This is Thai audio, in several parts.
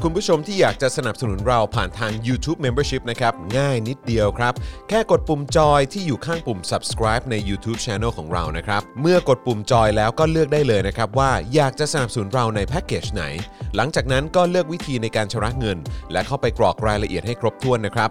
คุณผู้ชมที่อยากจะสนับสนุนเราผ่านทาง YouTube Membership นะครับง่ายนิดเดียวครับแค่กดปุ่มจอยที่อยู่ข้างปุ่ม subscribe ใน YouTube Channel ของเรานะครับเมื่อกดปุ่มจอยแล้วก็เลือกได้เลยนะครับว่าอยากจะสนับสนุนเราในแพ็กเกจไหนหลังจากนั้นก็เลือกวิธีในการชำระเงินและเข้าไปกรอกรายละเอียดให้ครบถ้วนนะครับ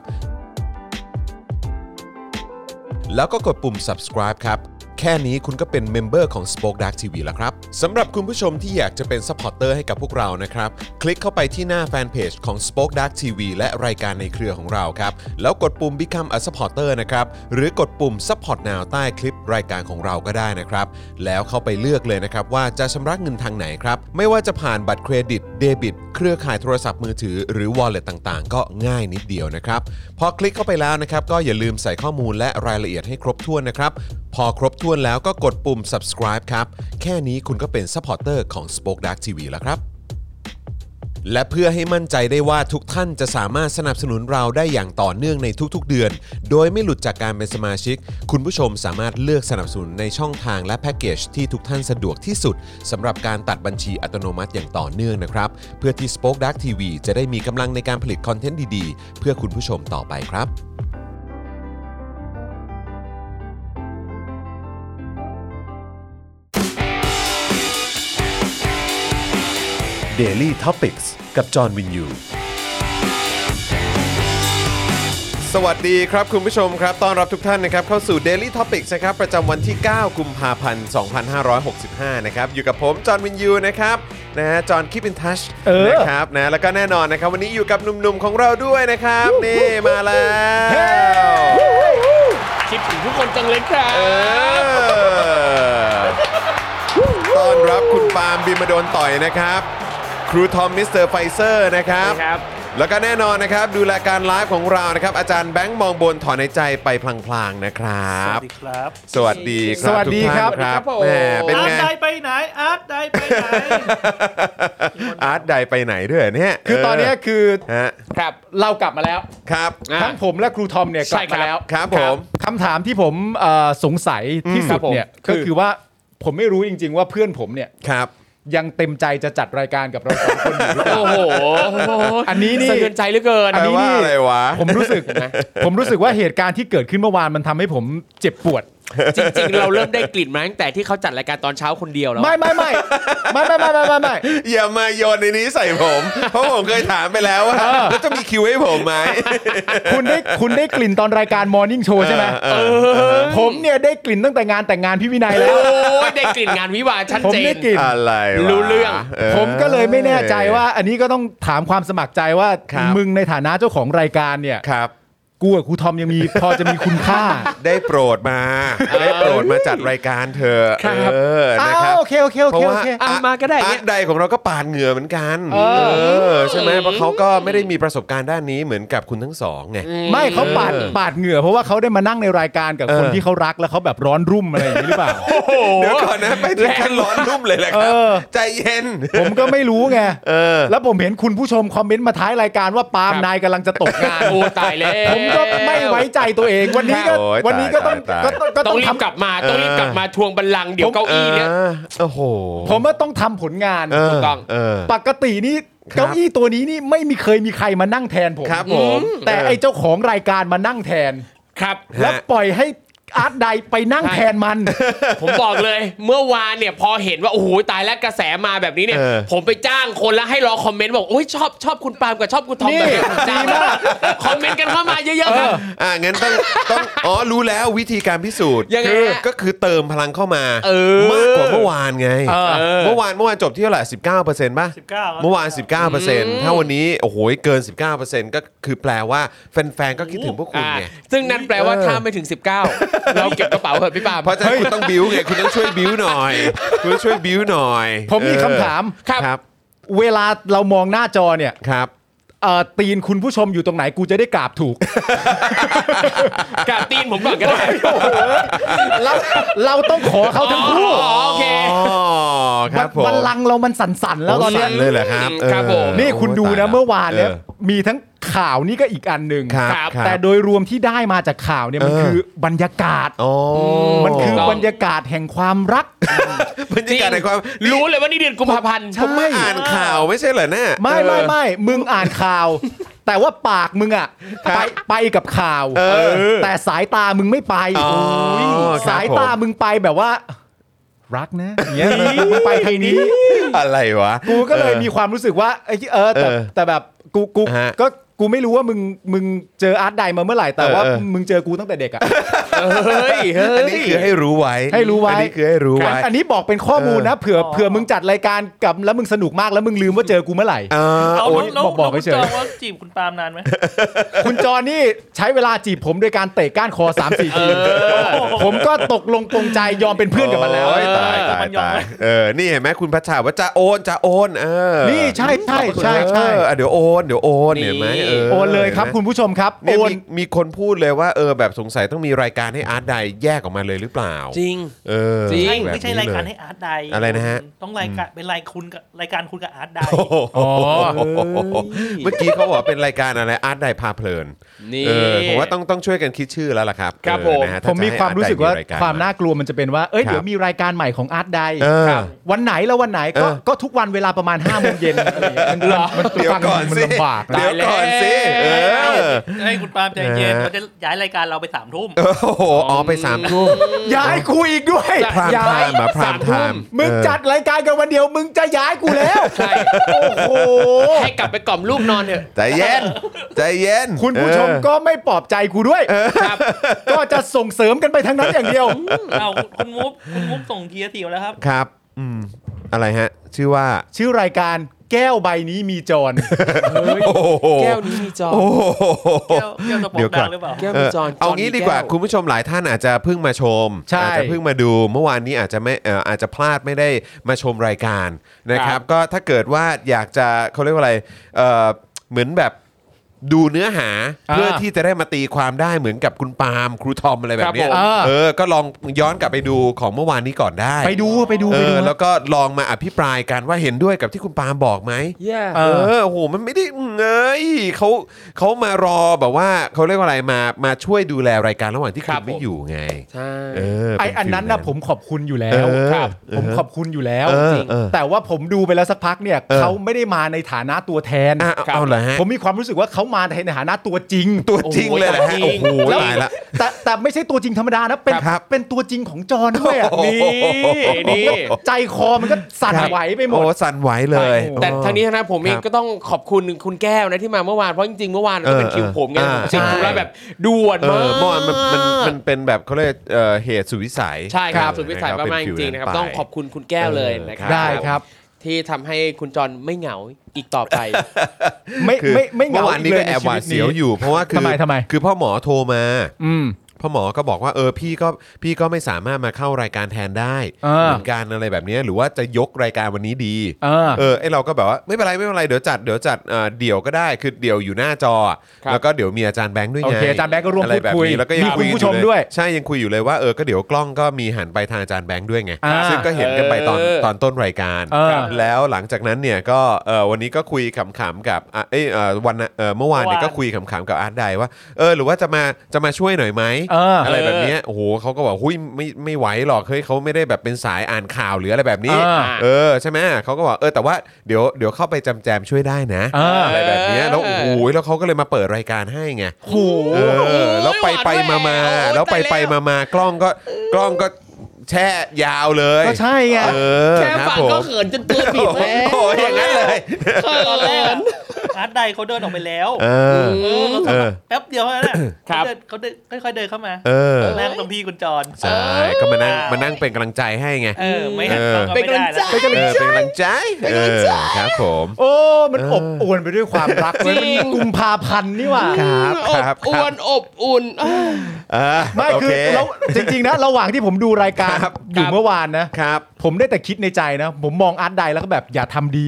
แล้วก็กดปุ่ม subscribe ครับแค่นี้คุณก็เป็นเมมเบอร์ของ Spoke Dark TV แล้วครับสำหรับคุณผู้ชมที่อยากจะเป็นซัพพอร์ตเตอร์ให้กับพวกเรานะครับคลิกเข้าไปที่หน้าแฟนเพจของ Spoke Dark TV และรายการในเครือของเราครับแล้วกดปุ่ม Become a supporter นะครับหรือกดปุ่ม Support Now ใต้คลิปรายการของเราก็ได้นะครับแล้วเข้าไปเลือกเลยนะครับว่าจะชำระเงินทางไหนครับไม่ว่าจะผ่านบัตรเครดิตเดบิตเครือข่ายโทรศัพท์มือถือหรือ Wallet ต่างๆก็ง่ายนิดเดียวนะครับพอคลิกเข้าไปแล้วนะครับก็อย่าลืมใส่ข้อมูลและรายละเอียดให้ครบถ้วนนะครับพอครบถ้วนแล้วก็กดปุ่ม subscribe ครับแค่นี้คุณก็เป็นซัพพอร์ตเตอร์ของ Spoke Dark TV แล้วครับและเพื่อให้มั่นใจได้ว่าทุกท่านจะสามารถสนับสนุนเราได้อย่างต่อเนื่องในทุกๆเดือนโดยไม่หลุดจากการเป็นสมาชิกคุณผู้ชมสามารถเลือกสนับสนุนในช่องทางและแพ็กเกจที่ทุกท่านสะดวกที่สุดสำหรับการตัดบัญชีอัตโนมัติอย่างต่อเนื่องนะครับเพื่อที่ Spoke Dark TV จะได้มีกำลังในการผลิตคอนเทนต์ดีๆเพื่อคุณผู้ชมต่อไปครับDaily Topics กับจอห์นวินยูสวัสดีครับคุณผู้ชมครับต้อนรับทุกท่านนะครับเข้าสู่ Daily Topics นะครับประจำวันที่ 9 กุมภาพันธ์ 2565 นะครับอยู่กับผมจอห์นวินยูนะครับนะฮะจอห์น Keep in Touch นะครับนะแล้วก็แน่นอนนะครับวันนี้อยู่กับหนุ่มๆของเราด้วยนะครับนี่มาแล้วคิดถึงทุกคนจังเลยครับต้อนรับคุณปาล์มบิมมาโดนต่อยนะครับครูทอมมิสเตอร์ไฟเซอร์นะครับแล้วก็แน่นอนนะครับดูแลการไลฟ์ของเรานะครับอาจารย์แบงค์มองบนถอนในใจไปพลางๆนะครับสวัสดีครับสวัสดีครับสวัสดีครับแหมเป็นไงอาร์ตไดไปไหนอาร์ตไดไปไหนอาร์ตไดไปไหนด้วยเนี่ยคือตอนนี้คือครับเรากลับมาแล้วครับทั้งผมและครูทอมเนี่ยกลับมาแล้วครับผมคำถามที่ผมสงสัยที่สุดเนี่ยก็คือว่าผมไม่รู้จริงๆว่าเพื่อนผมเนี่ยยังเต็มใจจะจัดรายการกับเราสองคนอยู่หรือเปล่าโอ้โหอันนี้นี่สะเทือนใจเหลือเกินอันนี้นี่อะไรวะผมรู้สึกว่าเหตุการณ์ที่เกิดขึ้นเมื่อวานมันทำให้ผมเจ็บปวดจริงๆเราเริ่มได้กลิ่นมาตั้งแต่ที่เขาจัดรายการตอนเช้าคนเดียวแล้วไม่อย่ามาโยนในนี้ใส่ผมเพราะผมเคยถามไปแล้วว่าแล้วจะมีคิวให้ผมไหมคุณได้กลิ่นตอนรายการ Morning Show ใช่ไหมผมเนี่ยได้กลิ่นตั้งแต่งานแต่งงานพี่วินัยแล้วโอ้ยได้กลิ่นงานวิวาห์ชัดเจนอะไรรู้เรื่องผมก็เลยไม่แน่ใจว่าอันนี้ก็ต้องถามความสมัครใจว่ามึงในฐานะเจ้าของรายการเนี่ยกูกับครูทอมยังมีพอจะมีคุณค่าได้โปรดมาจัดรายการเธอนะครับโอเคเพราะว่ามาก็ได้อาร์ตใดของเราก็ปาดเหงื่อเหมือนกันใช่ไหมเพราะเขาก็ไม่ได้มีประสบการณ์ด้านนี้เหมือนกับคุณทั้งสองไงไม่เขาปาดเหงื่อเพราะว่าเขาได้มานั่งในรายการกับคนที่เขารักแล้วเขาแบบร้อนรุ่มอะไรอย่างนี้หรือเปล่าเดี๋ยวก่อนนะไปถึงขั้นร้อนรุ่มเลยแหละครับใจเย็นผมก็ไม่รู้ไงแล้วผมเห็นคุณผู้ชมคอมเมนต์มาท้ายรายการว่าปาล์มนายกำลังจะตกงานโอ้ตายแล้วผมก็ไม่ไว้ใจตัวเองวันนี้ก็ต้องรีบกลับมาทวงบัลลังก์เดี๋ยวเก้าอี้เนี่ยโอ้โหผมว่าต้องทำผลงานถูกต้องปกตินี่เก้าอี้ตัวนี้นี่ไม่เคยมีใครมานั่งแทนผมแต่ไอ้เจ้าของรายการมานั่งแทนครับแล้วปล่อยให้อาร์ตไดไปนั่งแทนมันผมบอกเลยเมื่อวานเนี่ยพอเห็นว่าโอ้โหตายแล้วกระแสมาแบบนี้เนี่ยผมไปจ้างคนแล้วให้รอคอมเมนต์บอกโอ้ยชอบคุณปาล์มกับชอบคุณทอมแบบนี้จ้างคอมเมนต์กันเข้ามาเยอะๆครับงั้นต้องรู้แล้ววิธีการพิสูจน์ก็คือเติมพลังเข้ามามากกว่าเมื่อวานไงเมื่อวานจบที่เท่าไหร่ 19% ป่ะเมื่อวาน 19% ถ้าวันนี้โอ้โหเกิน 19% ก็คือแปลว่าแฟนๆก็คิดถึงพวกคุณไงซึ่งนั่นแปลว่าถ้าไม่ถึง19เราเก็บกระเป๋าเถอะพี่ปาล์มเพราะฉะนั้นคุณต้องบิ้วไงคุณต้องช่วยบิ้วหน่อยผมมีคำถามครับเวลาเรามองหน้าจอเนี่ยครับตีนคุณผู้ชมอยู่ตรงไหนกูจะได้กราบถูกกราบตีนผมก่อนก็ได้เราต้องขอเขาทั้งคู่โอเคครับผมบัลลังก์เรามันสั่นๆแล้วตอนนี้เลยแหละครับนี่คุณดูนะเมื่อวานเนี่ยมีทั้งขข่าวนี่ก็อีกอันหนึ่งครับแต่โดยรวมที่ได้มาจากข่าวเนี่ยมันคือบรรยากาศมันคือบรรยากาศแห่งความรักบรรยากาศในความรู้เลยว่านี่เดือนกุมภาพันธ์ผมมาอ่านข่าวไม่ใช่เหรอเนี่ยไม่มึงอ่านข่าว แต่ว่าปากมึงอ่ะไปกับข่าวแต่สายตามึงไม่ไปสายตามึงไปแบบว่ารักนะอย่างเงี้ยมึงไปทางนี้อะไรวะกูก็เลยมีความรู้สึกว่าแต่แบบกูก็กูไม่รู้ว่ามึงเจออาร์ตไดมาเมื่อไหร่แต่ว่ามึงเจอกูตั้งแต่เด็กอ่ะอันนี้คือให้รู้ไว้อันนี้คือให้รู้ไว้อันนี้บอกเป็นข้อมูลนะเผื่อมึงจัดรายการกับแล้วมึงสนุกมากแล้วมึงลืมว่าเจอกูเมื่อไหร่บอกไปเฉยว่าจีบคุณปาล์มนานไหมคุณจอนี่ใช้เวลาจีบผมโดยการเตะก้านคอ 3-4 ทีผมก็ตกลงปรงใจยอมเป็นเพื่อนกับมันแล้วตายนี่เห็นไหมคุณพัชชาว่าจะโอนนี่ใช่เดี๋ยวโอนเห็นไหมโอนเลยครับคุณผู้ชมครับโอนมีคนพูดเลยว่าแบบสงสัยต้องมีรายการให้อาร์ตไดแยกออกมาเลยหรือเปล่าจริงจริงไม่ใช่รายการให้อาร์ตไดอะไรนะฮะต้องรายการเป็นรายการคุณกับอาร์ตไดเมื่อกี้เขาบอกเป็นรายการอะไรอาร์ตไดพาเพลินผมว่าต้องช่วยกันคิดชื่อแล้วล่ะครับผมมีความรู้สึกว่าความน่ากลัวมันจะเป็นว่าเดี๋ยวมีรายการใหม่ของอาร์ตไดวันไหนก็ทุกวันเวลาประมาณ 5 โมงเย็นมันฟังมันลำบากเดี๋ยวก่อนสิให้คุณปาล์มใจเย็นเราจะย้ายรายการเราไป 3 ทุ่มไป 3 ทุ่มย้ายกูอีกด้วยย้ายมาพรามไทม์มึงจัดรายการกันวันเดียวมึงจะย้ายกูแล้วใช่โอ้โหให้กลับไปกล่อมลูกนอนเถอะใจเย็นคุณผู้ชมก็ไม่ปลอบใจกูด้วยก็จะส่งเสริมกันไปทางนั้นอย่างเดียวคุณมุกส่งเกียร์ถี่แล้วครับครับอะไรฮะชื่อรายการแก้วใบนี้มีจรแก้วนี้มีจรแก้วสปอร์ตดังหรือเปล่าแก้วมีจรเอางี้ดีกว่าคุณผู้ชมหลายท่านอาจจะเพิ่งมาชมอาจจะเพิ่งมาดูเมื่อวานนี้อาจจะพลาดไม่ได้มาชมรายการนะครับก็ถ้าเกิดว่าอยากจะเขาเรียกว่าอะไรเหมือนแบบดูเนื้อหาเพื่อที่จะได้มาตีความได้เหมือนกับคุณปาล์มครูทอมอะไรแบบนี้ก็ลองย้อนกลับไปดูของเมื่อวานนี้ก่อนได้ไปดูแล้วก็ลองมาอภิปรายกันว่าเห็นด้วยกับที่คุณปาล์มบอกไหมโอ้โหมันไม่ได้เขามารอแบบว่าเขาเรียกว่าอะไรมาช่วยดูแลรายการระหว่างที่คุณไม่อยู่ไงใช่อันนั้นนะผมขอบคุณอยู่แล้วผมขอบคุณอยู่แล้วจริงแต่ว่าผมดูไปแล้วสักพักเนี่ยเขาไม่ได้มาในฐานะตัวแทนผมมีความรู้สึกว่าเขามาในฐานะตัวจริงเลยแหละโอ้โหตายละแต่ไม่ใช่ตัวจริงธรรมดานะเป็นตัวจริงของจอนด้วยนี่ใจคอมันก็สั่นไหวไปหมดสั่นไหวเลยแต่ทางนี้นะผมเองก็ต้องขอบคุณคุณแก้วนะที่มาเมื่อวานเพราะจริงๆเมื่อวานก็เป็นคิวผมไงผมจริงๆแล้วแบบด่วนมากเมื่อวานมันเป็นแบบเขาเรียกเหตุสุดวิสัยใช่ครับสุดวิสัยมากๆจริงๆนะครับต้องขอบคุณคุณแก้วเลยนะครับได้ครับที่ทำให้คุณจอนไม่เหงาอีกต่อไปไม่เหงาเมื่อวานนี้ก็แอบหวาดเสียวอยู่เพราะว่าทำไมคือพ่อหมอโทรมาพ่อหมอก็บอกว่าพี่ก็ไม่สามารถมาเข้ารายการแทนได้เหมือนกันอะไรแบบนี้หรือว่าจะยกรายการวันนี้ดีไอเราก็แบบว่าไม่เป็นไรเดี๋ยวจัดเดี่ยวก็ได้คือเดี่ยวอยู่หน้าจอแล้วก็เดี๋ยวมีอาจารย์แบงค์ด้วยไงโอเคอาจารย์แบงค์ก็ร่วมพูดคุยแล้วก็ยังคุยผู้ชมด้วยใช่ยังคุยอยู่เลยว่าก็เดี๋ยวกล้องก็มีหันไปทางอาจารย์แบงค์ด้วยไงซึ่งก็เห็นกันไปตอนต้นรายการแล้วหลังจากนั้นเนี่ยก็วันนี้ก็คุยขำๆกับวันเมื่อวานเนี่ยก็คุยขำๆกับอาร์ตไดว่าหรือว่าจะมาช่วยหน่อยไหมอะไรแบบนี้โอ้โหเขาก็บอกหุ้ยไม่ไหวหรอกเฮ้ยเขาไม่ได้แบบเป็นสายอ่านข่าวหรืออะไรแบบนี้ใช่ไหมเขาก็บอกแต่ว่าเดี๋ยวเข้าไปแจมช่วยได้นะอะไรแบบนี้แล้วโอ้โหแล้วเขาก็เลยมาเปิดรายการให้ไงโอ้โหแล้วไปมาแล้วไปมากล้องก็แช่ยาวเลยก็ใช่ไงแค่ฟังก็เขินจนตัวปิดแล้วโอ้ยอย่างนั้นเลยตอนแรกอาร์ตไดเขาเดินออกไปแล้วแป๊บเดียวแค่นั้นเขาค่อยๆเดินเข้ามาแรกตรงพี่คุณจอนใช่ก็มานั่งเป็นกำลังใจให้ไงไม่เป็นกำลังใจครับผมโอ้มันอบอวลไปด้วยความรักมันกุมภาพันธ์นี่หว่าครับอบอุ่นไม่คือแล้วจริงๆนะระหว่างที่ผมดูรายการอยู่เมื่อวานนะครับผมได้แต่คิดในใจนะผมมองอาร์ตไดแล้วก็แบบอย่าทำดี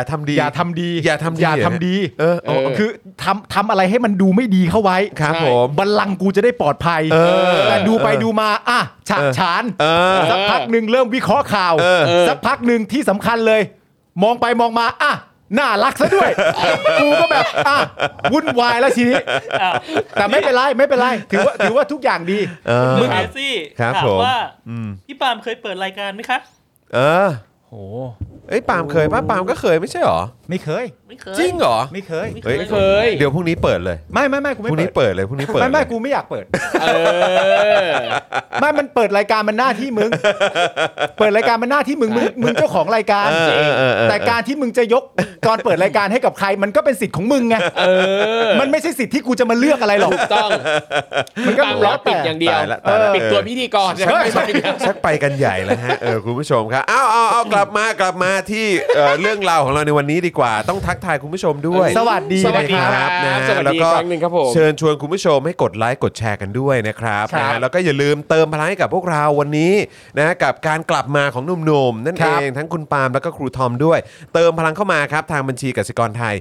คือทำอะไรให้มันดูไม่ดีเข้าไว้ครับผมบัลลังก์กูจะได้ปลอดภัยแต่ดูไปดูมาฉะฉานสักพักนึงเริ่มวิเคราะห์ข่าวสักพักนึงที่สำคัญเลยมองไปมองมาน่ารักซะด้วยกูก็แบบวุ่นวายแล้วทีนี้แต่ไม่เป็นไรถือว่าทุกอย่างดีมึงเอซี่ครับถามผมว่าพี่ปาล์มเคยเปิดรายการไหมคะโอ้เอ้ยปาล์มเคยป่ะปาล์มก็เคยไม่ใช่หรอไม่เคยจริงเหรอไม่เคยเฮ้ยไม่เคยเดี๋ยวพรุ่งนี้เปิดเลยไม่กูพไม่รุ่งนี้เปิดเปิดเลยพรุ่งนี้เปิดไม่เลยกูไม่อยากเปิดอไม่มันเปิดรายการมันหน้าที่มึง เปิดรายการมันหน้าที่มึงเจ้าของรายการแต่การที่มึงจะยกก่อนเปิดรายการให้กับใครมันก็เป็นสิทธิ์ของมึงไงมันไม่ใช่สิทธิ์ที่กูจะมาเลือกอะไรหรอกถูกต้องมันก็ปาล์มแล้รัวบปิแต่ดอย่างเดียวตายละตายละปิดตัวพิธีกรนะครับไม่ใช่ชักไปกันใหญ่แล้วฮะคุณผู้ชมครับเอากลับมาที่เรื่องราวของเราในวันนี้ดีกว่าต้องทักทายคุณผู้ชมด้วยสวัสดีสวัสดีนะคครัรับบนะสวัสแล้วดีก็ครั้งหนึ่งครับผมเชิญชวนคุณผู้ชมให้กดไลค์กดแชร์กันด้วยนะครับครับนะแล้วก็อย่าลืมเติมพลังให้กับพวกเราวันนี้นะกับการกลับมาของหนุ่มๆนั่นคเอรับงทั้งคุณปาล์มแล้วก็ครูทอมด้วย เติมพลังเข้ามาครับทางบัญชีกสิกรไทย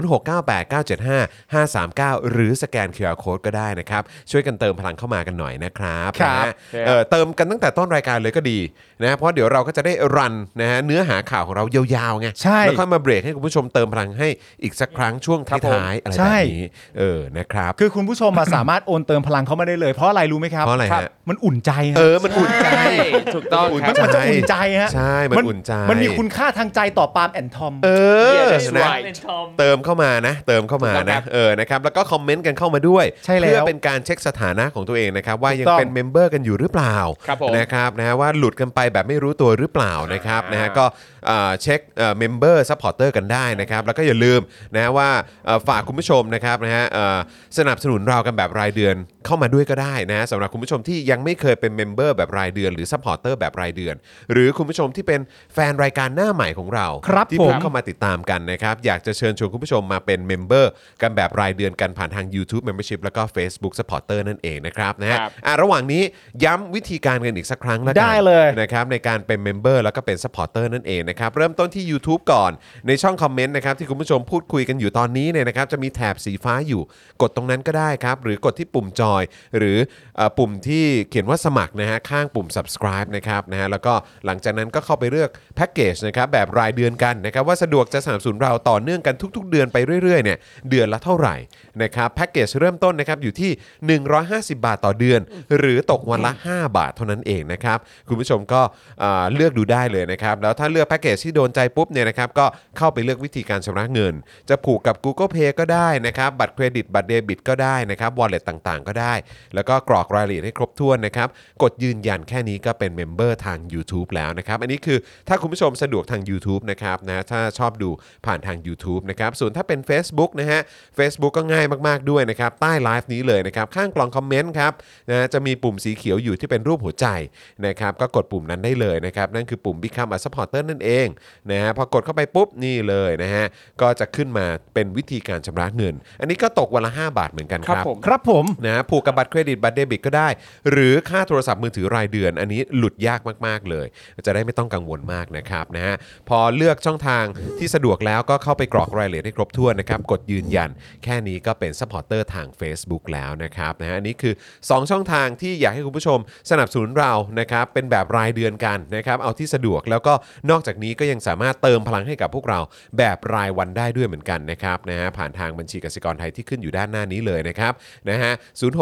0698975539 หรือสแกน QR Code ก็ได้นะครับช่วยกันเติมพลังเข้ามากันหน่อยนะครับครับนะฮะเติมกันตั้งแต่ต้นรายการเลยก็ดีนะเพราะเดี๋ยวเราก็จะได้รันนะฮะเนื้อหาข่าวของเรายาวๆไงใช่แล้วค่อยมาเบรกให้คุณผู้ชมเติมพลังให้อีกสักครั้งช่วงท้ายๆอะไรแบบนี้นะครับคือคุณผู้ชมมาสามารถโอนเติมพลังเข้ามาได้เลยเพราะอะไรรู้ไหมครับเพราะอะไรฮะมันอุ่นใจฮะมันอุ่นใจใช่ถูกต้องอุ่นครับมันจะอุ่นใจฮะใช่มันอุ่นใจมันมีคุณค่าทางใจต่อปาล์มแอนทอม Yeah, that's นะ right เป็นทอมเติมเข้ามานะเติมเข้ามาถูกต้องครันะบนะครับแล้วก็คอมเมนต์กันเข้ามาด้วยใช่แล้วเพื่อเป็นการเช็คสถานะของตัวเองนะครับว่ายังถูกต้องเป็นเมมเบอร์กันอยู่หรือเปล่าครับผมนะครับนะฮะว่าหลุดกันไปแบบไม่รู้ตัวหรือเปล่านะครับนะฮะก็เช็คเมมเบอร์ซัพพอร์เตอร์กันได้นะครับแล้วก็อย่าลืมนะว่าฝากคุณผู้ชมนะครับนะฮะสนับสนุนเรากันแบบรายเดือนเข้ามาด้วยก็ได้นะสำหรับคุณผู้ชมที่ยังไม่เคยเป็นเมมเบอร์แบบรายเดือนหรือซัพพอร์เตอร์แบบรายเดือน หรือคุณผู้ชมที่เป็นแฟนรายการหน้าใหม่ของเราครับที่ผมเพิ่งเข้ามาติดตามกันนะครับอยากจะเชิญชวนคุณผู้ชมมาเป็นเมมเบอร์กันแบบรายเดือนกันผ่านทาง YouTube Membership แล้วก็ Facebook Supporter นั่นเองนะครับนะฮะครับระหว่างนี้ย้ำวิธีการกันอีกสักครั้งแล้วกันได้เลยนะครับในการเป็นเมมเบอร์แล้วก็เป็น Supporter นั่นเองนะครับเริ่มต้นที่ YouTube ก่อนในช่องคอมเมนต์นะครับที่คุณผู้ชมพูดคุยกันอยู่ตอนนี้เนี่ยนะครับจะมีแถบสีฟ้าอยู่กดตรงนั้นก็ได้ครับหรือกดที่ปุ่มจอยหรือปุ่มที่เขียนว่าสมัครนะฮะข้างปุ่ม subscribe นะครับนะฮะแล้วก็หลังจากนั้นก็เข้าไปเลือกแพ็กเกจนะครับแบบรายเดือนกันนะครับว่าสะดวกจะสนับสนุนเราต่อเนื่องกันทุกๆเดือนไปเรื่อยๆเนี่ยเดือนละเท่าไหร่นะครับแพ็กเกจเริ่มต้นนะครับอยู่ที่150 บาทต่อเดือน หรือตกวันละ 5 บาทเท่านั้นเองนะครับคุณผู้ชมก็เลือกดูได้เลยนะครับแล้วถ้าเลือกแพ็กเกจที่โดนใจปุ๊บเนี่ยนะครับก็เข้าไปเลือกวิธีการชำระเงิน จะผูกกับ Google Pay ก็ได้นะครับบัตรเครดิตบัตรเดบิตก็ได้นะครับ Wallet ต่างๆก็ได้แล้วก็กรอกรายละเอียดให้ครบถ้วนนะครับกดยืนยันแค่นี้ก็เป็นเมมเบอร์ทาง YouTube แล้วนะครับอันนี้คือถ้าคุณผู้ชมสะดวกทาง YouTube นะครับนะถ้าชอบดูผ่านทาง YouTube นะครับส่วนถ้าเป็น Facebook นะฮะ Facebook ก็ง่ายมากๆด้วยนะครับใต้ไลฟ์นี้เลยนะครับข้างกล่องคอมเมนต์ครับนะจะมีปุ่มสีเขียวอยู่ที่เป็นรูปหัวใจนะครับก็กดปุ่มนั้นได้เลยนะครับนั่นคือปุ่ม Become a Supporter นั่นเองนะฮะพอกดเข้าไปปุ๊บนี่เลยนะฮะก็จะขึ้นมาเป็นวิธีการชำระเงิน อันนี้ก็ตกวันละ 5 บาทเหมือนกันครับครับผมนะผูกกับบัตรเครดิตบัตรเดบิตก็ได้หรือค่าโทรศัพท์มือถือรายเดือนอันนี้หลุดยากมากๆเลยจะได้ไม่ต้องกังวลมากนะครับนะฮะพอเลือกช่องทางที่สะดวกแล้วก็เข้าไปกรอกรายละเอียดให้ครบถ้วนนะครับกดยืนยันแค่นี้ก็เป็นซัพพอร์เตอร์ทาง Facebook แล้วนะครับนะฮะอันนี้คือ2ช่องทางที่อยากให้คุณผู้ชมสนับสนุนเรานะครับเป็นแบบรายเดือนกันนะครับเอาที่สะดวกแล้วก็นอกจากนี้ก็ยังสามารถเติมพลังให้กับพวกเราแบบรายวันได้ด้วยเหมือนกันนะครับนะฮะผ่านทางบัญชีกสิกรไทยที่ขึ้นอยู่ด้านหน้านี้เลยนะครับนะฮะ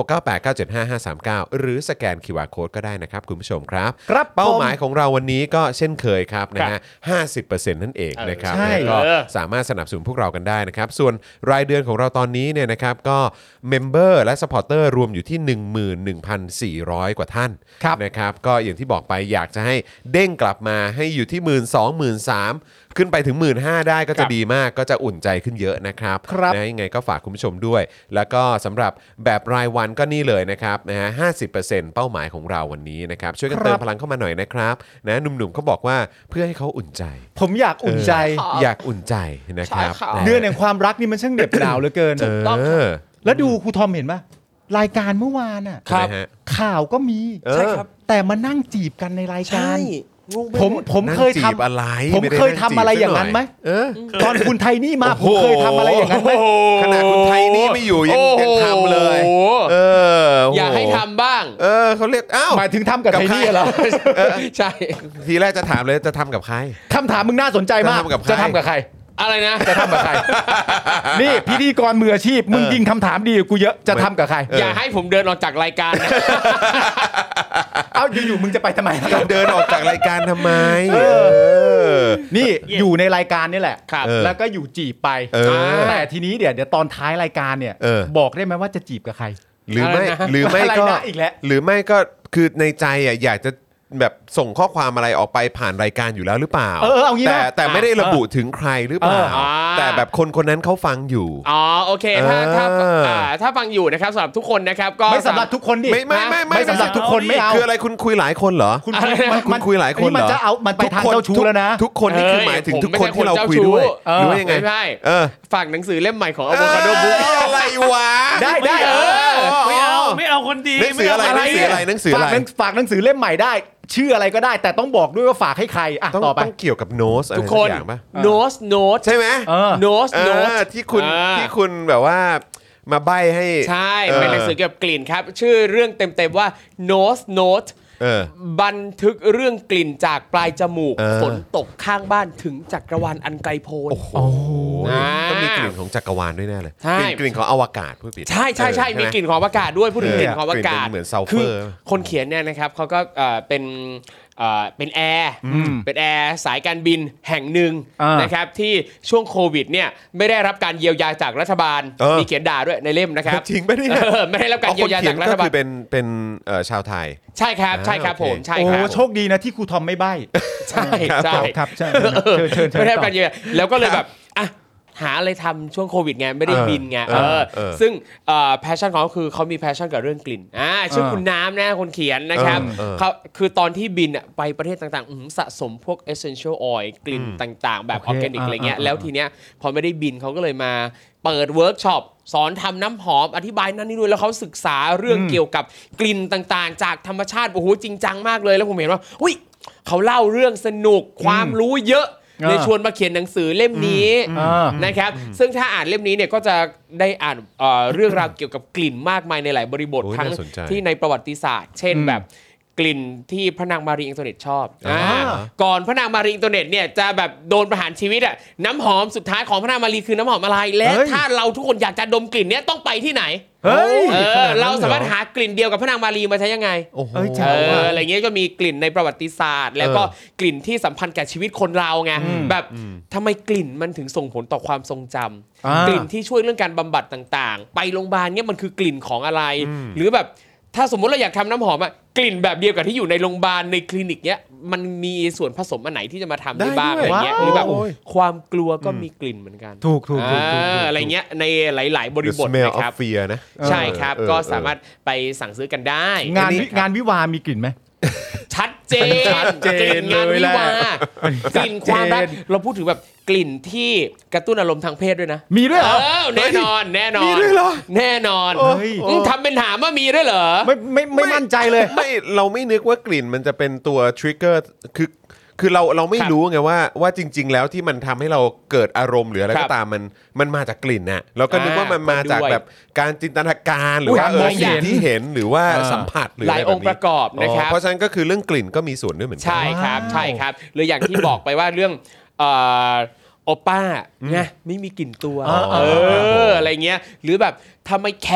0698975539หรือสแกน QR Code ก็ได้นะครับคุณผู้ชมครับครับเป้าหมายของเราวันนี้ก็เช่นเคยครับนะฮะ 50% นั่นเองนะครับใช่นะก็สามารถสนับสนุนพวกเรากันได้นะครับส่วนรายเดือนของเราตอนนี้เนี่ยนะครับก็เมมเบอร์และสปอร์เตอร์รวมอยู่ที่ 11,400 กว่าท่านครับนะครับก็อย่างที่บอกไปอยากจะให้เด้งกลับมาให้อยู่ที่ 12,000-13,000 ขึ้นไปถึง 15,000 ได้ก็จะดีมากก็จะอุ่นใจขึ้นเยอะนะครับครับนะยังไงก็ฝากคุณผู้ชมด้วย แล้วก็สำหรับแบบรายวันก็นี่เลยนะครับนะฮะ 50% เป้าหมายของเราวันนี้นะครับช่วยกันเติมพลังเข้ามาหน่อยนะครับนะหนุ่มๆเขาบอกว่าเพื่อให้เขาอุ่นใจผมอยากอุ่นใจอยากอุ่นใจนะครับใช่ครับะเดือนแห่งความรักนี่มันช่างเหน็บหนาวเหลือเกินต้องแล้วดูครูทอมเห็นปะรายการเมื่อวานอ่ะครับข่าวก็มีใช่ครับแต่มานั่งจีบกันในรายการงงไปผมหดผมนั่งเคยจีทบอะไรำผมเคยทำอะไรอย่างนั้นไหมเออตอนคุณไทนี่มาโอ้ผโหมเคยทำอะไรอย่างนั้นไหมขนาดคุณไทยนี่ไม่อยู่ยังทำเลยโอ้โหเออโโอยากให้ทำบ้างเออเขาเรียกอ้าวหมายถึงทำกับกับไทใครนี่เหรอใช่ทีแรกจะถามเลยจะทำกับใครคำถามมึงน่าสนใจมากจะทำกับใครจะทำกับใครอะไรนะจะทำกับใคร นี่พิธีกรมืออาชีพมึงยิงคำถามดีกว่ากูเยอะจะทำกับใครอย่าให้ผมเดินออกจากรายการนะเอาอยู่ๆมึงจะไปทำไมเดินออกจากรายการทำไมนี่อยู่ในรายการนี่แหละครับแล้วก็อยู่จีบไปแต่ทีนี้เดี๋ยวตอนท้ายรายการเนี่ยบอกได้ไหมว่าจะจีบกับใครหรือไม่ก็อีกแล้วหรือไม่ก็คือในใจอ่ะอยากจะแบบส่งข้อความอะไรออกไปผ่านรายการอยู่แล้วหรือเปล่าเอางี้แต่ไม่ได้ระบุถึงใครหรือเปล่าแต่แบบคนนั้นเขาฟังอยู่อ๋อโอเคถ้าฟังอยู่นะครับสำหรับทุกคนนะครับก็ไม่สำหรับทุกคนดิไม่สำหรับทุกคนไม่เอาคืออะไรคุณคุยหลายคนเหรอคุณคุยหลายคนเหรอมันจะเอามันไปทางเจ้าชู้แล้วนะทุกคนนี่คือหมายถึงทุกคนที่เราคุยด้วยหรือว่ายังไงไม่ใช่ฝากหนังสือเล่มใหม่ของ Avocado Book อะไรวะได้ไม่เอาคนดีหนังสืออะไรฝากหนังสือเล่มใหม่ได้ชื่ออะไรก็ได้แต่ต้องบอกด้วยว่าฝากให้ใครต่อไปต้องเกี่ยวกับโน้ตทุกคนโน้ตใช่ไหมโน้ตที่คุณแบบว่ามาใบ้ให้ใช่เป็นหนังสือเกี่ยวกับกลิ่นครับชื่อเรื่องเต็มๆว่า Note บันทึกเรื่องกลิ่นจากปลายจมูกฝนตกข้างบ้านถึงจักรวาลอันไกลโพ้นต้องมีกลิ่นของจักรวาลด้วยแน่เลยกลิ่นของอวกาศพูดผิดใช่มีกลิ่นของอวกาศด้วยพูดถึงกลิ่นของอวกาศเหมือนซัลเฟอร์คนเขียนเนี่ยนะครับเขาก็เป็นแอร์สายการบินแห่งหนึ่งนะครับที่ช่วงโควิดเนี่ยไม่ได้รับการเยียวยาจากรัฐบาลมีเขียนด่าด้วยในเล่มนะครับจริงไม่ได้ไม่ได้รับการเยียวยาจากรัฐบาลก็คือเป็นชาวไทยใช่ครับผมใช่ครับโอ้โชคดีนะที่ครูทอมไม่ใบ้ใช่ครับใช่เชิญไม่ได้รับการเยียวยาแล้วก็เลยแบบหาอะไรทำช่วงโควิดไงไม่ได้บินไงซึ่งแพชชั่นของเขาคือเขามีแพชชั่นกับเรื่องกลิ่นชื่อคุณน้ำนะคนเขียนนะครับเขาคือตอนที่บินไปประเทศต่างๆสะสมพวก essential oil กลิ่นต่างๆแบบออร์แกนิกอะไรเงี้ยแล้วทีเนี้ยพอไม่ได้บินเขาก็เลยมาเปิดเวิร์กช็อปสอนทำน้ำหอมอธิบายนั่นนี่ด้วยแล้วเขาศึกษาเรื่องเกี่ยวกับกลิ่นต่างๆจากธรรมชาติโอ้โหจริงจังมากเลยแล้วผมเห็นว่าอุ้ยเขาเล่าเรื่องสนุกความรู้เยอะเลยชวนมาเขียนหนังสือเล่มนี้นะครับซึ่งถ้าอ่านเล่มนี้เนี่ยก็จะได้อ่านเรื่องราวเกี่ยวกับกลิ่นมากมายในหลายบริบททั้งที่ในประวัติศาสตร์เช่นแบบกลิ่นที่พระนางมารีอังโตเนตชอบก่อนพระนางมารีอังโตเนตเนี่ยจะแบบโดนประหารชีวิตน้ำหอมสุดท้ายของพระนางมารีคือน้ำหอมอะไรและถ้าเราทุกคนอยากจะดมกลิ่นเนี้ยต้องไปที่ไหนเราสามารถหากลิ่นเดียวกับพระนางมารีมาใช้ยังไงอะไรเงี้ยก็มีกลิ่นในประวัติศาสตร์แล้วก็กลิ่นที่สัมพันธ์กับชีวิตคนเราไงแบบทำไมกลิ่นมันถึงส่งผลต่อความทรงจำกลิ่นที่ช่วยเรื่องการบำบัดต่างๆไปโรงพยาบาลเนี่ยมันคือกลิ่นของอะไรหรือแบบถ้าสมมติเราอยากทำน้ำหอมกลิ่นแบบเดียวกับที่อยู่ในโรงพยาบาลในคลินิกเนี้ยมันมีส่วนผสมอันไหนที่จะมาทำได้บ้างอะไรเงี้ยหรือแบบความกลัวก็มีกลิ่นเหมือนกันถูกอะไรเงี้ยในหลายๆบริบทนะครับใช่ครับก็สามารถไปสั่งซื้อกันได้งานวิวามีกลิ่นไหมชัดเจนงานวิวากลิ่นความรักเราพูดถึงแบบกลิ่นที่กระตุ้นอารมณ์ทางเพศด้วยนะมีด้วยเหรอแน่นอนมีด้วยเหรอแน่นอนทำเป็นถามว่ามีด้วยเหรอไม่มั่นใจเลยเราไม่นึกว่ากลิ่นมันจะเป็นตัวทริกเกอร์คือเราไม่รู้ไงว่าจริงๆแล้วที่มันทำให้เราเกิดอารมณ์หรืออะไรก็ตามมันมาจากกลิ่นน่ะเราก็นึกว่ามันมาจากแบบการจินตนาการหรือว่าสิ่งที่เห็นหหรือว่าสัมผัสหรือหลายองค์ประกอบนะครับเพราะฉะนั้นก็คือเรื่องกลิ่นก็มีส่วนด้วยเหมือนกันใช่ครับหรืออย่างที่บอกไปว่าเรื่องโอป้าไงไม่มีกลิ่นตัวอะไรเงี้ยหรือแบบทำไมแข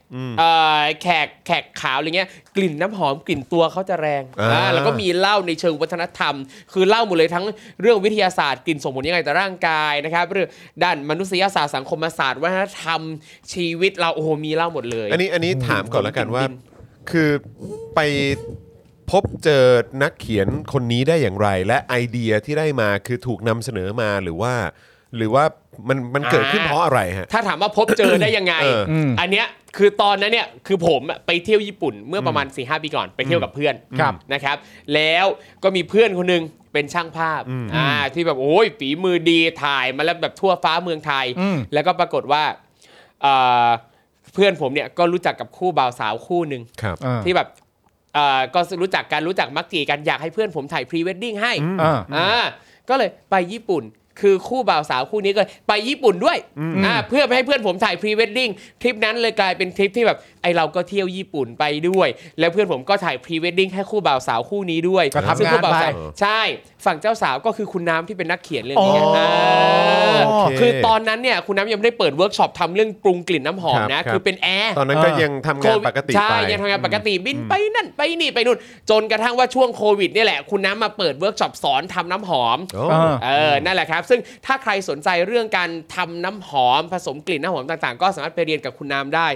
กขาวอะไรเงี้ยกลิ่นน้ำหอมกลิ่นตัวเขาจะแรงแล้วก็มีเล่าในเชิงวัฒนธรรมคือเล่าหมดเลยทั้งเรื่องวิทยาศาสตร์กลิ่นส่งผลยังไงต่อร่างกายนะครับเรื่องด้านมนุษยศาสตร์สังคมศาสตร์วัฒนธรรมชีวิตเราโอ้โหมีเล่าหมดเลยอันนี้ถามก่อนแล้วกันว่าคือไปพบเจอนักเขียนคนนี้ได้อย่างไรและไอเดียที่ได้มาคือถูกนำเสนอมาหรือว่ามันเกิดขึ้นเพราะอะไรฮะถ้าถามว่าพบเจอได้ยังไงอันเนี้ยคือตอนนั้นเนี่ยคือผมไปเที่ยวญี่ปุ่นเมื่อประมาณ 4-5 ปีก่อนไปเที่ยวกับเพื่อนนะครับแล้วก็มีเพื่อนคนนึงเป็นช่างภาพที่แบบโอ้ยฝีมือดีถ่ายมาแล้วแบบทั่วฟ้าเมืองไทยแล้วก็ปรากฏว่าเพื่อนผมเนี่ยก็รู้จักกับคู่บ่าวสาวคู่นึงที่แบบก็รู้จักมักจีกันอยากให้เพื่อนผมถ่ายพรีเวดดิ้งให้ก็เลยไปญี่ปุ่นคือคู่บ่าวสาวคู่นี้ก็ไปญี่ปุ่นด้วยเพื่อให้เพื่อนผมถ่ายพรีเวดดิ้งทริปนั้นเลยกลายเป็นทริปที่แบบไอเราก็เที่ยวญี่ปุ่นไปด้วยแล้วเพื่อนผมก็ถ่ายพรีเวดดิ้งให้คู่บ่าวสาวคู่นี้ด้วยก็ทำงานคู่บ่าวสาวไปใช่ฝั่งเจ้าสาวก็คือคุณน้ำที่เป็นนักเขียนเรื่องนี้โอเคคือตอนนั้นเนี่ยคุณน้ำยังไม่ได้เปิดเวิร์กช็อปทำเรื่องปรุงกลิ่นน้ำหอมนะคือเป็นแอร์ตอนนั้นก็ยังทำงานปกติไปใช่ยังทำงานปกติบินไปนั่นไปนี่ไปนู่นจนกระทั่งว่าช่วงโควิดนี่แหละคุณน้ำมาเปิดเวิร์กช็อปสอนทำน้ำหอม นั่นแหละครับซึ่งถ้าใครสนใจเรื่องการทำน้ำหอมผสมกลิ่นน้ำหอมต่างๆก็สามารถไปเรียนกับคุณน้ำได้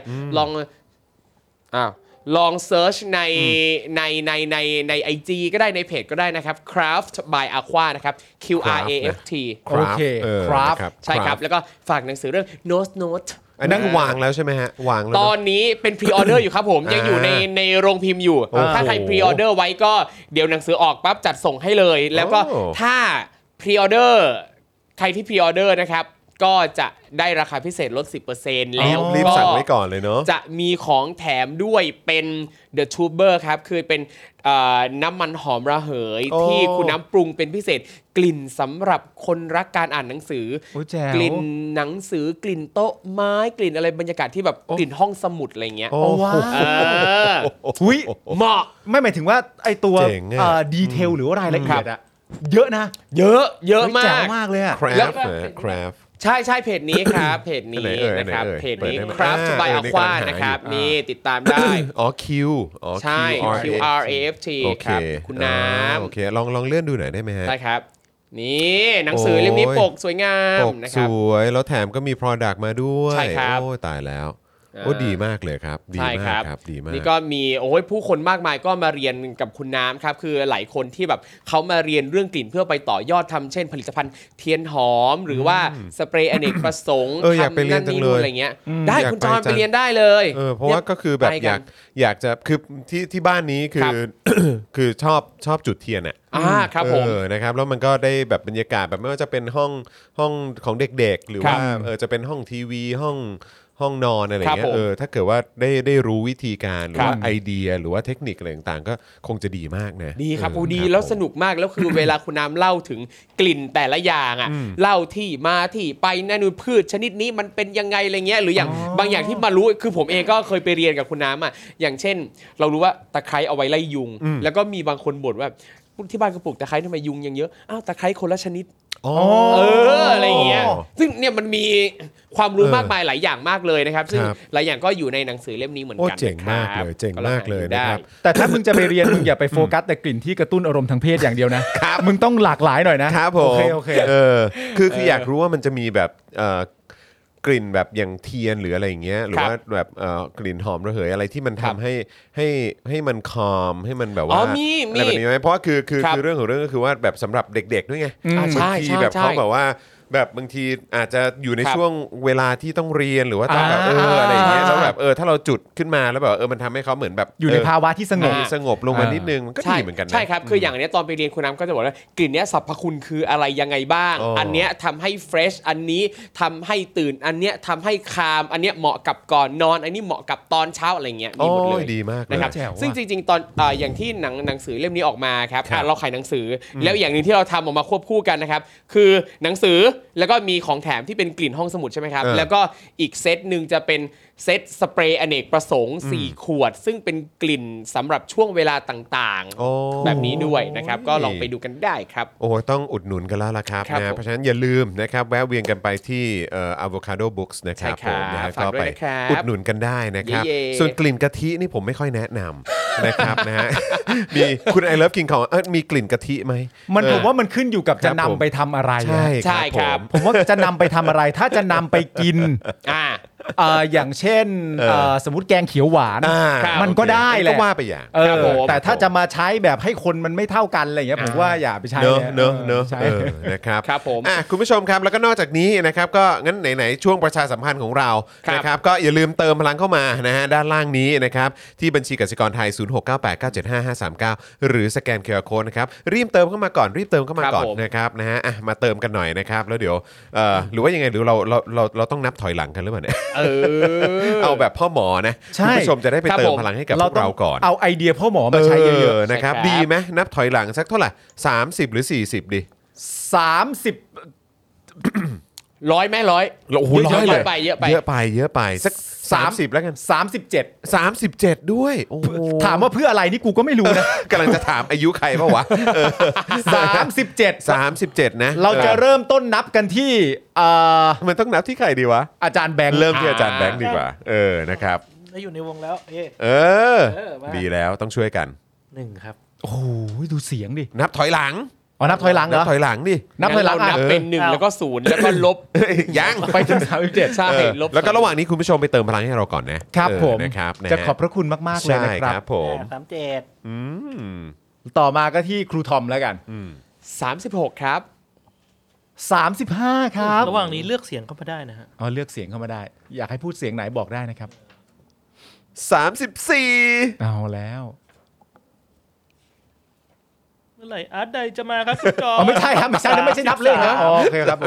ลองเซิร์ชใน IG ก็ได้ในเพจก็ได้นะครับ Craft by Aqua นะครับ QRAFT โอเคครับใช่ครับแล้วก็ฝากหนังสือเรื่อง Note อันนั้นวางแล้วใช่ไหมฮะวางแล้วตอนนี้เป็นพรีออเดอร์อยู่ครับผมยังอยู่ในโรงพิมพ์อยู่ถ้าใครพรีออเดอร์ไว้ก็เดี๋ยวหนังสือออกปั๊บจัดส่งให้เลยแล้วก็ถ้าพรีออเดอร์ใครที่พรีออเดอร์นะครับก็จะได้ราคาพิเศษลด 10% แล้วรีบสั่งไว้ก่อนเลยเนาะจะมีของแถมด้วยเป็น The Tuber ครับคือเป็นน้ำมันหอมระเหยที่คุณน้ำปรุงเป็นพิเศษกลิ่นสำหรับคนรักการอ่านหนังสือกลิ่นหนังสือกลิ่นโต๊ะไม้กลิ่นอะไรบรรยากาศที่แบบกลิ่นห้องสมุดอะไรเงี้ยว้าวเหมาะไม่หมายถึงว่าไอตัวดีเทลหรือว่ารายละเอียดอะเยอะนะเยอะมากแจ๋วมากเลยอะ Craft ใช่เพจนี้ครับเพจนี้นะครับเพจนี้ Craft by Aqua นะครับนี่ติดตามได้ Q ใช่ QRAFT ครับคุณน้ำโอเคลองเลื่อนดูหน่อยได้ไหมฮะใช่ครับนี่หนังสือเล่มนี้ปกสวยงามนะครับสวยแล้วแถมก็มี product มาด้วยใช่ครับโอ้ตายแล้วดีมากเลยครับดีมากครับดีมากนี่ก็มีผู้คนมากมายก็มาเรียนกับคุณน้ำครับคือหลายคนที่แบบเขามาเรียนเรื่องกลิ่นเพื่อไปต่อยอดทำเช่นผลิตภัณฑ์เทียนหอมหรือว่าสเปรย์อเนกประสงค์ทำนั่นนี่นู่นอะไรเงี้ยได้คุณจอนไปเรียนได้เลยเพราะว่าก็คือแบบอยากจะคือที่บ้านนี้คือชอบจุดเทียนอ่ะครับผมนะครับแล้วมันก็ได้แบบบรรยากาศแบบไม่ว่าจะเป็นห้องของเด็กๆหรือว่าจะเป็นห้องทีวีห้องนอนอะไรเงี้ยถ้าเกิดว่าได้รู้วิธีการหรือว่าไอเดียหรือว่าเทคนิคอะไรต่างๆก็คงจะดีมากนะดีครับดีแล้วสนุกมากแล้วคือเวลาคุณน้ำเล่าถึงกลิ่นแต่ละอย่างอ่ะเล่าที่มาที่ไปนั่นนู่นพืชชนิดนี้มันเป็นยังไงอะไรเงี้ยหรืออย่างบางอย่างที่มารู้คือผมเองก็เคยไปเรียนกับคุณน้ำอ่ะอย่างเช่นเรารู้ว่าตะไคร้เอาไว้ไล่ยุงแล้วก็มีบางคนบ่นว่าที่บ้านก็ปลูกตะไคร้ทำไมยุงยังเยอะตะไคร้คนละชนิดอะไรเงี้ยซึ่งเนี่ยมันมีความรู้มากมายหลายอย่างมากเลยนะครับซึ่งหลายอย่างก็อยู่ในหนังสือเล่มนี้เหมือนกันเจ๋งมากเลยนะครับแต่ถ้ามึงจะไปเรียนมึงอย่าไปโฟกัสแต่กลิ่นที่กระตุ้นอารมณ์ทางเพศอย่างเดียวนะมึงต้องหลากหลายหน่อยนะครับผมโอเคคืออยากรู้ว่ามันจะมีแบบกลิ่นแบบอย่างเทียนหรืออะไรอย่างเงี้ยหรือว่าแบบกลิ่นหอมระเหยอะไรที่มันทำให้มันคอมให้มันแบบว่าอะไรแบบนี้ไหมเพราะคือเรื่องของเรื่องก็คือว่าแบบสำหรับเด็กๆด้วยไงบางทีแบบเขาแบบว่าแบบบางทีอาจจะอยู่ในช่วงเวลาที่ต้องเรียนหรือว่าต้องแบบอะไรอย่างเงี้ยแล้วแบบถ้าเราจุดขึ้นมาแล้วแบบมันทำให้เขาเหมือนแบบอยู่ในภาวะที่สงบลงมานิดนึงมันก็ดีเหมือนกันนะใช่ครับคืออย่างเนี้ยตอนไปเรียนคุณน้ำก็จะบอกว่ากลิ่นเนี้ยสรรพคุณคืออะไรยังไงบ้างอันเนี้ยทำให้เฟรชอันนี้ทำให้ตื่นอันเนี้ยทำให้คามอันเนี้ยเหมาะกับก่อนนอนอันนี้เหมาะกับตอนเช้าอะไรเงี้ยมีหมดเลยดีมากนะครับซึ่งจริงๆตอนอย่างที่หนังสือเล่มนี้ออกมาครับเราขายหนังสือแล้วอย่างนึงที่เราทำออกมาควบคู่กันนะครับคือหนังสือแล้วก็มีของแถมที่เป็นกลิ่นห้องสมุดใช่ไหมครับแล้วก็อีกเซตหนึ่งจะเป็นเซตสเปรย์อเนกประสงค์4ขวดซึ่งเป็นกลิ่นสำหรับช่วงเวลาต่างๆแบบนี้ด้วยนะครับก็ลองไปดูกันได้ครับโอ้ต้องอุดหนุนกันแล้วล่ะครับนะเพราะฉะนั้นอย่าลืมนะครับแวะเวียนกันไปที่ Avocado Books นะครับผมนะก็ไปอุดหนุนกันได้นะครับส่วนกลิ่นกะทินี่ผมไม่ค่อยแนะนำนะครับนะฮะมีคุณ I Love King ของมีกลิ่นกะทิไหมผมว่ามันขึ้นอยู่กับจะนำไปทำอะไรใช่ครับผมว่าจะนำไปทำอะไรถ้าจะนำไปกินอย่างเช่นสมมติแกงเขียวหวานมันก็ได้แหละก็ว่าไปอย่างแต่ถ้าจะมาใช้แบบให้คนมันไม่เท่ากันอะไรอย่างเงี้ยผมว่าอย่าไปใช้เนอะนะครับครับผมคุณผู้ชมครับแล้วก็นอกจากนี้นะครับก็งั้นไหนๆช่วงประชาสัมพันธ์ของเรานะครับก็อย่าลืมเติมพลังเข้ามานะฮะด้านล่างนี้นะครับที่บัญชีกสิกรไทย0698975539หรือสแกน QR Code นะครับรีบเติมเข้ามาก่อนนะครับนะฮะมาเติมกันหน่อยนะครับแล้วเดี๋ยวหรือว่ายังไงหรือเราต้องนับถอยหลังกันหรือเปล่าเนี่ยเอาแบบพ่อหมอนะคุณผู้ชมจะได้ไปเติมพลังให้กับพวกเราก่อนเอาไอเดียพ่อหมอมาใช้เยอะๆนะครับดีไหมนับถอยหลังสักเท่าไหร่30หรือ40ดี 30 100ไหม100 โอ้โหร้อยเลยเยอะไปเยอะไปสัก30แล้วกัน 37 37ด้วยโอ้โหถามว่าเพื่ออะไรนี่กูก็ไม่รู้นะกำลังจะถามอายุใครป่าวะ 37 37นะเราจะเริ่มต้นนับกันที่มันต้องนับที่ใครดีวะอาจารย์แบงค์เริ่มที่อาจารย์แบงค์ดีกว่านะครับได้อยู่ในวงแล้วอมาดีแล้วต้องช่วยกัน 1ครับโอ้โหดูเสียงดินับถอยหลังอ๋อนับถอยหลังเหรนับอถอยหลังดินับถอยหลังเรานับเป็น1แล้วก็0แล้วก็ลบยังไปถึง37 ใช่ลบแล้วก็ระหว่างนี้คุณผู้ชมไปเติมพลังให้เราก่อนนะครับผมนะครับนฮจะขอบพระคุณมากๆเลยใช่นะคครับ รับผม 37 อืมต่อมาก็ที่ครูทอมแล้วกัน 36ครับ 35 ครับระหว่างนี้เลือกเสียงเข้ามาได้นะฮะอ๋อเลือกเสียงเข้ามาได้ อยากให้พูดเสียงไหนบอกได้นะครับ 34 เอาแล้วเมื่อไหร่อาร์ตใดจะมาครับคุณจออ๋อไม่ใช่ครับไม่ใช่นั่นไม่ใช่นับเลขนะอ๋อโอเคครับผม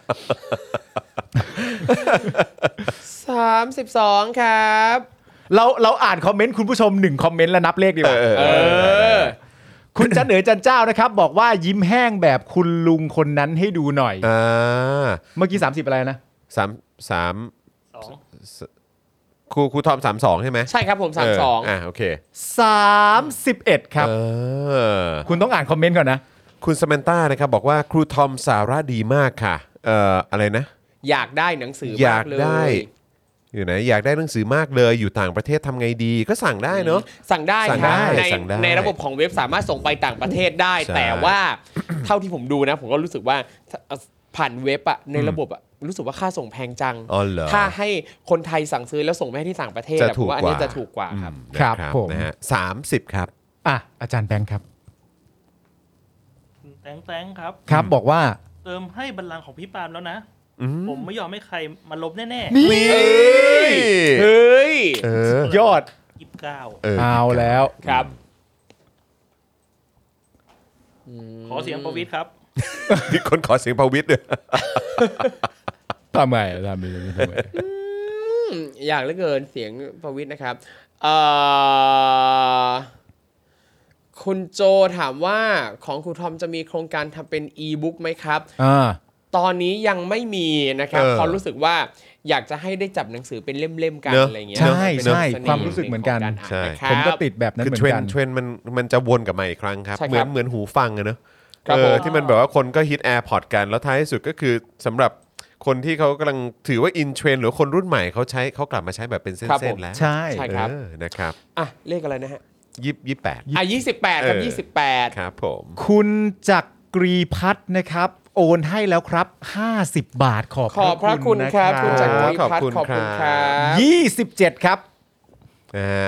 32ครับเราอ่านคอมเมนต์คุณผู้ชม1คอมเมนต์แล้วนับเลขดีกว่าคุณจันเอ๋ยจันเจ้านะครับ บอกว่ายิ้มแห้งแบบคุณลุงคนนั้นให้ดูหน่อยเมื่อกี้30อะไรนะครูทอม32ใช่ไหมใช่ครับผม32 โอเค 31ครับคุณต้องอ่านคอมเมนต์ก่อนนะคุณสแมนต้านะครับบอกว่าครูทอมสาระดีมากค่ะอะไรนะอยากได้หนังสืออยามาก กเลยได้อยู่ไหนอยากได้หนังสือมากเลยอยู่ต่างประเทศทำไงดีก็สั่งได้เนอะสั่งได้สั่งคได้รับสั่งได้ในระบบของเว็บสามารถส่งไปต่างประเทศได้ใช่แต่ว่า เท่าที่ผมดูนะ ผมก็รู้สึกว่าผ่านเว็บอะในระบบอะรู้สึกว่าค่าส่งแพงจังอ๋อเหรอถ้าให้คนไทยสั่งซื้อแล้วส่งไปให้ที่ต่างประเทศจะอะผถูมกว่าอันกว่านี้จะถูกกว่าครับครับนะผมนะฮะ30ครับอ่ะอาจารย์แบงค์ครับแตงครับครับบอกว่าเติมให้บัลลังก์ของพี่ปาล์มแล้วนะ ผมไม่ยอมให้ใครมาลบแน่นี่เฮ้ยยอดๆ29 เอาแล้วครับขอเสียงประวิตรครับมีคนขอเสียงประวิตรด้วยทำไมทำไมอยากเหลือเกินเสียงประวิตรนะครับคุณโจถามว่าของครูทอมจะมีโครงการทำเป็นอีบุ๊กไหมครับ ตอนนี้ยังไม่มีนะครับเพราะรู้สึกว่าอยากจะให้ได้จับหนังสือเป็นเล่มๆกันอะไรเงี้ยใช่เป็นใช่เสน่ห์ความรู้สึกเหมือนกันขงารใช่อ่านนะครับผมก็ติดแบบนั้นคือเหมือเทรนนกันด์มันจะวนกลับมาอีกครั้งครับใช่เหมืคอรันบเหมือนหูฟังอะเนอะครับผมที่มันแบบว่าคนก็ฮิต AirPods กันแล้วท้ายสุดก็คือสำหรับคนที่เขากำลังถือว่าอินเทรนด์หรือคนรุ่นใหม่เขากลับมาใช้แบบเป็นเส้นๆแล้วใช่ใช่ครับนะครับอ่ะเลขอะไรนะฮะ 28 อ่ะ28ครับ28 ครับผมคุณจักรีพัฒน์นะครับ โอนให้แล้วครับ50 บาทขอบขอบพระคุณครับนะคุณจักรีขอบพัฒคุณน์ขอบคุณคครัรับ 27 ครับนะฮะ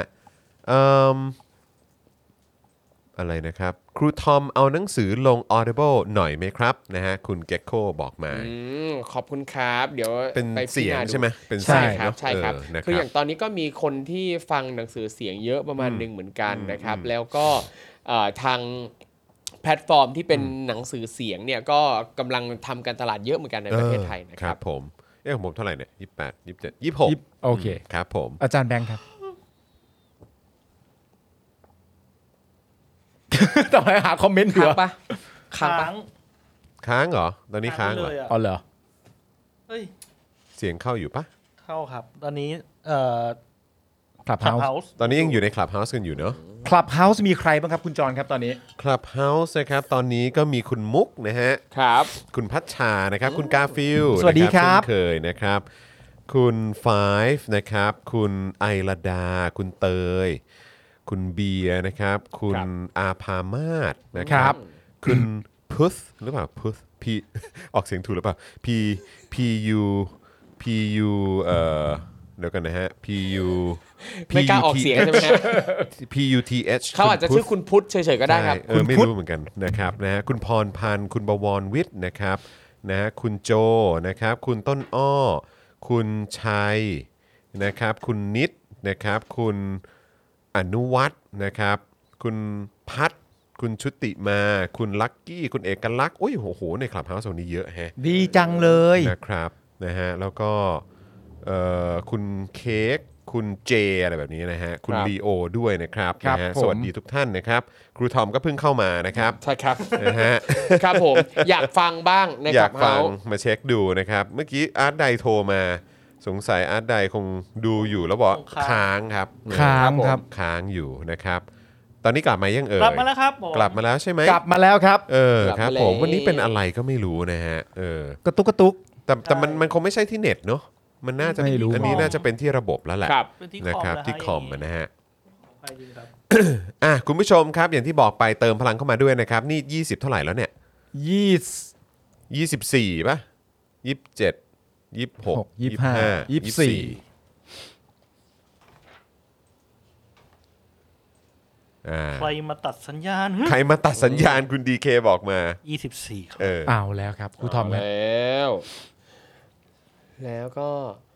อะไรนะครับครูทอมเอาหนังสือลง Audible หน่อยไหมครับนะฮะคุณ Gecko บอกมาขอบคุณครับ เดี๋ยวเป็นไปพิเสียจาง รณาดูใช่ไหมเป็นใช่เสียงครับเนอะใช่ครับนะคืออย่างตอนนี้ก็มีคนที่ฟังหนังสือเสียงเยอะประมาณหนึ่งเหมือนกันนะครับ แล้วก็ทางแพลตฟอร์มที่เป็นหนังสือเสียงเนี่ยก็กำลังทำการตลาดเยอะเหมือนกันในประเทศไทยนะคครัรับบ ผมของผมเท่าไหร่เนี่ย28 27 26 โอเคครับผมอาจารย์แบงค์ครับ ต่อไปหาคอมเมนต์ค้างเถอะปะค้างปะค้างเหรอตอนนี้ค้างเหรอเลยอ่ะอ๋อเหรอเฮ้ยเสียงเข้าอยู่ปะเข้าครับ ตอนนี้คลับคลับเฮาเฮาส์ส์ตอนนี้ยังอยู่ใน Clubhouse กันอยู่เนาะคลับเฮาส์มีใครบ้างครับคุณจรครับตอนนี้ Clubhouse นะครับตอนนี้ก็มีคุณมุกนะฮะครับคุณพัชชานะครับคุณกาฟิลสวัสดีครับเช่นเคยนะครับ คุณไฟฟ์นะครับ คุณไอระดา คุณเตย คุณเบียร์นะครับ คุณอาภามาศนะครับ คุณพุธหรือเปล่าพุธพี ออกเสียงถูกหรือเปล่า P U เดี๋ยวกันนะฮะ P U ไม่กล้าออกเสียงใช่ไหมฮะ P U T H เขาอาจจะชื่อคุณพุทธเฉยๆก็ได้ครับใช่ไม่รู้เหมือนกันนะครับนะฮะคุณพรพันธ์คุณบวรวิทย์นะครับนะฮะคุณโจนะครับคุณต้นอ้อ คุณชัยนะครับคุณนิดนะครับคุณอนุวัฒน์นะครับคุณพัฒน์คุณชุติมาคุณลักกี้คุณเอกลักษณ์โอ้ยโหในคลับเฮาส์วันนี้เยอะแฮะดีจังเลยนะครับนะฮะแล้วก็คุณเค้กคุณเจอะไรแบบนี้นะฮะคุณครับลีโอด้วยนะครับครับนะฮะผมสวัสดีทุกท่านนะครับครูทอมก็เพิ่งเข้ามานะครับใช่ครับนะฮะครับผมอยากฟังบ้างในอกัยาบกฟัเฮางมาเช็คดูนะครับเมื่อกี้อาร์ตไดโทรมาสงสัยอาร์ตไดคงดูอยู่แล้วบอกค้างครับค้างครับค้างอยู่นะครับตอนนี้กลับมายังเอ่ยกลับมาแล้วครับผมกลับมาแล้วใช่ไหมกลับมาแล้วครับครับผมวันนี้เป็นอะไรก็ไม่รู้นะฮะกระตุกกระตุกแต่มันคงไม่ใช่ที่เน็ตเนอะมันน่าจะไม่รู้อันนี้น่าจะเป็นที่ระบบแล้วแหละครับเป็นที่นะคอมครับนะที่คอมนะฮะไปดีครับคุณผู้ชมครับอย่างที่บอกไปเติมพลังเข้ามาด้วยนะครับนี่20เท่าไหร่แล้วเนี่ย 24ป่ะ27 26 25 24 ใครมาตัดสัญญาณใครมาตัดสัญญาณคุณดีเคบอกมา 24ครับเอาแล้วครับครูทอมครับแล้วก็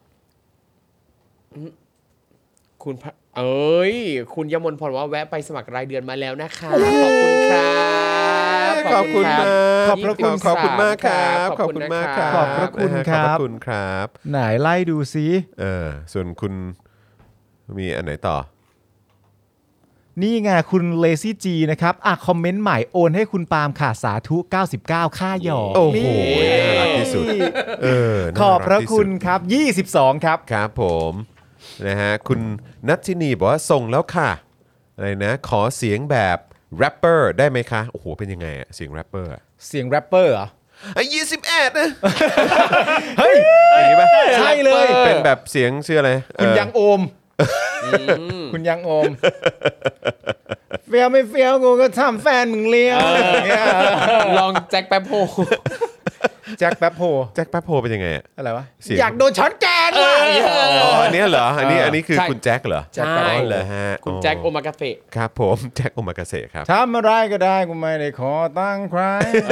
คุณพระคุณยมนพรว่าแวะไปสมัครรายเดือนมาแล้วนะคะขอบคุณครับขอบคุณมากขอบพระคุณขอบคุณมากครับขอบคุณมากครับขอบพระคุณครับขอบพระคุณครับไหนไล่ดูซิส่วนคุณมีอันไหนต่อนี่ไงคุณเลซี่จีนะครับคอมเมนต์ใหม่โอนให้คุณปาล์มค่ะสาธุ 99 ค่าหยอดโอ้โหนี่น่ารักที่สุดขอบน่ารักพระที่สุดคุณครับ 22 ครับครับผมนะฮะคุณนัทธินีบอกว่าส่งแล้วค่ะอะไรนะขอเสียงแบบแรปเปอร์ได้ไหมคะโอ้โหเป็นยังไงอะเสียงแรปเปอร์อะเสียงแรปเปอร์เหรอ 21นะเฮ้ยอย่างนี้ป่ะใช่เลยเป็นแบบเสียงชื่ออะไรคุณยังโอม คุณยังโอม เฟี้ยวไม่เฟี้ยวกูก็ทำแฟนมึงเลี้ยวอย่างเงี้ยลองแจ็คแป๊บโฮแจ็คแป๊บโฮแจ็คแป๊บโพเป็นยังไงอะอะไรวะเสียงอยากโดนช้อนแกงว่ะอ๋ออันเนี้ยเหรออันนี้คือใช่คุณแจ็คเหรอแจ็คแป๊บโฮอ๋อเหรอฮะคุณแจ็คโอมากาเสะครับผมแจ็คโอมากาเสะครับทำอะไรก็ได้กูไม่ได้ขอตั้งค์ใคร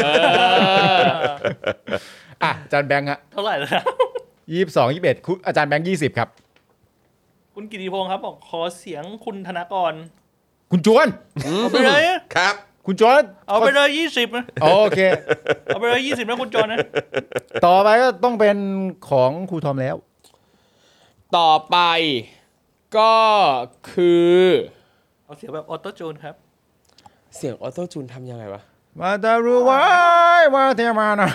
อาจารย์แบงค์ฮะเท่าไหร่แล้วนะ 22 21คุณอาจารย์แบงค์20 ครับคุณกิติพงศ์ครับบอกขอเสียงคุณธนากรคุณจวนเอาไปเลยครับคุณจวนเอาไปเลย20นะโอเคเอาไปเลย20นะคุณจอนนะต่อไปก็ต้องเป็นของครูทอมแล้วต่อไปก็คือเอาเสียงแบบออโต้จูนครับเสียงออโต้จูนทำยังไงวะมาจะรู้ไว้ว่าเทมานะ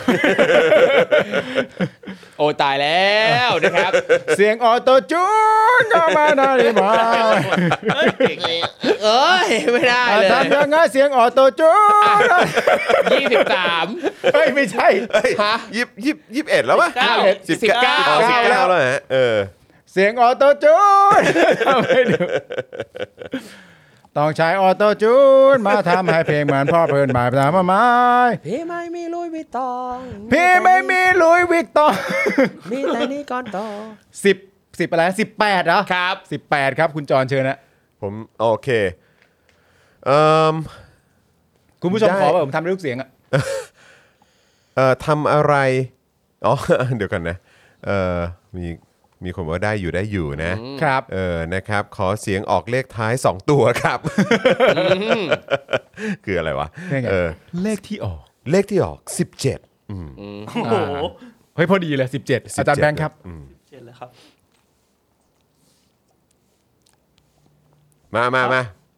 โอ้ตายแล้วนะครับเสียงออโต้จูนก็มาได้ไหมเอ้ยไม่ได้เลยทำยังไงเสียงออโต้จูน 23 เฮ้ยไม่ใช่ฮะ 21แล้วป่ะ 19 อ๋อ19แล้วฮะเสียงออโต้จูนไม่ดูต้องใช้ออโต้จูนมาทำให้เพลงเหมือนพ่อเพลินหมายตามมาไม้พี่ไม่มีลุยวิตตองพี่ไม่มีลุยวิกตองมีแต่นี่ก่อนต่อ 10อะไร18เหรอครับ 18ครับคุณจรเชิญนะผมโอเคเอ่อคุณผู้ชมได้ขอแบบผมทำด้วยลูกเสียงอ่ะทำอะไรอ๋อ เดี๋ยวกันนะมีคนบอกว่าได้อยู่นะครับ นะครับขอเสียงออกเลขท้าย 2 ตัวครับ คืออะไรวะนี่ไงเลขที่ออกเลขที่ออก 17 โอ้โหเฮ้ยพอดีเลย17อาจารย์แบงค์ครับเจ็ดเลยครับมามา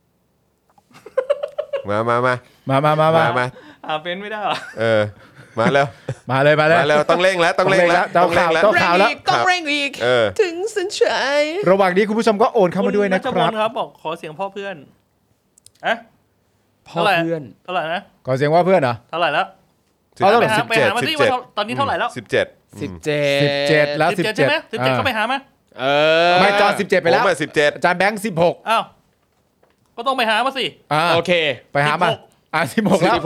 เป็นไม่ได้เหรอมาแล้วมาเลยมาแล้วต้องเร่งแล้วต้องเร่งแล้วต้องเร่งแล้ว ข่าวแล้วต้องเร่งอีกถึงเส้นชัยระหว่างนี้คุณผู้ชมก็โอนเข้ามาด้วยนะณคมรับนครับบอกขอเสียงพ่อเพื่อนอะพ่อเพื่อนเท่าไหร่นะขอเสียงว่าเพื่อนเหรอเท่าไหร่แล้วเอาแล้วไปหามาสิว่าตอนนี้เท่าไหร่แล้ว 17แล้ว 17ใช่ไหม17ก็ไปหามาไม่จอ17ไปแล้วผมอะ17 อาจารย์แบงค์16 อ้าวก็ต้องไปหามาสิโอเคไปหามา16แล้ว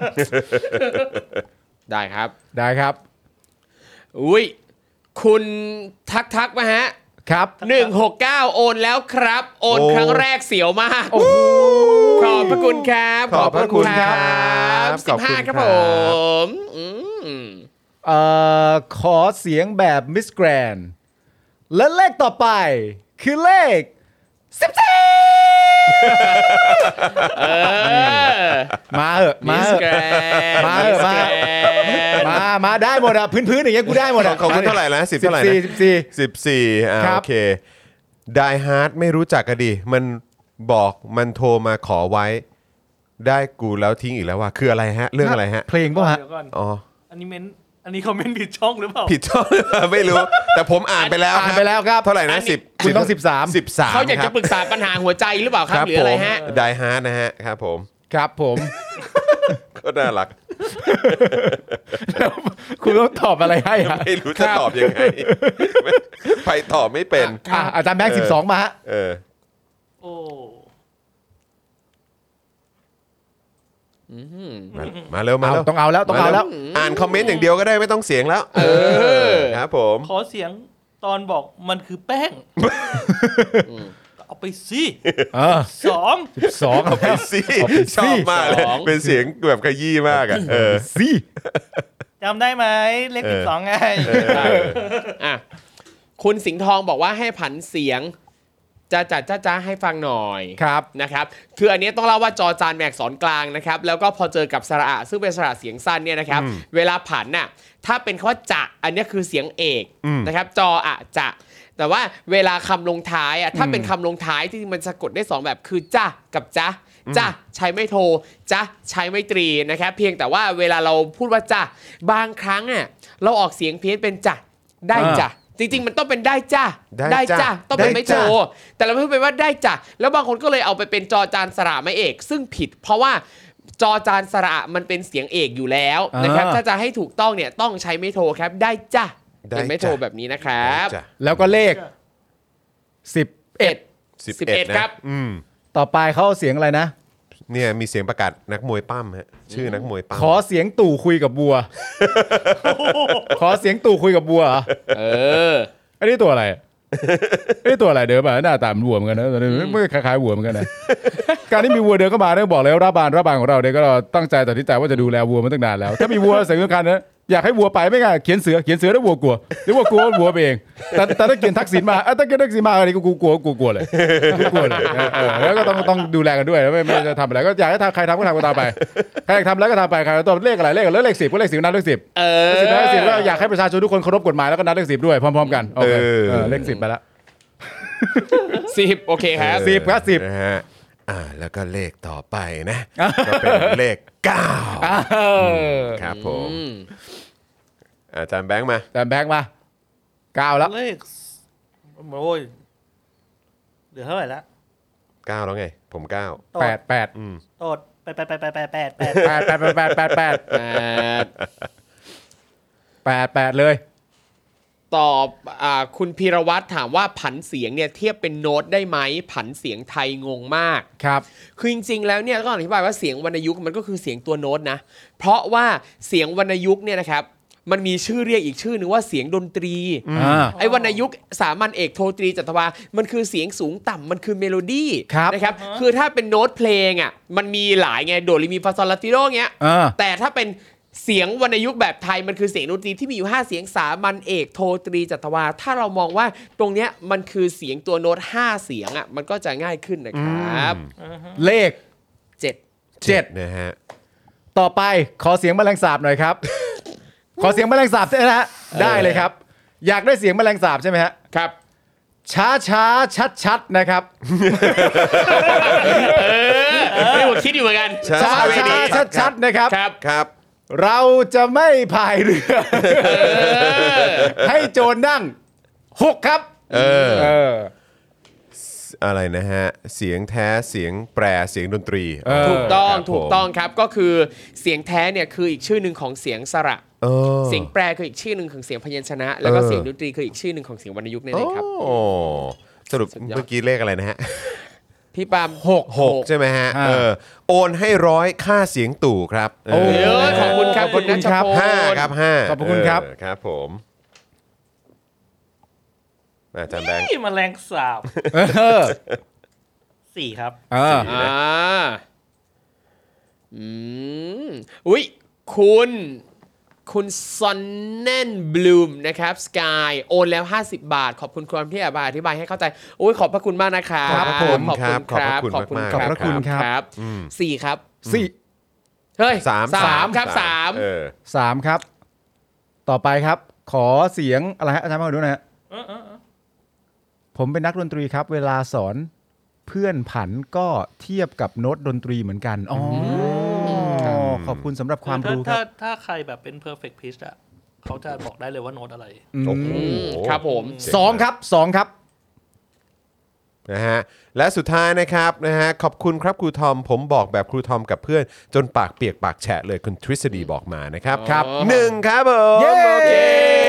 ได้ครับได้ครับอุ้ยคุณทักมาฮะครับ 169 โอนแล้วครับ โอนโอ้ครั้งแรกเสียวมากโอ้โหขอบพระคุณครับขอบพระคุณครับขอบคุณครับขอบคุณครับผมขอเสียงแบบมิสแกรนและเลขต่อไปคือเลขมาเหอะมาเหอะ มาเหอะมาได้หมดอ่ะพื้นๆอย่างเงี้ยกูได้หมดอ่ะของคุณเท่าไหร่นะ10เท่าไหร่นะ 14 14 ครับโอเค Die Hard ไม่รู้จักกันดิมันบอกมันโทรมาขอไว้ได้กูแล้วทิ้งอีกแล้วว่าคืออะไรฮะเรื่องอะไรฮะเพลงป่ะฮะเดี๋ยวก่อนอ๋ออันนี้คอมเมนต์ผิดช่องหรือเปล่าผิดช่องหรือเปล่าไม่รู้ แต่ผมอ่านไปแล้วอ่านไปแล้วครับเท่าไหร่นะ10 คุณต้อง13 เขาอยากจะปรึกษาปัญหาหัวใจหรือเปล่าครับหรืออะไรฮะ Die Hard นะฮะครับผมครับผมก็น่ารักคุณต้องตอบอะไรให้ฮะไม่รู้จะตอบยังไงไปตอบไม่เป็นอาจารย์แบงค์12มาฮะโอ้มาเร็วมาเร็วต้องเอาแล้วต้องเอาแล้วอ่านคอมเมนต์อย่างเดียวก็ได้ไม่ต้องเสียงแล้วครับผมขอเสียงตอนบอกมันคือแป้งเอาไปสิ 2 เอาไปสิชอบมากเลยเป็นเสียงแบบขยี้มากอ่ะสิจำได้ไหมเลข12ไงคุณสิงห์ทองบอกว่าให้ผันเสียงจ้าให้ฟังหน่อยครับนะครับคืออันนี้ต้องเล่าว่าจอจานแมกสอนกลางนะครับแล้วก็พอเจอกับสระอะซึ่งเป็นสระเสียงสั้นเนี่ยนะครับเวลาผันน่ะถ้าเป็นคำว่าจะอันนี้คือเสียงเอกนะครับจออะจะแต่ว่าเวลาคำลงท้ายอ่ะถ้าเป็นคำลงท้ายที่มันสะกดได้2แบบคือจ้ากับจ้าใช้ไม่โทจ้าใช้ไม่ตรีนะครับเพียงแต่ว่าเวลาเราพูดว่าจ้าบางครั้งอ่ะเราออกเสียงเพี้ยนเป็นจ้าได้จ้าจริงๆมันต้องเป็นได้จ้าต้องเป็นไม่โทแต่เราพูดไปว่าได้จ้าแล้วบางคนก็เลยเอาไปเป็นจอจานสระไม่เอกซึ่งผิดเพราะว่าจอจานสระมันเป็นเสียงเอกอยู่แล้วนะครับถ้าจะให้ถูกต้องเนี่ยต้องใช้ไม่โทครับได้จ้าเป็นไม่โทแบบนี้นะครับแล้วก็เลข 11ครับต่อไปเขาเสียงอะไรนะเนี่ยมีเสียงประกาศนักมวยปั้มฮะชื่อนักมวยปั้มขอเสียงตู่คุยกับบัวขอเสียงตู่คุยกับบัวอันนี้ตัวอะไรนี่ตัวอะไรเดินมาหน้าตามันวัวเหมือนกันนะไม่คล้ายๆวัวเหมือนกันนะการที่มีวัวเดินเข้ามาเนี่ยบอกเลยรัฐบาลของเราเนี่ยก็ตั้งใจตัดสินใจว่าจะดูแลวัวมาตั้งนานแล้วถ้ามีวัวสิ่งสำคัญนะอยากให้วัวไปไม่ง่ายเขียนเสือได้วัวกลัวหรือวัวกลัววัวไปเองแต่ถ้าเขียนทักษิณมาถ้าเขียนทักษิณมาอะไรกูกลัวเลยแล้วก็ต้องดูแลกันด้วยไม่จะทำอะไรก็อยากให้ใครทำก็ทำกันตามไปใครอยากทำแล้วก็ทำไปใครตัวเลขอะไรเลข10ก็เลข10นับเลข10นับเลข10แล้วอยากให้ประชาชนทุกคนเคารพกฎหมายแล้วก็นับเลข10ด้วยพร้อมๆกันโอเคเลข10ไปแล้ว 10โอเคครับ 10ครับ10 นะฮะแล้วก็เลขต่อไปนะก็เป็นเลข9ครับผมอาจารย์แบงค์มา 9แล้วเลขโอ้ยเหลือเท่าไหร่ละ 9แล้วไงผม9 8 โตด 8เลยตอบคุณพีรวัตรถามว่าผันเสียงเนี่ยเทียบเป็นโน้ตได้ไหมผันเสียงไทยงงมากครับคือจริงๆแล้วเนี่ยก็อธิบายว่าเสียงวรรณยุกต์มันก็คือเสียงตัวโน้ตนะเพราะว่าเสียงวรรณยุกต์เนี่ยนะครับมันมีชื่อเรียกอีกชื่อนึงว่าเสียงดนตรีไอ้วรรณยุกต์สามัญเอกโทตรีจัตวามันคือเสียงสูงต่ำมันคือเมโลดี้นะครับคือถ้าเป็นโน้ตเพลงอ่ะมันมีหลายไงโดเรมีฟาซอลลาติโดเงี้ยแต่ถ้าเป็นเสียงวรรณยุกต์แบบไทยมันคือเสียงดนตรีที่มีอยู่5เสียงสามัญเอกโทตรีจัตวาถ้าเรามองว่าตรงเนี้ยมันคือเสียงตัวโน้ต5เสียงอ่ะมันก็จะง่ายขึ้นนะครับเลข 7นะฮะต่อไปขอเสียงแมลงสาบหน่อยครับขอเสียงแมลงสาบนะฮะได้เลยครับอยากได้เสียงแมลงสาบใช่ไหมฮะครับช้าชัดนะครับนี่ผมคิดอยู่เหมือนกันช้าชัดนะครับครับเราจะไม่พายเรือให้โจรนั่ง6ครับอะไรนะฮะเสียงแท้เสียงแปรเสียงดนตรีถูกต้องครับก็คือเสียงแท้เนี่ยคืออีกชื่อหนึ่งของเสียงสระเสียงแปรคืออีกชื่อหนึ่งของเสียงพยัญชนะแล้วก็เสียงดนตรีคืออีกชื่อหนึ่งของเสียงวรรณยุกต์นั่นเองครับสรุปเมื่อกี้เลขอะไรนะฮะพี่ปาล์ม 6ใช่ไหมฮะโอนให้100ค่าเสียงตู่ครับขอบคุณครับคุณนัชพล 5ครับ5 ขอบคุณครับครับผมอาจารย์แบงค์แมลงสาบ4ครับอุ้ยคุณซอนเนนบลูมนะครับสกายโอนแล้ว50 บาทขอบคุณความที่อธิบายให้เข้าใจโอ้ยขอบพระคุณมากนะครับขอบคุณครับขอบคุณครับ 4ครับ 4 เฮ้ย3ครับ 3ครับต่อไปครับขอเสียงอะไรฮะอาจารย์มาดูนะฮะผมเป็นนักดนตรีครับเวลาสอนเพื่อนผันก็เทียบกับโน้ตดนตรีเหมือนกันขอบคุณสำหรับความรู้ครับถ้าใครแบบเป็น perfect pitch อ่ะเขาจะบอกได้เลยว่าโน้ตอะไรครับผม 2ครับนะฮะและสุดท้ายนะครับนะฮะขอบคุณครับครูทอมผมบอกแบบครูทอมกับเพื่อนจนปากเปียกปากแฉะเลยคุณทฤษฎีบอกมานะครับ1ครับผมโอเค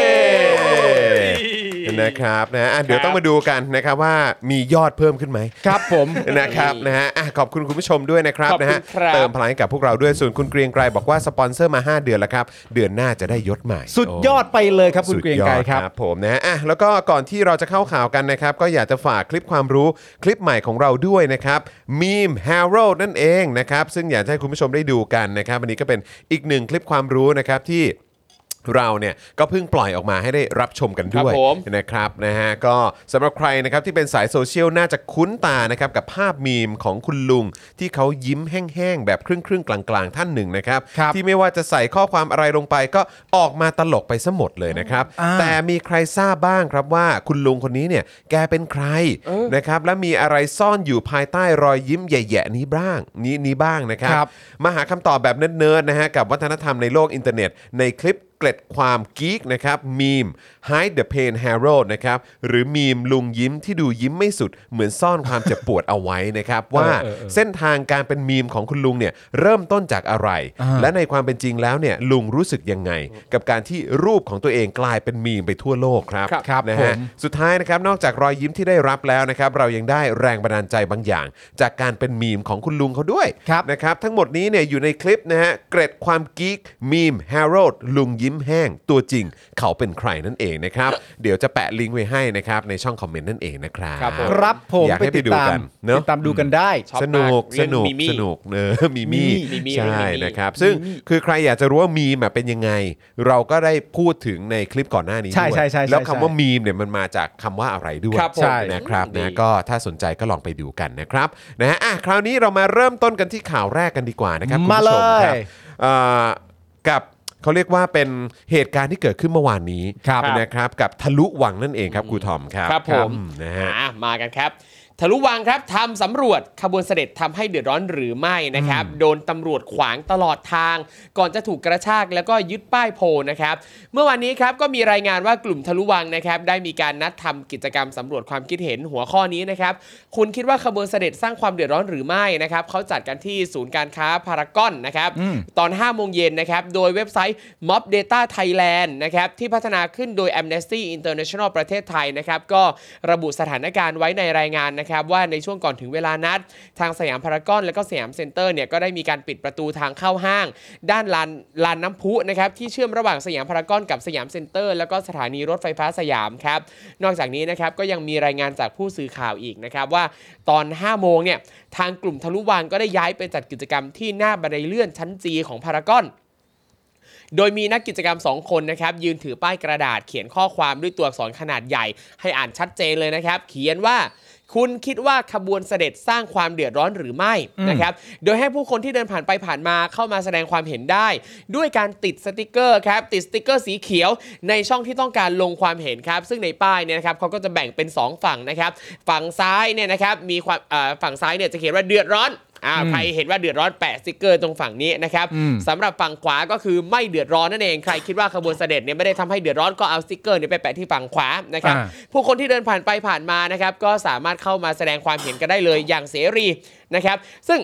นะครับนะเดี๋ยวต้องมาดูกันนะครับว่ามียอดเพิ่มขึ้นไหมครับผมนะครับนะฮะขอบคุณคุณผู้ชมด้วยนะครับนะฮะเติมพลังให้กับพวกเราด้วยส่วนคุณเกรียงไกรบอกว่าสปอนเซอร์มา5เดือนแล้วครับเดือนหน้าจะได้ยศใหม่สุดยอดไปเลยครับคุณเกรียงไกรครับผมนะแล้วก็ก่อนที่เราจะเข้าข่าวกันนะครับก็อยากจะฝากคลิปความรู้คลิปใหม่ของเราด้วยนะครับมีม Harold นั่นเองนะครับซึ่งอยากให้คุณผู้ชมได้ดูกันนะครับวันนี้ก็เป็นอีกหนึ่งคลิปความรู้นะครับที่เราเนี่ยก็เพิ่งปล่อยออกมาให้ได้รับชมกันด้วยนะครับนะฮะก็สำหรับใครนะครับที่เป็นสายโซเชียลน่าจะคุ้นตานะครับกับภาพมีมของคุณลุงที่เขายิ้มแห้งๆแบบครึ่งๆกลางๆท่านหนึ่งนะครับที่ไม่ว่าจะใส่ข้อความอะไรลงไปก็ออกมาตลกไปซะหมดเลยนะครับแต่มีใครทราบบ้างครับว่าคุณลุงคนนี้เนี่ยแกเป็นใครนะครับและมีอะไรซ่อนอยู่ภายใต้รอยยิ้มแย่ๆนี้บ้างนะครับมาหาคำตอบแบบเนิร์ดๆนะฮะกับวัฒนธรรมในโลกอินเทอร์เน็ตในคลิปเกล็ดความกิ๊กนะครับมีม Hide the Pain Harold นะครับหรือมีมลุงยิ้มที่ดูยิ้มไม่สุดเหมือนซ่อนความเจ็บปวดเอาไว้นะครับว่าเส้นทางการเป็นมีมของคุณลุงเนี่ยเริ่มต้นจากอะไรและในความเป็นจริงแล้วเนี่ยลุงรู้สึกยังไงกับการที่รูปของตัวเองกลายเป็นมีมไปทั่วโลกครับนะฮะสุดท้ายนะครับนอกจากรอยยิ้มที่ได้รับแล้วนะครับเรายังได้แรงบันดาลใจบางอย่างจากการเป็นมีมของคุณลุงเขาด้วยนะครับทั้งหมดนี้เนี่ยอยู่ในคลิปนะฮะเกร็ดความกิ๊กมีม Harold ลุงยิ้มแห้งตัวจริงเขาเป็นใครนั่นเองนะครับเดี๋ยวจะแปะลิงก์ไว้ให้นะครับในช่องคอมเมนต์นั่นเองนะครับครับผมอยากให้ไปดูกันเนอะติดตามดูกันได้สนุกมีมี่ใช่นะครับซึ่งคือใครอยากจะรู้ว่ามีมเป็นยังไงเราก็ได้พูดถึงในคลิปก่อนหน้านี้ด้วยแล้วคำว่ามีมเนี่ยมันมาจากคำว่าอะไรด้วยนะครับนะก็ถ้าสนใจก็ลองไปดูกันนะครับนะฮะคราวนี้เรามาเริ่มต้นกันที่ข่าวแรกกันดีกว่านะครับคุณผู้ชมครับกับเขาเรียกว่าเป็นเหตุการณ์ที่เกิดขึ้นเมื่อวานนี้นะครับกับทะลุวังนั่นเองครับครูทอมครับครับผมนะฮะมากันครับทะลุวังครับทำสำรวจขบวนเสด็จทำให้เดือดร้อนหรือไม่นะครับโดนตำรวจขวางตลอดทางก่อนจะถูกกระชากแล้วก็ยึดป้ายโพนะครับเมื่อวานนี้ครับก็มีรายงานว่ากลุ่มทะลุวังนะครับได้มีการนัดทำกิจกรรมสำรวจความคิดเห็นหัวข้อนี้นะครับคุณคิดว่าขบวนเสด็จสร้างความเดือดร้อนหรือไม่นะครับเขาจัดกันที่ศูนย์การค้าพารากอนนะครับตอน 5 โมงเย็นนะครับโดยเว็บไซต์ Mob Data Thailand นะครับที่พัฒนาขึ้นโดย Amnesty International ประเทศไทยนะครับก็ระบุสถานการณ์ไว้ในรายงานนะครับว่าในช่วงก่อนถึงเวลานัดทางสยามพารากอนและก็สยามเซ็นเตอร์เนี่ยก็ได้มีการปิดประตูทางเข้าห้างด้านลานน้ำพุนะครับที่เชื่อมระหว่างสยามพารากอนกับสยามเซ็นเตอร์แล้วก็สถานีรถไฟฟ้าสยามครับนอกจากนี้นะครับก็ยังมีรายงานจากผู้สื่อข่าวอีกนะครับว่าตอน 5 โมงเนี่ยทางกลุ่มทะลุวังก็ได้ย้ายไปจัดกิจกรรมที่หน้าบันไดเลื่อนชั้น G ของพารากอนโดยมีนักกิจกรรม2คนนะครับยืนถือป้ายกระดาษเขียนข้อความด้วยตัวอักษรขนาดใหญ่ให้อ่านชัดเจนเลยนะครับเขียนว่าคุณคิดว่าขบวนเสด็จสร้างความเดือดร้อนหรือไม่นะครับโดยให้ผู้คนที่เดินผ่านไปผ่านมาเข้ามาแสดงความเห็นได้ด้วยการติดสติกเกอร์ครับติดสติกเกอร์สีเขียวในช่องที่ต้องการลงความเห็นครับซึ่งในป้ายเนี่ยนะครับเขาก็จะแบ่งเป็น2ฝั่งนะครับฝั่งซ้ายเนี่ยนะครับมีความฝั่งซ้ายเนี่ยจะเขียนว่าเดือดร้อนใครเห็นว่าเดือดร้อนแปะสติ๊กเกอร์ตรงฝั่งนี้นะครับสำหรับฝั่งขวาก็คือไม่เดือดร้อนนั่นเองใครคิดว่าขบวนเสด็จเนี่ยไม่ได้ทำให้เดือดร้อนก็เอาสติ๊กเกอร์เนี่ยไปแปะที่ฝั่งขวานะครับผู้คนที่เดินผ่านไปผ่านมานะครับก็สามารถเข้ามาแสดงความเห็นกันได้เลยอย่างเสรีนะครับซึ่ง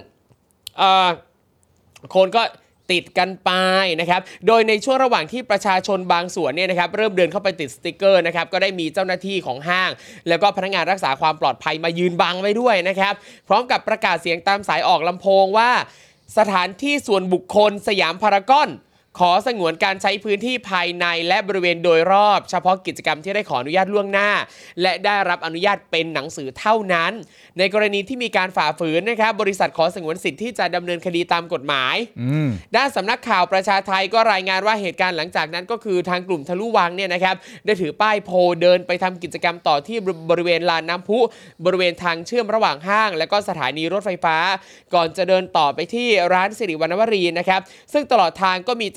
คนก็ติดกันไปนะครับโดยในช่วงระหว่างที่ประชาชนบางส่วนเนี่ยนะครับเริ่มเดินเข้าไปติดสติ๊กเกอร์นะครับก็ได้มีเจ้าหน้าที่ของห้างแล้วก็พนักงานรักษาความปลอดภัยมายืนบังไว้ด้วยนะครับพร้อมกับประกาศเสียงตามสายออกลำโพงว่าสถานที่ส่วนบุคคลสยามพารากอนขอสงวนการใช้พื้นที่ภายในและบริเวณโดยรอบเฉพาะกิจกรรมที่ได้ขออนุญาตล่วงหน้าและได้รับอนุญาตเป็นหนังสือเท่านั้นในกรณีที่มีการฝ่าฝืนนะครับบริษัทขอสงวนสิทธิ์ที่จะดำเนินคดีตามกฎหมายด้านสำนักข่าวประชาไทยก็รายงานว่าเหตุการณ์หลังจากนั้นก็คือทางกลุ่มทะลุวังเนี่ยนะครับได้ถือป้ายโพเดินไปทำกิจกรรมต่อที่บริเวณลานน้ำพุบริเวณทางเชื่อมระหว่างห้างและก็สถานีรถไฟฟ้าก่อนจะเดินต่อไปที่ร้านสิริวรรณวรีนะครับซึ่งตลอดทางก็มีเจ้า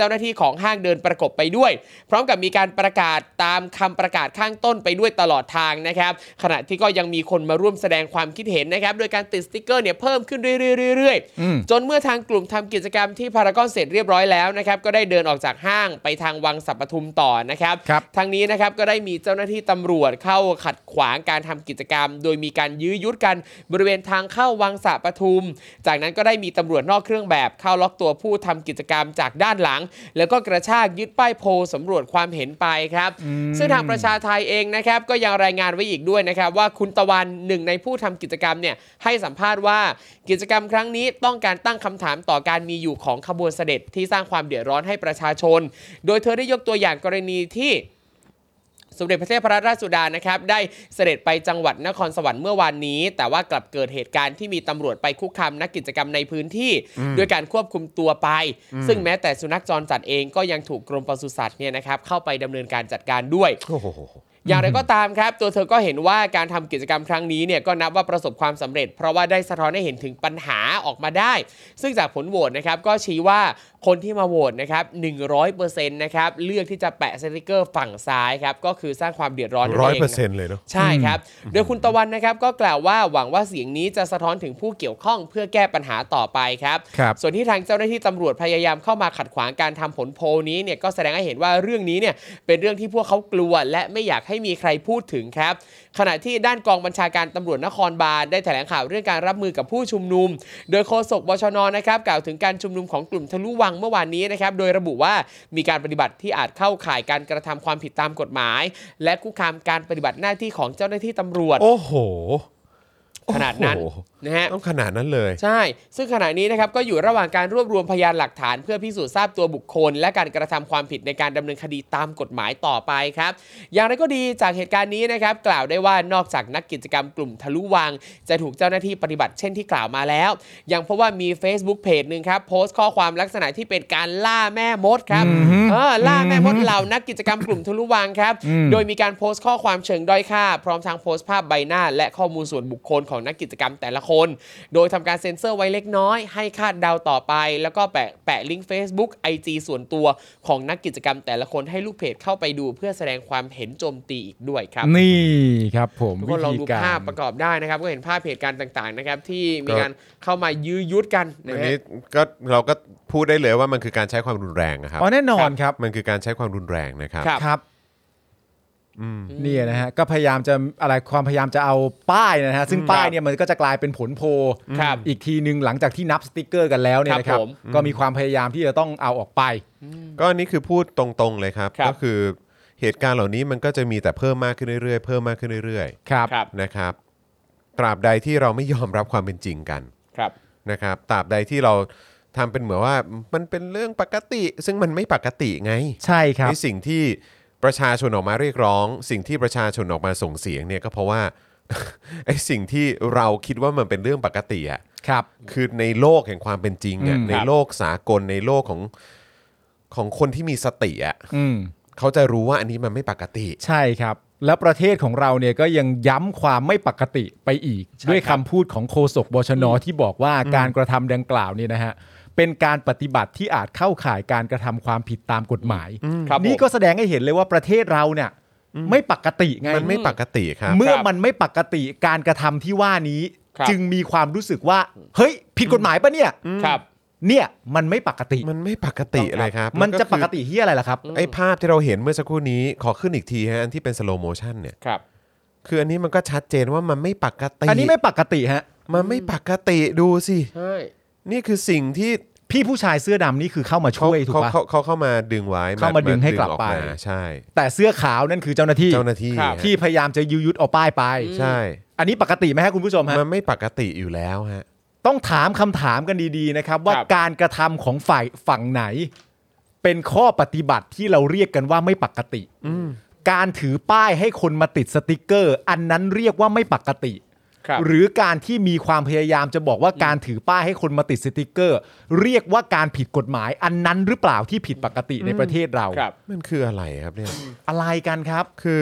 จ้าหน้าที่ของห้างเดินประกบไปด้วยพร้อมกับมีการประกาศตามคำประกาศข้างต้นไปด้วยตลอดทางนะครับขณะที่ก็ยังมีคนมาร่วมแสดงความคิดเห็นนะครับโดยการติดสติ๊กเกอร์เนี่ยเพิ่มขึ้นเรื่อยๆจนเมื่อทางกลุ่มทำกิจกรรมที่พารากอนเสร็จเรียบร้อยแล้วนะครับก็ได้เดินออกจากห้างไปทางวังสัปทุมต่อนะครับทางนี้นะครับก็ได้มีเจ้าหน้าที่ตำรวจเข้าขัดขวางการทำกิจกรรมโดยมีการยื้อยุดกันบริเวณทางเข้าวังสัปทุมจากนั้นก็ได้มีตำรวจนอกเครื่องแบบเข้าล็อกตัวผู้ทำกิจกรรมจากด้านหลังแล้วก็กระชากยึดป้ายโพลสำรวจความเห็นไปครับซึ่งทางประชาไทยเองนะครับก็ยังรายงานไว้อีกด้วยนะครับว่าคุณตะวันหนึ่งในผู้ทำกิจกรรมเนี่ยให้สัมภาษณ์ว่ากิจกรรมครั้งนี้ต้องการตั้งคำถามต่อการมีอยู่ของขบวนเสด็จที่สร้างความเดือดร้อนให้ประชาชนโดยเธอได้ยกตัวอย่างกรณีที่สมเด็จพระเทพรัตนราชสุดานะครับได้เสด็จไปจังหวัดนครสวรรค์เมื่อวานนี้แต่ว่ากลับเกิดเหตุการณ์ที่มีตำรวจไปคุกคามนักกิจกรรมในพื้นที่ด้วยการควบคุมตัวไปซึ่งแม้แต่สุนัขจรจัดเองก็ยังถูกกรมปศุสัตว์เนี่ยนะครับเข้าไปดำเนินการจัดการด้วยอย่างไรก็ตามครับตัวเธอก็เห็นว่าการทำกิจกรรมครั้งนี้เนี่ยก็นับว่าประสบความสำเร็จเพราะว่าได้สะท้อนให้เห็นถึงปัญหาออกมาได้ซึ่งจากผลโหวตนะครับก็ชี้ว่าคนที่มาโหวตนะครับ 100% นะครับเลือกที่จะแปะสติ๊กเกอร์ฝั่งซ้ายครับก็คือสร้างความเดือดร้อน 100% เลยเนาะใช่ครับโดยคุณตะวันนะครับก็กล่าวว่าหวังว่าเสียงนี้จะสะท้อนถึงผู้เกี่ยวข้องเพื่อแก้ปัญหาต่อไปครับส่วนที่ทางเจ้าหน้าที่ตำรวจพยายามเข้ามาขัดขวางการทำผลโพลนี้เนี่ยก็แสดงให้เห็นว่าเรื่องนี้เนี่ยเป็นเรื่องที่พวกเขากลัวและไม่อยากให้มีใครพูดถึงครับขณะที่ด้านกองบัญชาการตำรวจนครบาลได้แถลงข่าวเรื่องการรับมือกับผู้ชุมนุมโดยโฆษกบชน.นะครับกล่าวถึงการชุมนุมของกลุ่มทะลุวังเมื่อวานนี้นะครับโดยระบุว่ามีการปฏิบัติที่อาจเข้าข่ายการกระทำความผิดตามกฎหมายและคุกคามการปฏิบัติหน้าที่ของเจ้าหน้าที่ตำรวจโอ้โหขนาดนั้นนะฮะต้องขนาดนั้นเลยใช่ซึ่งขณะนี้นะครับก็อยู่ระหว่างการรวบรวมพยานหลักฐานเพื่อพิสูจน์ทราบตัวบุคคลและการกระทำความผิดในการดำเนินคดีตามกฎหมายต่อไปครับอย่างไรก็ดีจากเหตุการณ์นี้นะครับกล่าวได้ว่านอกจากนักกิจกรรมกลุ่มทะลุวังจะถูกเจ้าหน้าที่ปฏิบัติเช่นที่กล่าวมาแล้วยังเพราะว่ามี Facebook เพจนึงครับโพสต์ข้อความลักษณะที่เป็นการล่าแม่มดครับล่าแม่มดเหล่านักกิจกรรมกลุ่มทะลุวังครับโดยมีการโพสต์ข้อความเชิงด้อยค่าพร้อมทั้งโพสต์ภาพใบหน้าและข้อมูลส่วนบุคคลของนักกิจกรรมแต่ละคนโดยทำการเซ็นเซอร์ไว้เล็กน้อยให้คาดเดาต่อไปแล้วก็แปะลิงก์ Facebook IG ส่วนตัวของนักกิจกรรมแต่ละคนให้ลูกเพจเข้าไปดูเพื่อแสดงความเห็นโจมตีอีกด้วยครับนี่ครับผมทุกคนลองดูภาพประกอบได้นะครับก็เห็นภาพเหตุการณ์ต่างๆนะครับที่มีการเข้ามายื้อยุดกันอันนี้ก็เราก็พูดได้เลยว่ามันคือการใช้ความรุนแรงนะครับแน่นอนครับมันคือการใช้ความรุนแรงนะครับครับนี่นะฮะก็พยายามจะความพยายามจะเอาป้ายนะฮะซึ่งป้ายเนี่ยมันก็จะกลายเป็นผลโพลอีกทีนึงหลังจากที่นับสติ๊กเกอร์กันแล้วเนี่ยนะครับก็มีความพยายามที่จะต้องเอาออกไปก็นี่คือพูดตรงๆเลยครับก็คือเหตุการณ์เหล่านี้มันก็จะมีแต่เพิ่มมากขึ้นเรื่อยๆเพิ่มมากขึ้นเรื่อยๆนะครับตราบใดที่เราไม่ยอมรับความเป็นจริงกันนะครับตราบใดที่เราทำเป็นเหมือนว่ามันเป็นเรื่องปกติซึ่งมันไม่ปกติไงใช่ครับในสิ่งที่ประชาชนออกมาเรียกร้องสิ่งที่ประชาชนออกมาส่งเสียงเนี่ยก็เพราะว่า ไอ้สิ่งที่เราคิดว่ามันเป็นเรื่องปกติอ่ะคือในโลกแห่งความเป็นจริงอ่ะในโลกสากลในโลกของคนที่มีสติอ่ะเขาจะรู้ว่าอันนี้มันไม่ปกติใช่ครับแล้วประเทศของเราเนี่ยก็ยังย้ำความไม่ปกติไปอีกด้วยคำพูดของโฆษกบชน.ที่บอกว่าการกระทำดังกล่าวเนี่ยนะฮะเป็นการปฏิบัติที่อาจเข้าข่ายการกระทำความผิดตามกฎหมายนี่ก็แสดงให้เห็นเลยว่าประเทศเราเนี่ยไม่ปกติไงมันไม่ปกติครับเมื่อมันไม่ปกติการกระทำที่ว่านี้จึงมีความรู้สึกว่าเฮ้ยผิดกฎหมายปะเนี่ยเนี่ยมันไม่ปกติมันไม่ปกติเลยครับมันจะปกติที่อะไรล่ะครับไอ้ภาพที่เราเห็นเมื่อสักครู่นี้ขอขึ้นอีกทีฮะอันที่เป็นสโลว์โมชั่นเนี่ยคืออันนี้มันก็ชัดเจนว่ามันไม่ปกติอันนี้ไม่ปกติฮะมันไม่ปกติดูสินี่คือสิ่งที่พี่ผู้ชายเสื้อดำนี่คือเข้ามาช่วยถูกปะเขาเข้ามาดึงไว้เข้ามาดึงให้กลับไปใช่แต่เสื้อขาวนั่นคือเจ้าหน้าที่ที่พยายามจะยุดเอาป้ายไปใช่อันนี้ปกติไหมฮะคุณผู้ชมฮะมันไม่ปกติอยู่แล้วฮะต้องถามคำถามกันดีๆนะครับว่าการกระทำของฝ่ายฝั่งไหนเป็นข้อปฏิบัติที่เราเรียกกันว่าไม่ปกติการถือป้ายให้คนมาติดสติ๊กเกอร์อันนั้นเรียกว่าไม่ปกติหรือการที่มีความพยายามจะบอกว่าการถือป้ายให้คนมาติดสติ๊กเกอร์เรียกว่าการผิดกฎหมายอันนั้นหรือเปล่าที่ผิดปกติในประเทศเรามันคืออะไรครับเนี่ยอะไรกันครับคือ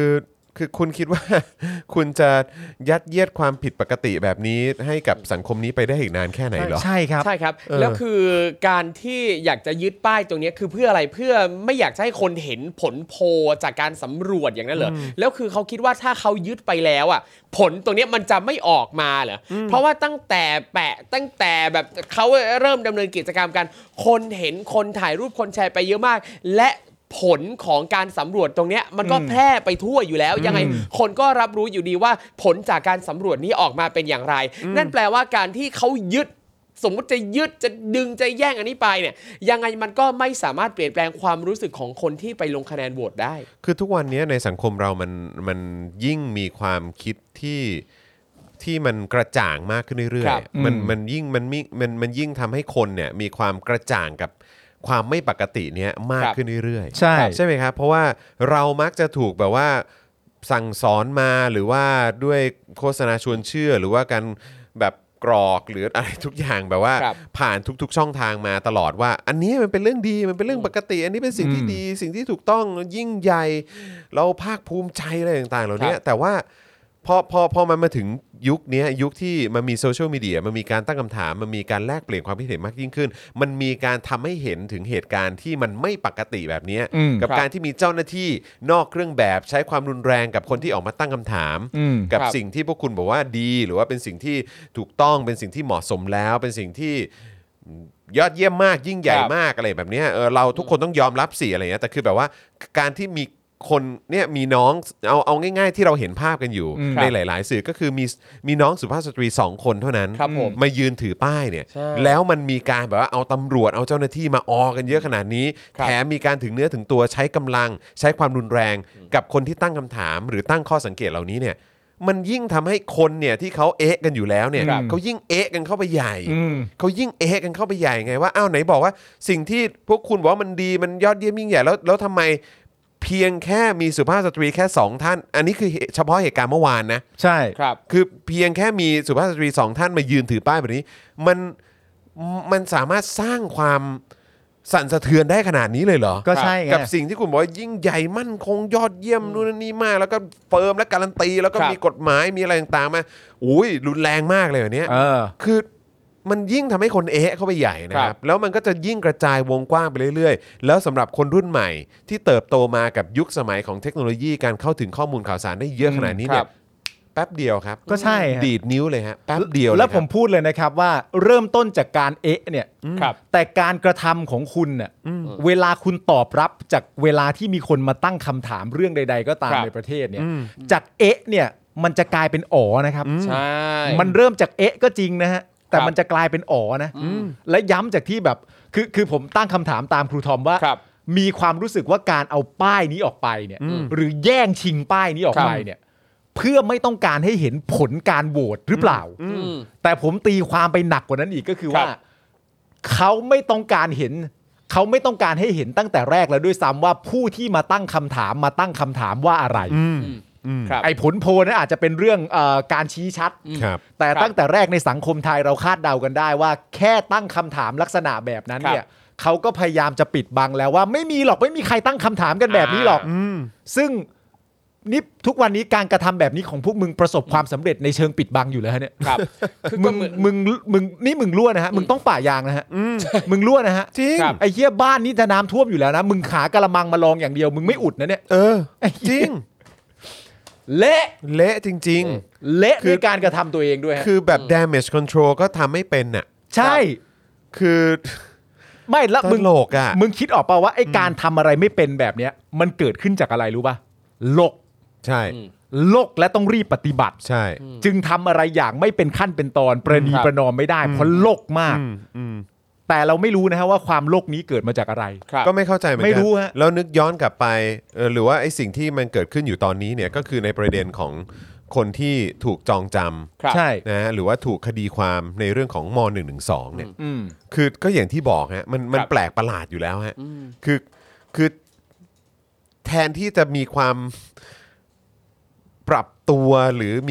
คือคุณคิดว่า คุณจะยัดเยียดความผิดปกติแบบนี้ให้กับสังคมนี้ไปได้อีกนานแค่ไหนเหรอใช่ครับใช่ครับแล้วคือการที่อยากจะยึดป้ายตรงนี้คือเพื่ออะไรเพื่อไม่อยากจะให้คนเห็นผลโพลจากการสำรวจอย่างนั้นเหรอแล้วคือเขาคิดว่าถ้าเขายึดไปแล้วอ่ะผลตรงนี้มันจะไม่ออกมาเหรอเพราะว่าตั้งแต่แบบเขาเริ่มดำเนินกิจกรรมกันคนเห็นคนถ่ายรูปคนแชร์ไปเยอะมากและผลของการสำรวจตรงนี้มันก็แพร่ไปทั่วอยู่แล้วยังไงคนก็รับรู้อยู่ดีว่าผลจากการสำรวจนี้ออกมาเป็นอย่างไรนั่นแปลว่าการที่เขายึดสมมุติจะยึดจะดึงจะแย่งอันนี้ไปเนี่ยยังไงมันก็ไม่สามารถเปลี่ยนแปลงความรู้สึกของคนที่ไปลงคะแนนโหวตได้คือทุกวันนี้ในสังคมเรามันยิ่งมีความคิดที่มันกระจ่างมากขึ้นเรื่อยๆมันยิ่งทำให้คนเนี่ยมีความกระจ่างกับความไม่ปกติเนี้ยมากขึ้นเรื่อยๆใช่ไหมครับเพราะว่าเรามักจะถูกแบบว่าสั่งสอนมาหรือว่าด้วยโฆษณาชวนเชื่อหรือว่าการแบบกรอกหรืออะไรทุกอย่างแบบว่าผ่านทุกๆช่องทางมาตลอดว่าอันนี้มันเป็นเรื่องดีมันเป็นเรื่องปกติอันนี้เป็นสิ่งที่ดีสิ่งที่ถูกต้องยิ่งใหญ่เราภาคภูมิใจอะไรต่างๆเหล่านี้แต่ว่าพอมันมาถึงยุคนี้ยุคที่มันมีโซเชียลมีเดียมันมีการตั้งคำถามมันมีการแลกเปลี่ยนความคิดเห็นมากยิ่งขึ้นมันมีการทำให้เห็นถึงเหตุการณ์ที่มันไม่ปกติแบบนี้กับการที่มีเจ้าหน้าที่นอกเครื่องแบบใช้ความรุนแรงกับคนที่ออกมาตั้งคำถามกับสิ่งที่พวกคุณบอกว่าดีหรือว่าเป็นสิ่งที่ถูกต้องเป็นสิ่งที่เหมาะสมแล้วเป็นสิ่งที่ยอดเยี่ยมมากยิ่งใหญ่มากอะไรแบบนี้เราทุกคนต้องยอมรับสิอะไรเงี้ยแต่คือแบบว่าการที่มีคนเนี่ยมีน้องเอาง่ายๆที่เราเห็นภาพกันอยู่ในหลายๆสื่อก็คือมีน้องสุภาพสตรี2คนเท่านั้นมายืนถือป้ายเนี่ยแล้วมันมีการแบบว่าเอาตำรวจเอาเจ้าหน้าที่มาออกันเยอะขนาดนี้แถมมีการถึงเนื้อถึงตัวใช้กำลังใช้ความรุนแรงกับคนที่ตั้งคำถามหรือตั้งข้อสังเกตเหล่านี้เนี่ยมันยิ่งทำให้คนเนี่ยที่เขาเอ๊ะกันอยู่แล้วเนี่ยเขายิ่งเอ๊ะกันเข้าไปใหญ่เขายิ่งเอ๊ะกันเข้าไปใหญ่ไงว่าอ้าวไหนบอกว่าสิ่งที่พวกคุณบอกว่ามันดีมันยอดเยี่ยมยิ่งใหญ่แล้วทำไมเพียงแค่มีสุภาพสตรีแค่2ท่านอันนี้คือเฉพาะเหตุการณ์เมื่อวานนะใช่ครับคือเพียงแค่มีสุภาพสตรี2ท่านมายืนถือป้ายแบบนี้มันสามารถสร้างความสั่นสะเทือนได้ขนาดนี้เลยเหรอก็ใช่ไงกับสิ่งที่คุณบอกว่ายิ่งใหญ่มั่นคงยอดเยี่ยมนู่นนี่มากแล้วก็เฟิร์มและการันตีแล้วก็มีกฎหมายมีอะไรต่างๆมาอุ้ยรุนแรงมากเลยแบบนี้คือมันยิ่งทำให้คนเอะเข้าไปใหญ่นะครับแล้วมันก็จะยิ่งกระจายวงกว้างไปเรื่อยๆแล้วสำหรับคนรุ่นใหม่ที่เติบโตมากับยุคสมัยของเทคโนโลยีการเข้าถึงข้อมูลข่าวสารได้เยอะขนาดนี้เนี่ยแป๊บเดียวครับก็ใช่ดีดนิ้วเลยฮะแป๊บเดียวแล้วผมพูดเลยนะครับว่าเริ่มต้นจากการเอะเนี่ยแต่การกระทำของคุณเนี่ยเวลาคุณตอบรับจากเวลาที่มีคนมาตั้งคำถามเรื่องใดๆก็ตามในประเทศเนี่ยจากเอะเนี่ยมันจะกลายเป็นอ๋อนะครับใช่มันเริ่มจากเอะก็จริงนะฮะแต่มันจะกลายเป็นอ๋อนะและย้ำจากที่แบบคือผมตั้งคำถามตามครูทอมว่ามีความรู้สึกว่าการเอาป้ายนี้ออกไปเนี่ยหรือแย่งชิงป้ายนี้ออกไปเนี่ยเพื่อไม่ต้องการให้เห็นผลการโหวตหรือเปล่าแต่ผมตีความไปหนักกว่านั้นอีกก็คือว่าเขาไม่ต้องการให้เห็นตั้งแต่แรกแล้วด้วยซ้ำว่าผู้ที่มาตั้งคำถามว่าอะไรไอ้ผลโพลนั้นอาจจะเป็นเรื่องการชี้ชัดแต่ตั้งแต่แรกในสังคมไทยเราคาดเดากันได้ว่าแค่ตั้งคำถามลักษณะแบบนั้นเนี่ยเขาก็พยายามจะปิดบังแล้วว่าไม่มีใครตั้งคำถามกันแบบนี้หรอกซึ่งนี่ทุกวันนี้การกระทำแบบนี้ของพวกมึงประสบความสำเร็จในเชิงปิดบังอยู่แล้วเนี่ยครับมึงรั่วนะฮะมึงต้องป่ายางนะฮะมึงรั่วนะฮะจริงไอ้เหี้ยบ้านนี้จะน้ำท่วมอยู่แล้วนะมึงขากระมังมาลองอย่างเดียวมึงไม่อุดนะเนี่ยจริงเละจริงๆเละคือการกระทำตัวเองด้วยคือแบบ damage control ก็ทำไม่เป็นน่ะใช่คือไม่แล้วมึงโลกอ่ะมึงคิดออกป่าวว่าไอ้การทำอะไรไม่เป็นแบบเนี้ยมันเกิดขึ้นจากอะไรรู้ป่ะโลกใช่โลกและต้องรีบปฏิบัติใช่จึงทำอะไรอย่างไม่เป็นขั้นเป็นตอนประนีประนอมไม่ได้เพราะโลกมากแต่เราไม่รู้นะฮะว่าความโลกนี้เกิดมาจากอะไรก็ไม่เข้าใจเหมือนกัไม่รู้ฮะแล้วนึกย้อนกลับไปหรือว่าไอ้สิ่งที่มันเกิดขึ้นอยู่ตอนนี้เนี่ยก็คือในประเด็นของคนที่ถูกจองจำใช่นะหรือว่าถูกคดีความในเรื่องของม.112 เนี่ยคือก็อย่างที่บอกฮะมันแปลกประหลาดอยู่แล้วฮะคือแทนที่จะมีความปรับตัวหรือ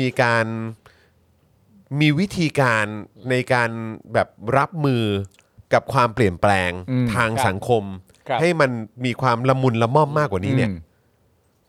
มีวิธีการในการแบบรับมือกับความเปลี่ยนแปลงทางสังคมให้มันมีความละมุนละม่อมมากกว่านี้เนี่ย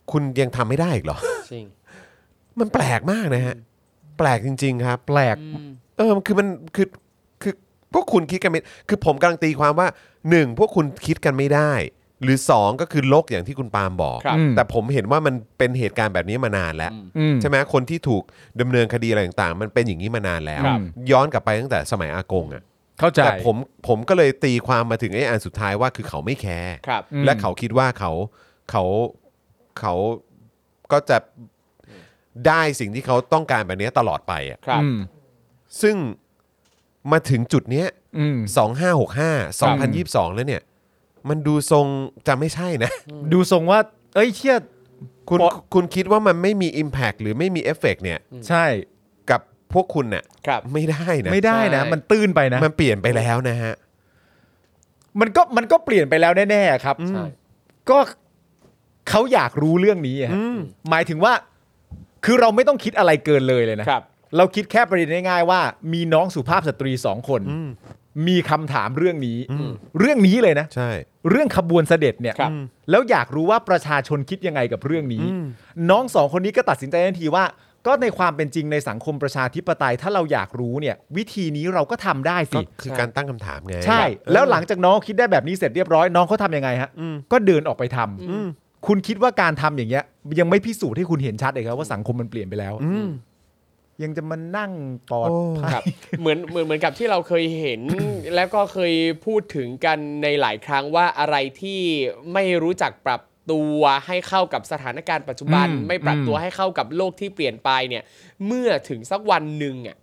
คุณยังทำไม่ได้อีกเหรอจริงมันแปลกมากนะฮะแปลกจริงๆครับแปลกคือมันคือพวกคุณคิดกันไม่คือผมกำลังตีความว่า1พวกคุณคิดกันไม่ได้หรือ2ก็คือโลกอย่างที่คุณปาล์มบอกครับแต่ผมเห็นว่ามันเป็นเหตุการณ์แบบนี้มานานแล้ว ใช่ไหมคนที่ถูกดำเนินคดีอะไรต่างๆมันเป็นอย่างนี้มานานแล้วครับย้อนกลับไปตั้งแต่สมัยอากงอ่ะเข้าใจแต่ผมก็เลยตีความมาถึงไอ้อันสุดท้ายว่าคือเขาไม่แคร์ครับและเขาคิดว่าเขาก็จะได้สิ่งที่เขาต้องการแบบนี้ตลอดไปอ่ะครับซึ่งมาถึงจุดเนี้ย 2565 ครับ 2022 แล้วเนี่ย มันดูทรงจะไม่ใช่นะดูทรงว่า เอ้ยเชี่ยคุณคิดว่ามันไม่มี Impact หรือไม่มี Effect เนี่ยใช่กับพวกคุณเนี่ยครับไม่ได้นะไม่ได้นะใช่มันตื้นไปนะมันเปลี่ยนไปแล้วนะฮะมันก็เปลี่ยนไปแล้วแน่ๆครับใช่ก็เขาอยากรู้เรื่องนี้อะฮะหมายถึงว่า คือเราไม่ต้องคิดอะไรเกินเลยนะครับเราคิดแค่ประเด็นง่ายๆว่า มีน้องสุภาพสตรี2 คน มีคำถามเรื่องนี้ เรื่องนี้เลยนะใช่เรื่องขบวนเสด็จเนี่ยครับแล้วอยากรู้ว่าประชาชนคิดยังไงกับเรื่องนี้ น้อง2 คนนี้ก็ตัดสินใจทันทีว่า ก็ในความเป็นจริงในสังคมประชาธิปไตยถ้าเราอยากรู้เนี่ย วิธีนี้เราก็ทำได้ก็สิคือการตั้งคำถามไงใช่ แล้วหลังจากน้องคิดได้แบบนี้เสร็จเรียบร้อยน้องเขาทำยังไงฮะก็เดินออกไปทำคุณคิดว่าการทำอย่างเงี้ย ยังไม่พิสูจน์ให้คุณเห็นชัดเลยครับว่าสังคมมันเปลี่ยนไปแล้วยังจะมานั่งปลอดภัยครับเหมือนกับที่เราเคยเห็น แล้วก็เคยพูดถึงกันในหลายครั้งว่าอะไรที่ไม่รู้จักปรับตัวให้เข้ากับสถานการณ์ปัจจุบัน ไม่ปรับตัวให้เข้ากับโลกที่เปลี่ยนไปเนี่ยเมื่อถึงสักวันหนึ่งอ่ะ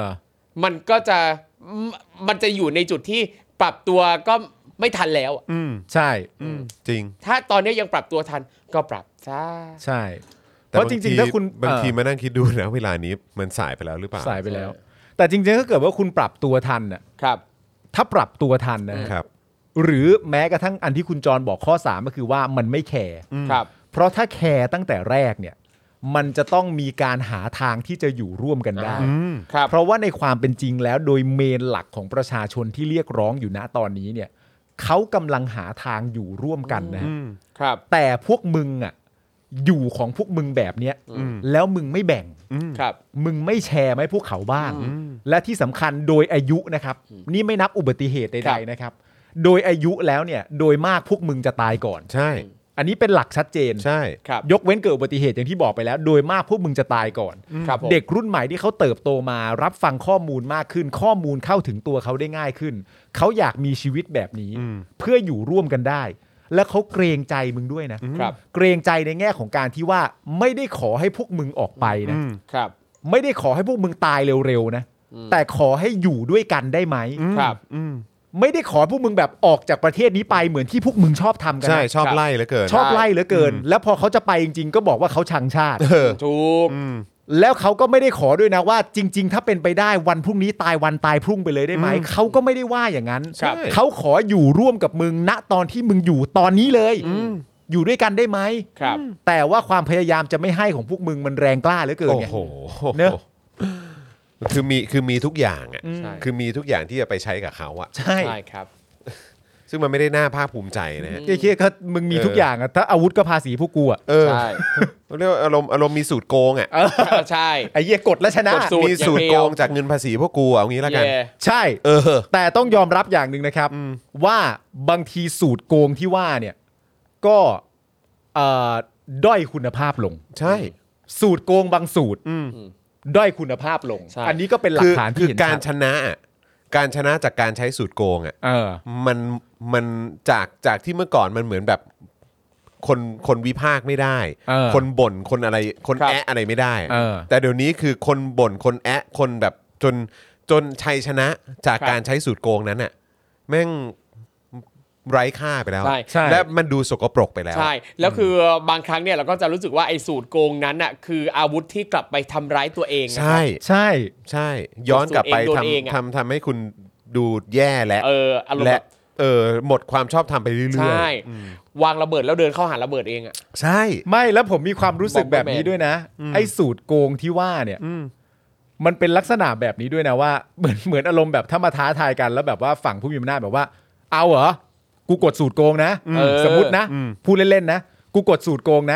มันจะอยู่ในจุดที่ปรับตัวก็ไม่ทันแล้วอะใช่จริงถ้าตอนนี้ยังปรับตัวทันก็ปรับซะใช่แต่เพราะจริงๆถ้าคุณบางทีมานั่งคิดดูนะเวลานี้มันสายไปแล้วหรือเปล่าสายไปแล้ว แต่จริงๆถ้าเกิดว่าคุณปรับตัวทันน่ะครับถ้าปรับตัวทันนะครับ หรือแม้กระทั่งอันที่คุณจรบอกข้อ3ก็คือว่ามันไม่แคร์ครับเพราะถ้าแคร์ตั้งแต่แรกเนี่ยมันจะต้องมีการหาทางที่จะอยู่ร่วมกันได้ครับเพราะว่าในความเป็นจริงแล้วโดยเมนหลักของประชาชนที่เรียกร้องอยู่ณตอนนี้เนี่ยเขากำลังหาทางอยู่ร่วมกันนะฮะครับแต่พวกมึงอ่ะอยู่ของพวกมึงแบบเนี้ยแล้วมึงไม่แบ่งครับมึงไม่แชร์ไหมพวกเขาบ้าง และที่สำคัญโดยอายุนะครับ นี่ไม่นับอุบัติเหตุใดๆนะครับ โดยอายุแล้วเนี่ยโดยมากพวกมึงจะตายก่อนใช่อันนี้เป็นหลักชัดเจนใช่ครับยกเว้นเกิดอุบัติเหตุอย่างที่บอกไปแล้ว โดยมากพวกมึงจะตายก่อนครับผมเด็กรุ่นใหม่ที่เขาเติบโตมารับฟังข้อมูลมากขึ้น ข้อมูลเข้าถึงตัวเขาได้ง่ายขึ้น เขาอยากมีชีวิตแบบนี้ เพื่ออยู่ร่วมกันได้ และเขาเกรงใจมึงด้วยนะครับเกรงใจในแง่ของการที่ว่าไม่ได้ขอให้พวกมึงออกไปนะครับไม่ได้ขอให้พวกมึงตายเร็วๆนะ แต่ขอให้อยู่ด้วยกันได้ไหมครับไม่ได้ขอให้พวกมึงแบบออกจากประเทศนี้ไปเหมือนที่พวกมึงชอบทำกันใช่นะชอบไล่เหลือเกินชอบไล่เหลือเกิน แล้วพอเขาจะไปจริงๆ ก็บอกว่าเขาชังชาติถูกแล้วเขาก็ไม่ได้ขอด้วยนะว่าจริง ๆ ถ้าเป็นไปได้วันพรุ่งนี้ตายวันตายพรุ่งไปเลยได้ไหม เขาก็ไม่ได้ว่าอย่างนั้นครับเขาขออยู่ร่วมกับมึงณตอนที่มึงอยู่ตอนนี้เลย อยู่ด้วยกันได้ไหมครับแต่ว่าความพยายามจะไม่ให้ของพวกมึงมันแรงกล้าเหลือเกินโอ้ไงโหเนอะคือมีทุกอย่างอ่ะใช่คือมีทุกอย่างที่จะไปใช้กับเขาอ่ะใช่ใช่ครับซึ่งมันไม่ได้น่าภาคภูมิใจนะฮะไอ้เคียก็มึงมีทุกอย่างอะถ้าอาวุธก็ภาษีพวกกูอะใช่เรียกว่าอารมณ์มีสูตรโกงอ่ะใช่ไอ้เหี้ยกดแล้วชนะกดสูตรมีสูตรโกงจากเงินภาษีพวกกูเอางี้แล้วกันเย่ใช่เออแต่ต้องยอมรับอย่างหนึ่งนะครับ ว่าบางทีสูตรโกงที่ว่าเนี่ยก็ด้อยคุณภาพลงใช่สูตรโกงบางสูตรด้อยคุณภาพลงใช่อันนี้ก็เป็นหลักฐานคืที่อเห็นการชัดชนะอะการชนะจากการใช้สูตรโกงอ่ะเออมันจากที่เมื่อก่อนมันเหมือนแบบคนวิพากษ์ไม่ได้ คนบ่นคนอะไรคนครับแอะอะไรไม่ได้อะเออแต่เดี๋ยวนี้คือคนบ่นคนแอะคนแบบจนชัยชนะจากการใช้สูตรโกงนั้นน่ะแม่งไร้ค่าไปแล้วใช่ใช่และมันดูสกปรกไปแล้วใช่ แล้วคือบางครั้งเนี่ยเราก็จะรู้สึกว่าไอ้สูตรโกงนั้นน่ะคืออาวุธที่กลับไปทำร้ายตัวเองนะคใช่รับใช่ใช่ ย้อนกลับไปสูตรเองโดนเองอะทำให้คุณดูแย่และอารมณ์และแบบหมดความชอบธรรมไปเรื่อยๆใช่วางระเบิดแล้วเดินเข้าหาระเบิดเองอ่ะใช่ไม่แล้วผมมีความรู้สึก Bomberman แบบนี้ด้วยนะ ไอ้สูตรโกงที่ว่าเนี่ยมันเป็นลักษณะแบบนี้ด้วยนะว่าเหมือนอารมณ์แบบถ้ามาท้าทายกันแล้วแบบว่าฝั่งผู้มีอำนาจแบบว่า เอาเหรอกูกดสูตรโกงนะเออสมมตินะพูดเล่นๆนะกูกดสูตรโกงนะ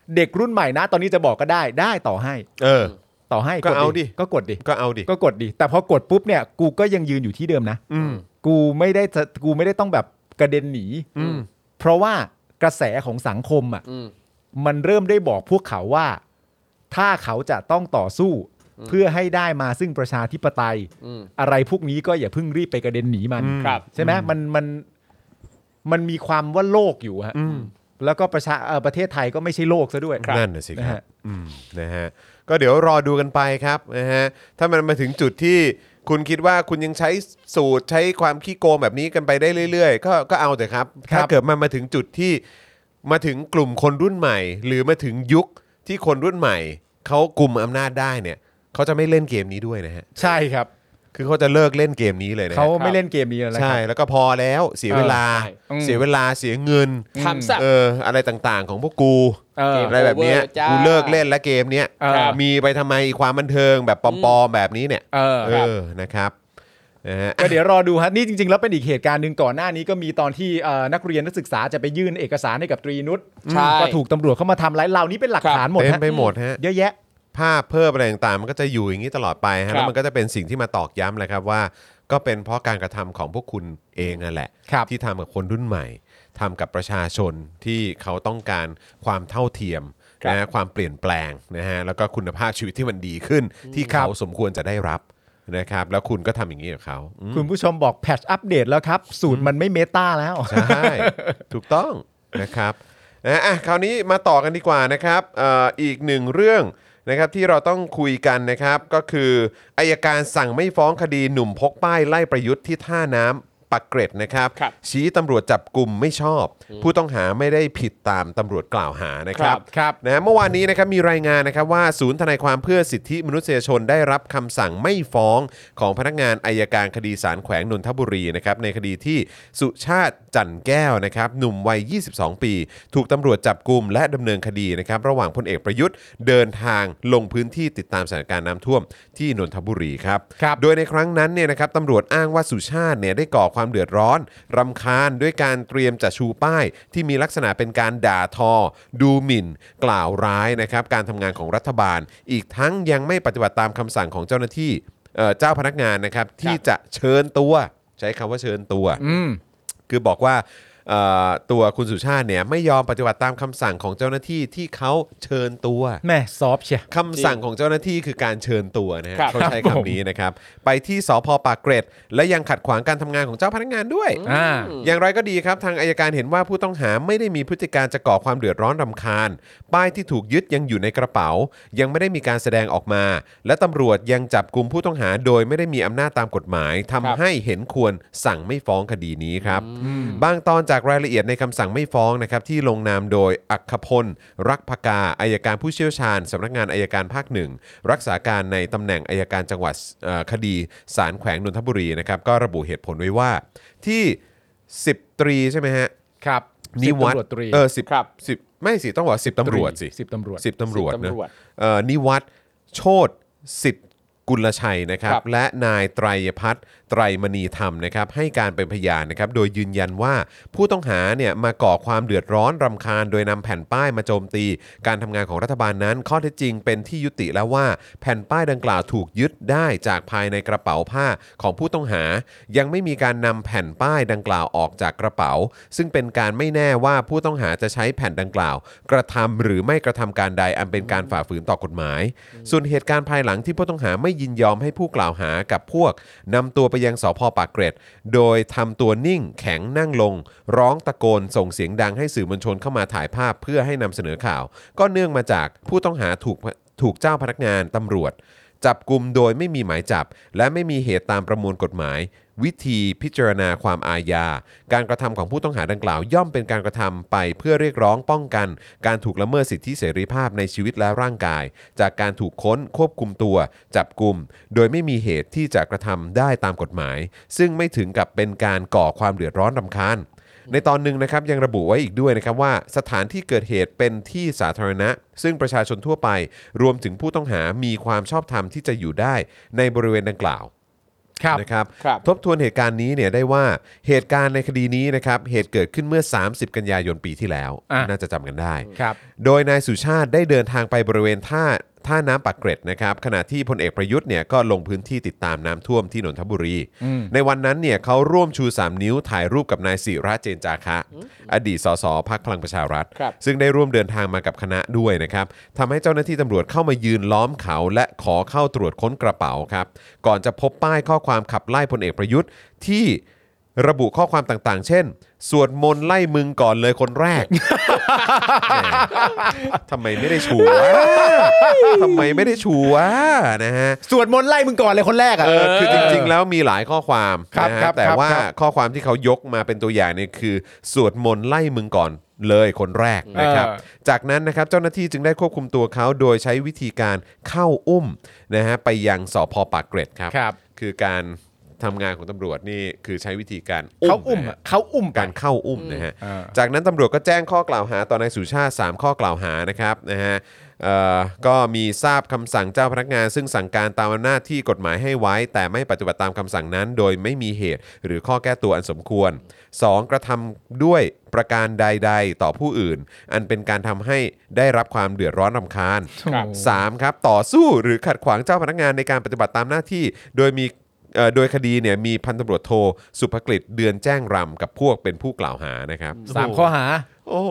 เด็กรุ่นใหม่นะตอนนี้จะบอกก็ได้ต่อให้ต่อให้ก็เอาดิก็กดดิก็เอาดิก็กดดิแต่พอกดปุ๊บเนี่ยกูก็ยังยืนอยู่ที่เดิมนะกูไม่ได้ต้องแบบกระเด็นหนีเพราะว่ากระแสของสังคมอ่ะมันเริ่มได้บอกพวกเขาว่าถ้าเขาจะต้องต่อสู้เพื่อให้ได้มาซึ่งประชาธิปไตยอะไรพวกนี้ก็อย่าเพิ่งรีบไปกระเด็นหนีมันใช่ไหมมันมีความว่าโลกอยู่ฮะแล้วก็ประเทศไทยก็ไม่ใช้โลกซะด้วยนั่นน่ะสิครับนะฮะก็เดี๋ยวรอดูกันไปครับนะฮะถ้ามันมาถึงจุดที่คุณคิดว่าคุณยังใช้สูตรใช้ความขี้โกงแบบนี้กันไปได้เรื่อยๆก็เอาเถอะครับถ้าเกิดมันมาถึงจุดที่มาถึงกลุ่มคนรุ่นใหม่หรือมาถึงยุคที่คนรุ่นใหม่เขากุมอำนาจได้เนี่ยเขาจะไม่เล่นเกมนี้ด้วยนะฮะใช่ครับคือเขาจะเลิกเล่นเกมนี้เลยนะเขาไม่เล่นเกมนี้แล้วใช่แล้วก็พอแล้วเสียเวลาเสียเงินอะไรต่างๆของพวกกูอะไรแบบนี้กูเลิกเล่นแล้วเกมเนี้ยมีไปทำไมความบันเทิงแบบปลอมๆแบบนี้เนี่ยนะครับก็เดี๋ยวรอดูฮะนี่จริงๆแล้วเป็นอีกเหตุการณ์หนึ่งก่อนหน้านี้ก็มีตอนที่นักเรียนนักศึกษาจะไปยื่นเอกสารให้กับตรีนุชก็ถูกตำรวจเข้ามาทำร้ายเหล่านี้เป็นหลักฐานหมดฮะไปหมดฮะเยอะแยะภาพเพิ่มอะไรต่างๆมันก็จะอยู่อย่างนี้ตลอดไปฮะแล้วมันก็จะเป็นสิ่งที่มาตอกย้ำแหละครับว่าก็เป็นเพราะการกระทำของพวกคุณเองนั่นแหละที่ทำกับคนรุ่นใหม่ทำกับประชาชนที่เขาต้องการความเท่าเทียมนะความเปลี่ยนแปลงนะฮะแล้วก็คุณภาพชีวิตที่มันดีขึ้นที่เขาสมควรจะได้รับนะครับแล้วคุณก็ทำอย่างนี้กับเขาคุณผู้ชมบอกแพทช์อัปเดตแล้วครับสูตรมันไม่เมตาแล้วใช่ถูกต้องนะครับคราวนี้มาต่อกันดีกว่านะครับอีกหนึ่งเรื่องนะครับที่เราต้องคุยกันนะครับก็คืออัยการสั่งไม่ฟ้องคดีหนุ่มพกป้ายไล่ประยุทธ์ที่ท่าน้ำปักเกร็ดนะครับชี้ตำรวจจับกลุ่มไม่ชอบผู้ต้องหาไม่ได้ผิดตามตำรวจกล่าวหานะครับนะเมื่อวานนี้นะครับมีรายงานนะครับว่าศูนย์ทนายความเพื่อสิทธิมนุษยชนได้รับคำสั่งไม่ฟ้องของพนักงานอัยการคดีศาลแขวงนนทบุรีนะครับในคดีที่สุชาติจันแก้วนะครับหนุ่มวัย22ปีถูกตำรวจจับกุมและดำเนินคดีนะครับระหว่างพลเอกประยุทธ์เดินทางลงพื้นที่ติดตามสถานการณ์น้ำท่วมที่นนทบุรีครับโดยในครั้งนั้นเนี่ยนะครับตำรวจอ้างว่าสุชาติเนี่ยได้ก่อความเดือดร้อนรำคาญด้วยการเตรียมจะชูป้ายที่มีลักษณะเป็นการด่าทอดูหมิ่นกล่าวร้ายนะครับการทำงานของรัฐบาลอีกทั้งยังไม่ปฏิบัติตามคำสั่งของเจ้าหน้าที่เจ้าพนักงานนะครับที่จะเชิญตัวใช้คำว่าเชิญตัวคือบอกว่าตัวคุณสุชาติเนี่ยไม่ยอมปฏิบัติตามคำสั่งของเจ้าหน้าที่ที่เขาเชิญตัวแม่ซอฟเชียคำสั่งของเจ้าหน้าที่คือการเชิญตัวนะฮะเขาใช้คำนี้นะครับไปที่สภ.ปากเกร็ดและยังขัดขวางการทำงานของเจ้าพนักงานด้วยอย่างไรก็ดีครับทางอัยการเห็นว่าผู้ต้องหาไม่ได้มีพฤติการจะก่อความเดือดร้อนรำคาญป้ายที่ถูกยึดยังอยู่ในกระเป๋ายังไม่ได้มีการแสดงออกมาและตำรวจยังจับกุมผู้ต้องหาโดยไม่ได้มีอำนาจตามกฎหมายทำให้เห็นควรสั่งไม่ฟ้องคดีนี้ครับบางตอนจากรายละเอียดในคำสั่งไม่ฟ้องนะครับที่ลงนามโดยอัคคพลรักภกาอัยการผู้เชี่ยวชาญสำนักงานอัยการภาคหนึ่งรักษาการในตำแหน่งอัยการจังหวัดคดีศาลแขวงนนทบุรีนะครับก็ระบุเหตุผลไว้ว่าที่10ตรีใช่ไหมฮะครับนิวัฒน์10ไม่สิต้องบอก10ตำรวจสิ 10ตำรวจ 10ตำรวจนะนิวัฒน์โชติสิทธิ์กุลชัยนะครับและนายไตรพัฒน์ไตรมณีธรรมนะครับให้การเป็นพยานนะครับโดยยืนยันว่าผู้ต้องหาเนี่ยมาก่อความเดือดร้อนรำคาญโดยนำแผ่นป้ายมาโจมตีการทำงานของรัฐบาลนั้นข้อเท็จจริงเป็นที่ยุติแล้วว่าแผ่นป้ายดังกล่าวถูกยึดได้จากภายในกระเป๋าผ้าของผู้ต้องหายังไม่มีการนำแผ่นป้ายดังกล่าวออกจากกระเป๋าซึ่งเป็นการไม่แน่ว่าผู้ต้องหาจะใช้แผ่นดังกล่าวกระทำหรือไม่กระทำการใดอันเป็นการฝ่าฝืนต่อกฎหมายส่วนเหตุการณ์ภายหลังที่ผู้ต้องหาไม่ยินยอมให้ผู้กล่าวหากับพวกนำตัวไปยังสภ.ปากเกร็ดโดยทำตัวนิ่งแข็งนั่งลงร้องตะโกนส่งเสียงดังให้สื่อมวลชนเข้ามาถ่ายภาพเพื่อให้นำเสนอข่าวก็เนื่องมาจากผู้ต้องหาถูกเจ้าพนักงานตำรวจจับกุมโดยไม่มีหมายจับและไม่มีเหตุตามประมวลกฎหมายวิธีพิจารณาความอาญาการกระทำของผู้ต้องหาดังกล่าวย่อมเป็นการกระทำไปเพื่อเรียกร้องป้องกันการถูกละเมิดสิทธิเสรีภาพในชีวิตและร่างกายจากการถูกค้นควบคุมตัวจับกุมโดยไม่มีเหตุที่จะกระทำได้ตามกฎหมายซึ่งไม่ถึงกับเป็นการก่อความเดือดร้อนรำคาญในตอนหนึ่งนะครับยังระบุไว้อีกด้วยนะครับว่าสถานที่เกิดเหตุเป็นที่สาธารณะซึ่งประชาชนทั่วไปรวมถึงผู้ต้องหามีความชอบธรรมที่จะอยู่ได้ในบริเวณดังกล่าวนะครับทบทวนเหตุการณ์นี้เนี่ยได้ว่าเหตุการณ์ในคดีนี้นะครับเหตุเกิดขึ้นเมื่อ30กันยายนปีที่แล้วน่าจะจำกันได้โดยนายสุชาติได้เดินทางไปบริเวณท่าน้ำปากเกร็ดนะครับขณะที่พลเอกประยุทธ์เนี่ยก็ลงพื้นที่ติดตามน้ำท่วมที่นนทบุรีในวันนั้นเนี่ยเขาร่วมชู3นิ้วถ่ายรูปกับนายศิระเจนจาคะอดีตสสพรรคพลังประชารัฐซึ่งได้ร่วมเดินทางมากับคณะด้วยนะครับทำให้เจ้าหน้าที่ตำรวจเข้ามายืนล้อมเขาและขอเข้าตรวจค้นกระเป๋าครับก่อนจะพบป้ายข้อความขับไล่พลเอกประยุทธ์ที่ระบุข้อความต่างๆเช่นสวดมนต์ไล่มึงก่อนเลยคนแรก ทำไมไม่ได้ชูวะทำไมไม่ได้ชูวะนะฮะสวดมนต์ไล่มึงก่อนเลยคนแรกอ่ะคือจริงๆแล้วมีหลายข้อความนะฮะแต่ว่าข้อความที่เขายกมาเป็นตัวอย่างเนี่ยคือสวดมนต์ไล่มึงก่อนเลยคนแรกนะครับจากนั้นนะครับเจ้าหน้าที่จึงได้ควบคุมตัวเขาโดยใช้วิธีการเข้าอุ้มนะฮะไปยังสภ.ปากเกร็ดครับคือการทำงานของตำรวจนี่คือใช้วิธีการเขาอุ้มการเข้าอุ้มนะฮะจากนั้นตำรวจก็แจ้งข้อกล่าวหาต่อนายสุชาติ3ข้อกล่าวหานะครับนะฮะก็มีทราบคำสั่งเจ้าพนักงานซึ่งสั่งการตามอำนาจที่กฎหมายให้ไว้แต่ไม่ปฏิบัติตามคำสั่งนั้นโดยไม่มีเหตุหรือข้อแก้ตัวอันสมควร 2. กระทำด้วยประการใดๆต่อผู้อื่นอันเป็นการทำให้ได้รับความเดือดร้อนรำคาญ 3. ครับต่อสู้หรือขัดขวางเจ้าพนักงานในการปฏิบัติตามหน้าที่โดยคดีเนี่ยมีพันตำรวจโทสุภกฤษเดือนแจ้งรำกับพวกเป็นผู้กล่าวหานะครับ 3ข้อหาโอ้โห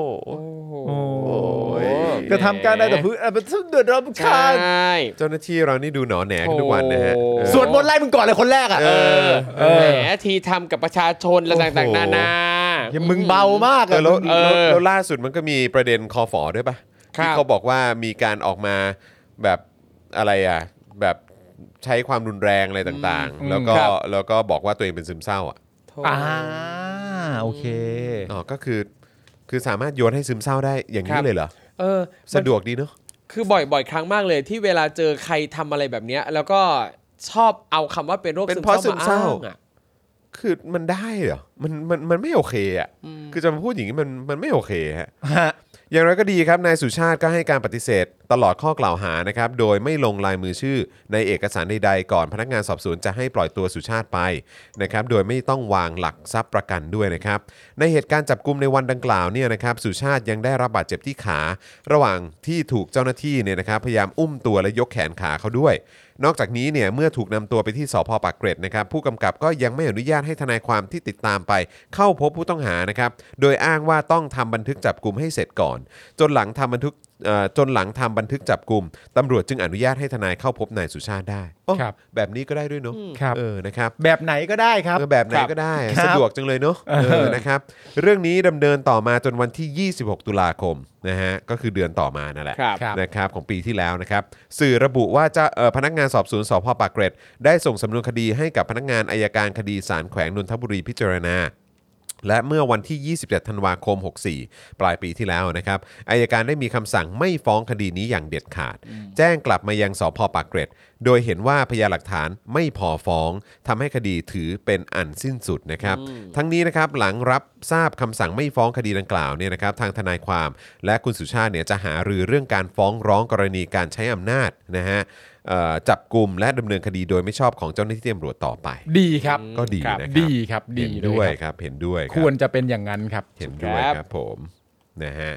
กระทำการใดต่อผู้เดือดร้อนรำคาญเจ้าหน้าที่เรานี่ดูหนอแหนกันทุกวันนะฮะสวดมนต์ไล่มึงก่อนเลยคนแรกอ่ะแหมทีทำกับประชาชนและต่างๆนานาอย่ามึงเบามากแล้วล่าสุดมันก็มีประเด็นคอฝอด้วยป่ะที่เขาบอกว่ามีการออกมาแบบอะไรอ่ะแบบใช้ความรุนแรงอะไรต่างๆแล้วก็บอกว่าตัวเองเป็นซึมเศร้าอ่ะโอเคก็คือสามารถโยนให้ซึมเศร้าได้อย่างนี้เลยเหรอสะดวกดีเนาะคือบ่อยครั้งมากเลยที่เวลาเจอใครทำอะไรแบบนี้แล้วก็ชอบเอาคำว่าเป็นโรคซึมเศร้ามาอ้างอ่ะคือมันได้เหรอมันไม่โอเคอ่ะคือจะมาพูดอย่างนี้มันไม่โอเคฮะอย่างไรก็ดีครับนายสุชาติก็ให้การปฏิเสธตลอดข้อกล่าวหานะครับโดยไม่ลงลายมือชื่อในเอกสารใดๆก่อนพนักงานสอบสวนจะให้ปล่อยตัวสุชาติไปนะครับโดยไม่ต้องวางหลักทรัพย์ประกันด้วยนะครับในเหตุการณ์จับกุมในวันดังกล่าวเนี่ยนะครับสุชาติยังได้รับบาดเจ็บที่ขาระหว่างที่ถูกเจ้าหน้าที่เนี่ยนะครับพยายามอุ้มตัวและยกแขนขาเขาด้วยนอกจากนี้เนี่ยเมื่อถูกนำตัวไปที่สภ.ปากเกร็ดนะครับผู้กำกับก็ยังไม่อนุญาตให้ทนายความที่ติดตามไปเข้าพบผู้ต้องหานะครับโดยอ้างว่าต้องทำบันทึกจับกุมให้เสร็จก่อนจนหลังทำบันทึกจับกุมตำรวจจึงอนุญาตให้ทนายเข้าพบนายสุชาติได้แบบนี้ก็ได้ด้วยเนาะนะครับแบบไหนก็ได้ครับแบบไหนก็ได้สะดวกจังเลยเนาะนะครับเรื่องนี้ดำเนินต่อมาจนวันที่26ตุลาคมนะฮะก็คือเดือนต่อมานั่นแหละนะครับของปีที่แล้วนะครับสื่อระบุว่าจะพนักงานสอบสวนสภ.ปากเกร็ดได้ส่งสำนวนคดีให้กับพนักงานอัยการคดีศาลแขวงนนทบุรีพิจารณาและเมื่อวันที่27ธันวาคม64ปลายปีที่แล้วนะครับอัยการได้มีคำสั่งไม่ฟ้องคดีนี้อย่างเด็ดขาดแจ้งกลับมายังสภ.ปากเกร็ดโดยเห็นว่าพยานหลักฐานไม่พอฟ้องทำให้คดีถือเป็นอันสิ้นสุดนะครับทั้งนี้นะครับหลังรับทราบคำสั่งไม่ฟ้องคดีดังกล่าวเนี่ยนะครับทางทนายความและคุณสุชาติเนี่ยจะหารือเรื่องการฟ้องร้องกรณีการใช้อำนาจนะฮะจับกุมและดำเนินคดีโดยไม่ชอบของเจ้าหน้าที่ตำรวจต่อไปดีครับก็ดีนะครับดีครับดีด้วยครับเห็นด้วยควรจะเป็นอย่างนั้นครับเห็นด้วยครับผมนะฮะ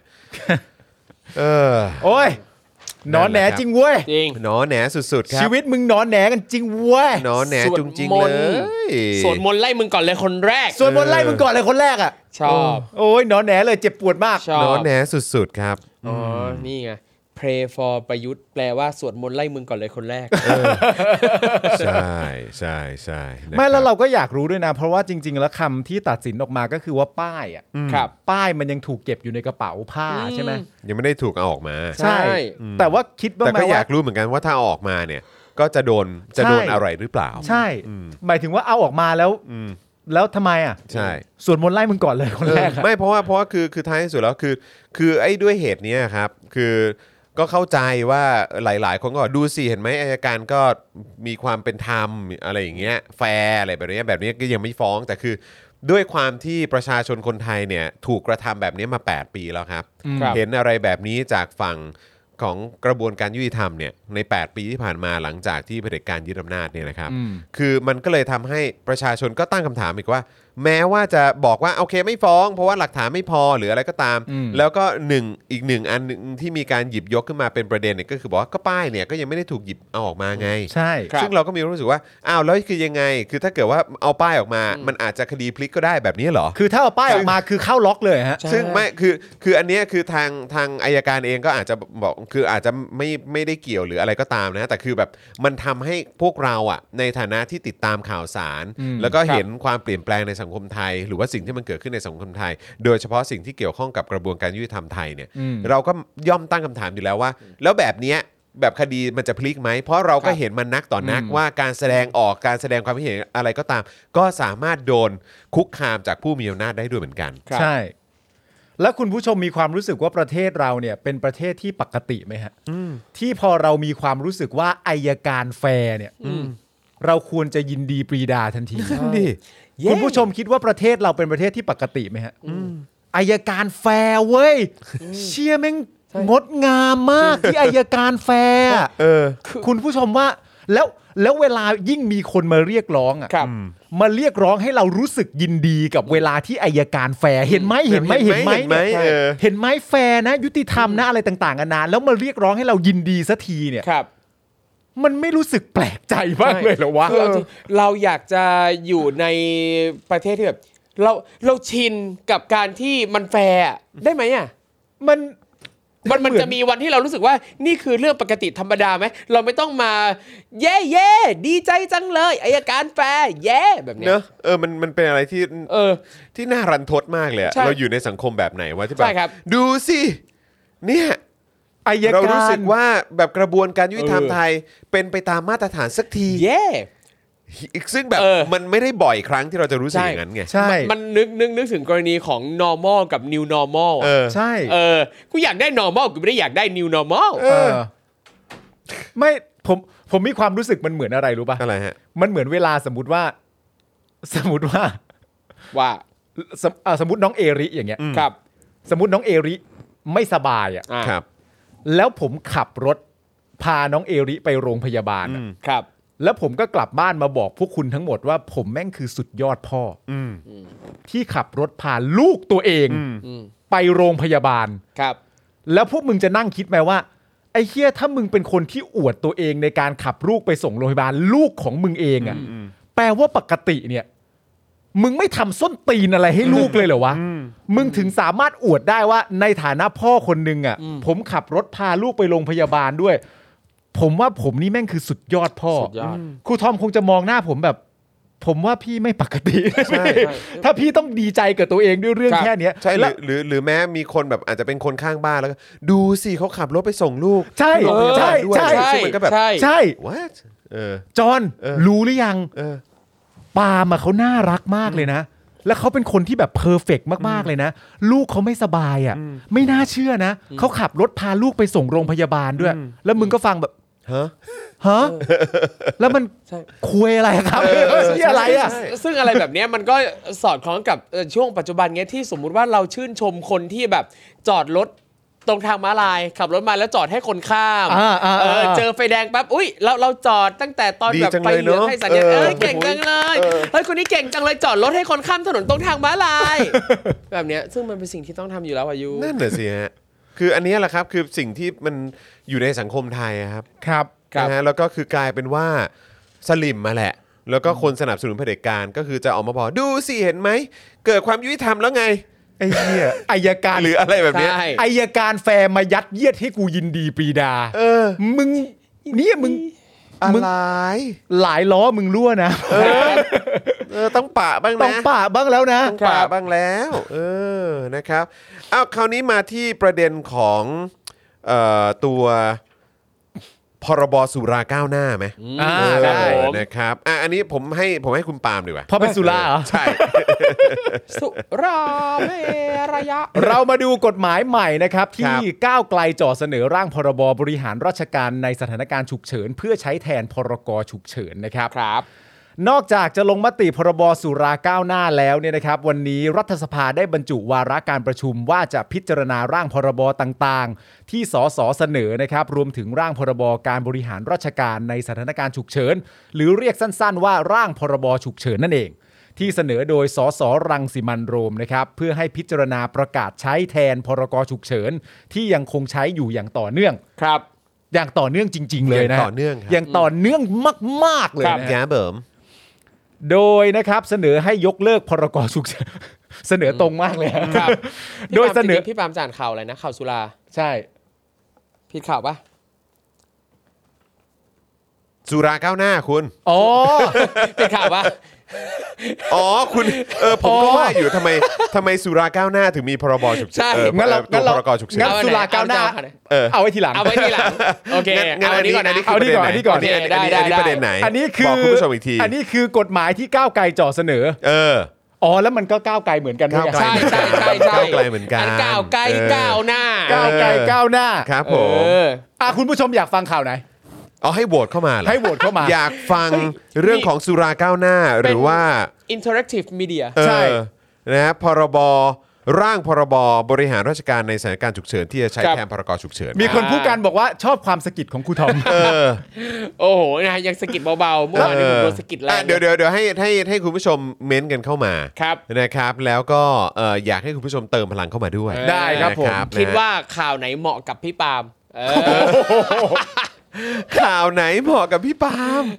โอ้ยหนอนแหนจริงเว้ยจริงหนอนแหนสุดๆครับชีวิตมึงหนอนแหนกันจริงเว้ยหนอนแหนจริงๆเลยสวดมนต์ไล่มึงก่อนเลยคนแรกสวดมนต์ไล่มึงก่อนเลยคนแรกอ่ะชอบโอ้ยหนอนแหนเลยเจ็บปวดมากหนอนแหนสุดๆครับนี่ไงPray for ประยุทธ์แปลว่าสวดมนต์ไล่มึงก่อนเลยคนแรกใช่ใช่ใช่ไม่แล้วเราก็อยากรู้ด้วยนะเพราะว่าจริงๆแล้วคำที่ตัดสินออกมาก็คือว่าป้ายอ่ะป้ายมันยังถูกเก็บอยู่ในกระเป๋าผ้าใช่ไหมยังไม่ได้ถูกเอาออกมาใช่แต่ว่าคิดว่าแต่ก็อยากรู้เหมือนกันว่าถ้าเอาออกมาเนี่ยก็จะโดนอะไรหรือเปล่าใช่หมายถึงว่าเอาออกมาแล้วทำไมอ่ะใช่สวดมนต์ไล่มึงก่อนเลยคนแรกไม่เพราะว่าคือท้ายที่สุดแล้วคือไอ้ด้วยเหตุนี้ครับคือก็เข้าใจว่าหลายๆคนก็ดูสิเห็นไหมอัยการก็มีความเป็นธรรมอะไรอย่างเงี้ยแฟร์อะไรแบบนี้ก็ยังไม่ฟ้องแต่คือด้วยความที่ประชาชนคนไทยเนี่ยถูกกระทำแบบนี้มา8ปีแล้วครับเห็นอะไรแบบนี้จากฝั่งของกระบวนการยุติธรรมเนี่ยใน8ปีที่ผ่านมาหลังจากที่เผด็จการยึดอำนาจเนี่ยนะครับคือมันก็เลยทำให้ประชาชนก็ตั้งคำถามอีกว่าแม้ว่าจะบอกว่าโอเคไม่ฟ้องเพราะว่าหลักฐานไม่พอหรืออะไรก็ตามแล้วก็อีกหนึ่งอันนึงที่มีการหยิบยกขึ้นมาเป็นประเด็นเนี่ยก็คือบอกว่าก็ป้ายเนี่ยก็ยังไม่ได้ถูกหยิบเอาออกมาไงใช่ซึ่งเราก็มีรู้สึกว่าอ้าวแล้วคือยังไงคือถ้าเกิดว่าเอาป้ายออกมามันอาจจะคดีพลิกก็ได้แบบนี้เหรอคือถ้าเอาป้ายออกมาคือเข้าล็อกเลยฮะซึ่งไม่คืออันเนี้ยคือทางอัยการเองก็อาจจะบอกคืออาจจะไม่ได้เกี่ยวหรืออะไรก็ตามนะแต่คือแบบมันทำให้พวกเราอ่ะในฐานะที่ติดตามข่าวสารแล้วก็เห็นความเปลี่ยนแปลงในสังคมไทยหรือว่าสิ่งที่มันเกิดขึ้นในสังคมไทยโดยเฉพาะสิ่งที่เกี่ยวข้องกับกระบวนการยุติธรรมไทยเนี่ยเราก็ย่อมตั้งคำถามอยู่แล้วว่าแล้วแบบเนี้ยแบบคดีมันจะพลิกไหมเพราะเราก็เห็นมันนักต่อนักว่าการแสดงออกการแสดงความคิดเห็นอะไรก็ตามก็สามารถโดนคุกคามจากผู้มีอำนาจได้ด้วยเหมือนกันใช่แล้วคุณผู้ชมมีความรู้สึกว่าประเทศเราเนี่ยเป็นประเทศที่ปกติไหมฮะที่พอเรามีความรู้สึกว่าอัยการแฟร์เนี่ยเราควรจะยินดีปรีดาทันทีคุณผู้ชมคิดว่าประเทศเราเป็นประเทศที่ปกติไหมฮะอัยการแฟร์เว้ยเชี่ยแม่งงดงามมากที่อัยการแฟร์คุณผู้ชมว่าแล้วเวลายิ่งมีคนมาเรียกร้องอ่ะมาเรียกร้องให้เรารู้สึกยินดีกับเวลาที่อัยการแฟร์เห็นไหมแฟร์นะยุติธรรมนะอะไรต่างๆนานาแล้วมาเรียกร้องให้เรายินดีสักทีเนี่ยมันไม่รู้สึกแปลกใจบ้างเลยเหรอวะเราอยากจะอยู่ในประเทศที่แบบเราชินกับการที่มันแฟร์ได้ไหมอ่ะมันจะมีวันที่เรารู้สึกว่านี่คือเรื่องปกติธรรมดาไหมเราไม่ต้องมาเย่ดีใจจังเลยอัยการแฟร์แบบนี้เนอะมันเป็นอะไรที่น่ารันทดมากเลยเราอยู่ในสังคมแบบไหนวะที่แบบดูสิเนี่ยเรารู้สึกว่าแบบกระบวนการยุติธรรมไทยเป็นไปตามมาตรฐานสักทีซึ่งแบบมันไม่ได้บ่อยครั้งที่เราจะรู้สึกอย่างนั้นไงใช่มันนึกถึงกรณีของ normal กับ new normal ใช่กูอยากได้ normal กูไม่ได้อยากได้ new normal ไม่ผมมีความรู้สึกมันเหมือนอะไรรู้ป่ะอะไรฮะมันเหมือนเวลาสมมติว่าสมมติน้องเอริอย่างเงี้ยครับสมมติน้องเอริไม่สบายอ่ะครับแล้วผมขับรถพาน้องเอริไปโรงพยาบาลครับแล้วผมก็กลับบ้านมาบอกพวกคุณทั้งหมดว่าผมแม่งคือสุดยอดพ่อที่ขับรถพาลูกตัวเองไปโรงพยาบาลครับแล้วพวกมึงจะนั่งคิดไหมว่าไอ้เหี้ยถ้ามึงเป็นคนที่อวดตัวเองในการขับลูกไปส่งโรงพยาบาลลูกของมึงเองอ่ะแปลว่าปกติเนี่ยมึงไม่ทำส้นตีนอะไรให้ลูกเลยเหรอวะมึงถึงสามารถอวดได้ว่าในฐานะพ่อคนนึงอ่ะผมขับรถพาลูกไปโรงพยาบาลด้วยผมว่าผมนี่แม่งคือสุดยอดพ่อครูทอมคงจะมองหน้าผมแบบผมว่าพี่ไม่ปกติถ้าพี่ต้องดีใจกับตัวเองด้วยเรื่องแค่นี้ใช่หรือแม้มีคนแบบอาจจะเป็นคนข้างบ้านแล้วก็ดูสิเขาขับรถไปส่งลูกใช่มันก็แบบใช่ what จอนรู้หรือยังปาล์มเขาน่ารักมากเลยนะแล้วเขาเป็นคนที่แบบเพอร์เฟกต์มากๆเลยนะลูกเขาไม่สบายอ่ะไม่น่าเชื่อนะเขาขับรถพาลูกไปส่งโรงพยาบาลด้วยแล้วมึงก็ฟังแบบฮะแล้วมันคุยอะไรครับที่อะไรอ่ะซึ่งอะไรแบบนี้มันก็สอดคล้องกับช่วงปัจจุบันเงี้ยที่สมมุติว่าเราชื่นชมคนที่แบบจอดรถตรงทางม้าลายขับรถมาแล้วจอดให้คนข้ามเจอไฟแดงปั๊บอุ้ยเราจอดตั้งแต่ตอนแบบไฟเหลืองให้สัญญาณเก่งจังเลยเฮ้ยคนนี้เก่งจังเลยจอดรถให้คนข้ามถนนตรงทางม้าลายแบบเนี้ยซึ่งมันเป็นสิ่งที่ต้องทำอยู่แล้วอายุนั่นแหละสิฮะคืออันนี้แหละครับคือสิ่งที่มันอยู่ในสังคมไทยครับนะฮะแล้วก็คือกลายเป็นว่าสลิมมาแหละแล้วก็คนสนับสนุนเผด็จการก็คือจะออกมาบอกดูสิเห็นไหมเกิดความยุติธรรมแล้วไงไอ้เหี้ยอัยการหรืออะไรแบบนี้อัยการแฟร์มายัดเยียดให้กูยินดีปรีดามึงเนี่ยมึงอะไรหลายล้อมึงรั่วนะต้องปะบ้างนะต้องปะบ้างแล้วนะต้องปะบ้างแล้วนะครับคราวนี้มาที่ประเด็นของตัวพรบสุราก้าวหน้าไหมได้นะครับอันนี้ผมให้คุณปาล์มดีกว่าพอเป็นสุราเหรอใช่สุราเมรยะเรามาดูกฎหมายใหม่นะครับที่ก้าวไกลจ่อเสนอร่างพรบบริหารราชการในสถานการณ์ฉุกเฉินเพื่อใช้แทนพรกฉุกเฉินนะครับนอกจากจะลงมติพรบสุราก้าวหน้าแล้วเนี่ยนะครับวันนี้รัฐสภาได้บรรจุวาระการประชุมว่าจะพิจารณาร่างพรบต่างๆที่สสเสนอนะครับรวมถึงร่างพรบการบริหารราชการในสถานการณ์ฉุกเฉินหรือเรียกสั้นๆว่าร่างพรบฉุกเฉินนั่นเองที่เสนอโดยสสรังสิมันต์โรมนะครับเพื่อให้พิจารณาประกาศใช้แทนพรกฉุกเฉินที่ยังคงใช้อยู่อย่างต่อเนื่องครับอย่างต่อเนื่องจริงๆเลยนะอย่างต่อเนื่องครับอย่างต่อเนื่องมากๆเลยนะแย่เบิ่มโดยนะครับเสนอให้ยกเลิกพรกฉุกเฉินเสนอตรงมากเลยครับโดยเสนอพี่ปาล์มอ่านข่าวอะไรนะข่าวสุราใช่ผิดข่าวปะสุราก้าวหน้าคุณอ๋อผิดข่าวปะอ๋อคุณผมก็ว่าอยู่ทำไมสุราก้าวหน้าถึงมีพรบฉุกเฉินงั้นเราพรกฉุกเฉินสุราก้าวหน้าเอาไว้ทีหลังโอเคงั้นอันนี้ก่อนอันนี้ก่อนนี่ประเด็นไหนอันนี้คือบอกคุณผู้ชมอีกทีอันนี้คือกฎหมายที่ก้าวไกลจ่อเสนออ๋อแล้วมันก็ก้าวไกลเหมือนกันด้วยใช่ก้าวไกลเหมือนกันก้าวไกลก้าวหน้าก้าวไกลก้าวหน้าครับผมคุณผู้ชมอยากฟังข่าวไหนเอาให้โหวตเข้ามาเหรอให้โหวตเข้ามาอยากฟังเรื่องของสุราก้าวหน้าหรือว่า Interactive Media ใช่นะฮะร่างพรบบริหารราชการในสถานการณ์ฉุกเฉินที่จะใช้แทนพรกฉุกเฉินมีคนพูดกันบอกว่าชอบความสะกิดของครูทอมโอ้โหนะยังสะกิดเบาๆเมื่อวานนี้ผมโดนสะกิดแรงเดี๋ยวให้คุณผู้ชมเม้นกันเข้ามานะครับแล้วก็อยากให้คุณผู้ชมเติมพลังเข้ามาด้วยได้ครับผมคิดว่าข่าวไหนเหมาะกับพี่ปาล์มข่าวไหนเหมาะกับพี่ปาล์ม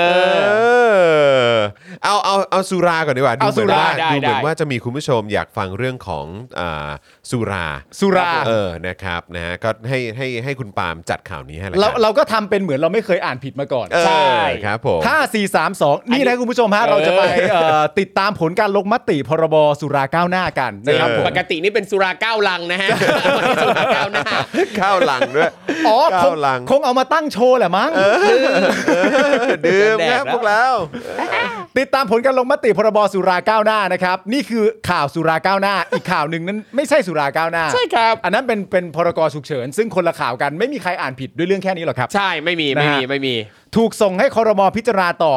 เอาสุราก่อนดีกว่าดูเหมือนว่าจะมีคุณผู้ชมอยากฟังเรื่องของสุรานะครับนะฮะก็ให้คุณปาล์มจัดข่าวนี้ให้เราก็ทำเป็นเหมือนเราไม่เคยอ่านผิดมาก่อนใช่ครับผม 5 4 3 2นี่นะคุณผู้ชมฮะเราจะไปติดตามผลการลงมติพรบสุราก้าวหน้ากันนะครับปกตินี่เป็นสุราก้าวลังนะฮะสุราก้าวหน้าก้าวลังด้วยอ๋อคงเอามาตั้งโชว์แหละมั้งดื่มครับพวกเราติดตามผลการลงมติพรบสุราก้าวหน้านะครับนี่คือข่าวสุราก้าวหน้าอีกข่าวหนึ่งนั้นไม่ใช่สุราก้าวหน้าใช่ครับอันนั้นเป็นพรกฉุกเฉินซึ่งคนละข่าวกันไม่มีใครอ่านผิดด้วยเรื่องแค่นี้หรอกครับใช่ไม่มีถูกส่งให้ครม.พิจารณาต่อ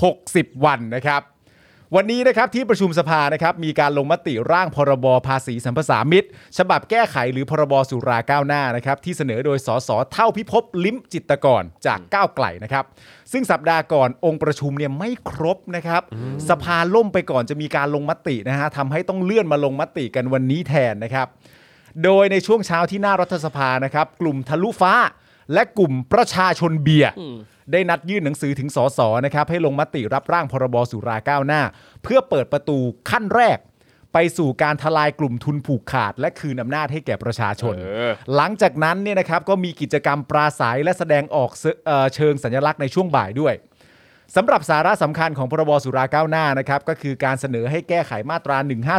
60วันนะครับวันนี้นะครับที่ประชุมสภานะครับมีการลงมติร่างพรบภาษีสรรพสามิตฉบับแก้ไขหรือพรบสุราก้าวหน้านะครับที่เสนอโดยสสเท่าพิภพลิ้มจิตรกรจากก้าวไกลนะครับซึ่งสัปดาห์ก่อนองค์ประชุมเนี่ยไม่ครบนะครับสภาล่มไปก่อนจะมีการลงมตินะฮะทำให้ต้องเลื่อนมาลงมติกันวันนี้แทนนะครับโดยในช่วงเช้าที่หน้ารัฐสภานะครับกลุ่มทะลุฟ้าและกลุ่มประชาชนเบียร์ได้นัดยื่นหนังสือถึงสสนะครับให้ลงมติรับร่างพรบสุราก้าวหน้าเพื่อเปิดประตูขั้นแรกไปสู่การทลายกลุ่มทุนผูกขาดและคืนอำนาจให้แก่ประชาชนหลังจากนั้นเนี่ยนะครับก็มีกิจกรรมปราศัยและแสดงออกเชิงสัญลักษณ์ในช่วงบ่ายด้วยสำหรับสาระสำคัญของพรบสุราก้าวหน้านะครับก็คือการเสนอให้แก้ไขมาตรา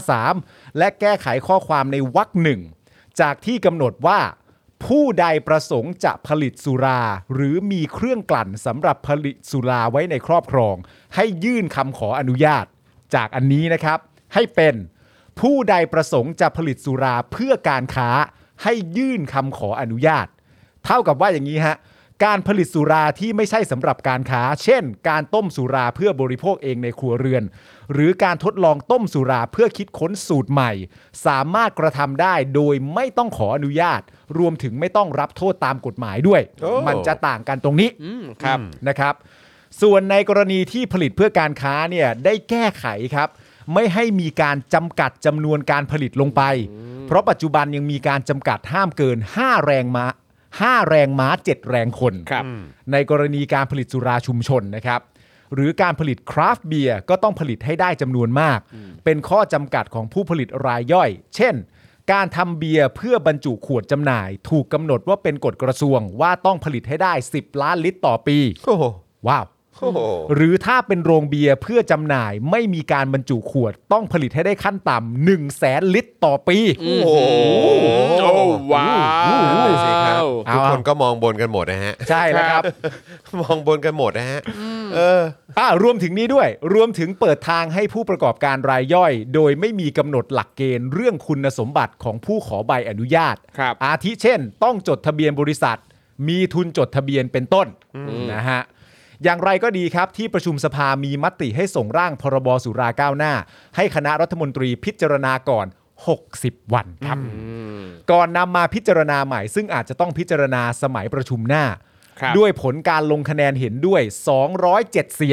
153และแก้ไขข้อความในวรรคหนึ่งจากที่กำหนดว่าผู้ใดประสงค์จะผลิตสุราหรือมีเครื่องกลั่นสำหรับผลิตสุราไว้ในครอบครองให้ยื่นคำขออนุญาตจากอันนี้นะครับให้เป็นผู้ใดประสงค์จะผลิตสุราเพื่อการค้าให้ยื่นคำขออนุญาตเท่ากับว่าอย่างนี้ฮะการผลิตสุราที่ไม่ใช่สำหรับการค้าเช่นการต้มสุราเพื่อบริโภคเองในครัวเรือนหรือการทดลองต้มสุราเพื่อคิดค้นสูตรใหม่สามารถกระทำได้โดยไม่ต้องขออนุญาตรวมถึงไม่ต้องรับโทษตามกฎหมายด้วยมันจะต่างกันตรงนี้นะครับส่วนในกรณีที่ผลิตเพื่อการค้าเนี่ยได้แก้ไขครับไม่ให้มีการจำกัดจำนวนการผลิตลงไปเพราะปัจจุบันยังมีการจำกัดห้ามเกิน5 แรงม้า 7 แรงคนในกรณีการผลิตสุราชุมชนนะครับหรือการผลิตคราฟต์เบียร์ก็ต้องผลิตให้ได้จำนวนมากเป็นข้อจำกัดของผู้ผลิตรายย่อยเช่นการทำเบียร์เพื่อบรรจุขวดจำหน่ายถูกกำหนดว่าเป็นกฎกระทรวงว่าต้องผลิตให้ได้10 ล้านลิตรต่อปีว้าวหรือถ้าเป็นโรงเบียร์เพื่อจำหน่ายไม่มีการบรรจุขวดต้องผลิตให้ได้ขั้นต่ำ100,000 ลิตรต่อปีโอ้โหว้าวทุกคนก็มองบนกันหมดนะฮะใช่แล้วครับมองบนกันหมดนะฮะรวมถึงนี้ด้วยรวมถึงเปิดทางให้ผู้ประกอบการรายย่อยโดยไม่มีกำหนดหลักเกณฑ์เรื่องคุณสมบัติของผู้ขอใบอนุญาตอาทิเช่นต้องจดทะเบียนบริษัทมีทุนจดทะเบียนเป็นต้นนะฮะอย่างไรก็ดีครับที่ประชุมสภามีมติให้ส่งร่างพรบสุราก้าวหน้าให้คณะรัฐมนตรีพิจารณาก่อน60 วันครับก่อนนำมาพิจารณาใหม่ซึ่งอาจจะต้องพิจารณาสมัยประชุมหน้าด้วยผลการลงคะแนนเห็นด้วย207 เสียง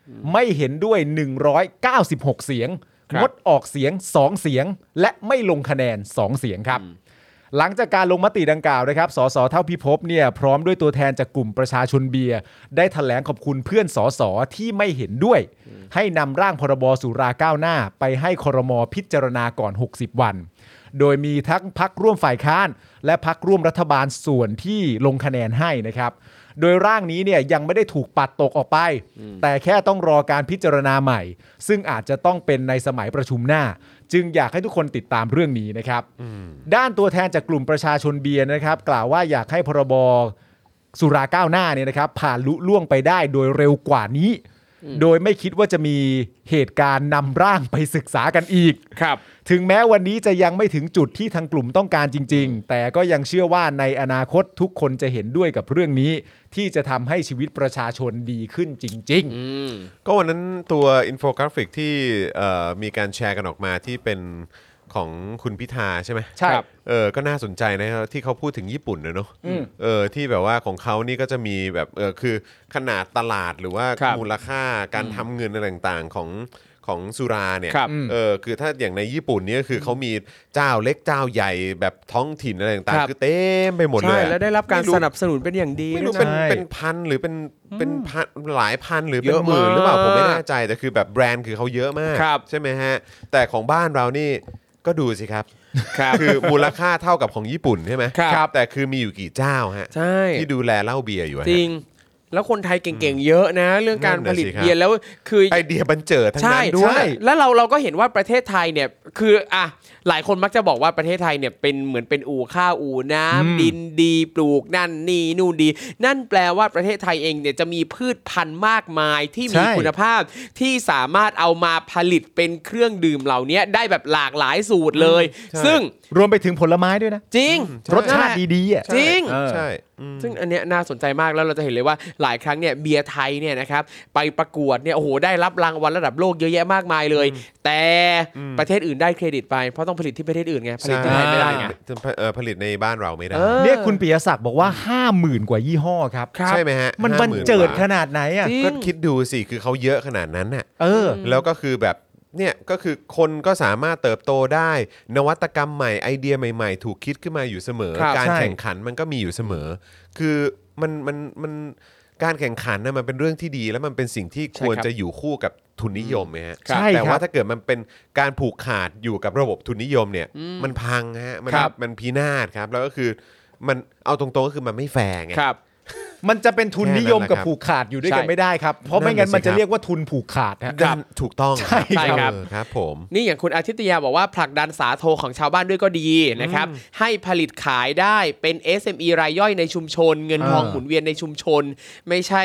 ไม่เห็นด้วย196เสียงงดออกเสียง2เสียงและไม่ลงคะแนน2เสียงครับหลังจากการลงมติดังกล่าวนะครับสสเท่าพิภพเนี่ยพร้อมด้วยตัวแทนจากกลุ่มประชาชนเบียร์ได้แถลงขอบคุณเพื่อนสสที่ไม่เห็นด้วยให้นำร่างพรบสุราก้าวหน้าไปให้ครม.พิจารณาก่อน60วันโดยมีทั้งพรรคร่วมฝ่ายค้านและพรรคร่วมรัฐบาลส่วนที่ลงคะแนนให้นะครับโดยร่างนี้เนี่ยยังไม่ได้ถูกปัดตกออกไปแต่แค่ต้องรอการพิจารณาใหม่ซึ่งอาจจะต้องเป็นในสมัยประชุมหน้าจึงอยากให้ทุกคนติดตามเรื่องนี้นะครับด้านตัวแทนจากกลุ่มประชาชนเบียร์นะครับกล่าวว่าอยากให้พรบสุราก้าวหน้าเนี่ยนะครับผ่านลุล่วงไปได้โดยเร็วกว่านี้โดยไม่คิดว่าจะมีเหตุการณ์นำร่างไปศึกษากันอีกครับถึงแม้วันนี้จะยังไม่ถึงจุดที่ทางกลุ่มต้องการจริงๆแต่ก็ยังเชื่อว่าในอนาคตทุกคนจะเห็นด้วยกับเรื่องนี้ที่จะทำให้ชีวิตประชาชนดีขึ้นจริงๆก็วันนั้นตัวอินโฟกราฟิกที่มีการแชร์กันออกมาที่เป็นของคุณพิธาใช่ไหมใช่ก็น่าสนใจนะครับที่เขาพูดถึงญี่ปุ่นเนอะที่แบบว่าของเขานี่ก็จะมีแบบคือขนาดตลาดหรือว่ามูลค่าการทำเงินอะไรต่างๆของสุราเนี่ยคือถ้าอย่างในญี่ปุ่นนี่ก็คือเขามีเจ้าเล็กเจ้าใหญ่แบบท้องถิ่นอะไรต่างๆคือเต็มไปหมดเลยใช่แล้วได้รับการสนับสนุนเป็นอย่างดีไม่รู้เป็นพันหรือเป็นพันหลายพันหรือเป็นหมื่นหรือเปล่าผมไม่แน่ใจแต่คือแบบแบรนด์คือเขาเยอะมากใช่ไหมฮะแต่ของบ้านเรานี่ก็ดูสิครับคือมูลค่าเท่ากับของญี่ปุ่นใช่ไหมแต่คือมีอยู่กี่เจ้าฮะที่ดูแลเหล้าเบียร์อยู่จริงแล้วคนไทยเก่งๆเยอะนะเรื่องการผลิตเบียร์แล้วคือไอเดียบันเจิดทั้งนั้นด้วยแล้วเราก็เห็นว่าประเทศไทยเนี่ยคือหลายคนมักจะบอกว่าประเทศไทยเนี่ยเป็นเหมือนเป็นอู่ข้าวอู่น้ำดินดีปลูกนั่นนี่นู่นดีนั่นแปลว่าประเทศไทยเองเนี่ยจะมีพืชพันธุ์มากมายที่มีคุณภาพที่สามารถเอามาผลิตเป็นเครื่องดื่มเหล่านี้ได้แบบหลากหลายสูตรเลยซึ่งรวมไปถึงผลไม้ด้วยนะจริงรสชาติดีๆอ่ะจริงใช่ซึ่งอันเนี้ยน่าสนใจมากแล้วเราจะเห็นเลยว่าหลายครั้งเนี่ยเบียร์ไทยเนี่ยนะครับไปประกวดเนี่ยโอ้โหได้รับรางวัลระดับโลกเยอะแยะมากมายเลยแต่ประเทศอื่นได้เครดิตไปเพราะต้องผลิตที่ประเทศอื่นไงผลิตที่ไทยไม่ได้ไงผลิตในบ้านเราไม่ได้เนี่ยคุณปิยศักดิ์บอกว่า 50,000 กว่ายี่ห้อครับใช่ไหมฮะมันบันเจิดขนาดไหนอ่ะก็คิดดูสิคือเขาเยอะขนาดนั้นน่ะแล้วก็คือแบบเนี่ยก็คือคนก็สามารถเติบโตได้นวัตกรรมใหม่ไอเดียใหม่ๆถูกคิดขึ้นมาอยู่เสมอการแข่งขันมันก็มีอยู่เสมอคือมันการแข่งขันนะมันเป็นเรื่องที่ดีแล้วมันเป็นสิ่งที่ควรจะอยู่คู่กับทุนนิยมไหมฮะแต่ว่าถ้าเกิดมันเป็นการผูกขาดอยู่กับระบบทุนนิยมเนี่ยมันพังฮะมันพินาศครับแล้วก็คือมันเอาตรงๆก็คือมันไม่แฟร์ไงมันจะเป็นทุนนิยมกับผูกขาดอยู่ด้วยกันไม่ได้ครับเพราะไม่งั้นมันจะเรียกว่าทุนผูกขาดครับถูกต้องใช่ครับครับผมนี่อย่างคุณอาทิตยาบอกว่าผลักดันสาโทของชาวบ้านด้วยก็ดีนะครับให้ผลิตขายได้เป็น SME รายย่อยในชุมชนเงินทองหมุนเวียนในชุมชนไม่ใช่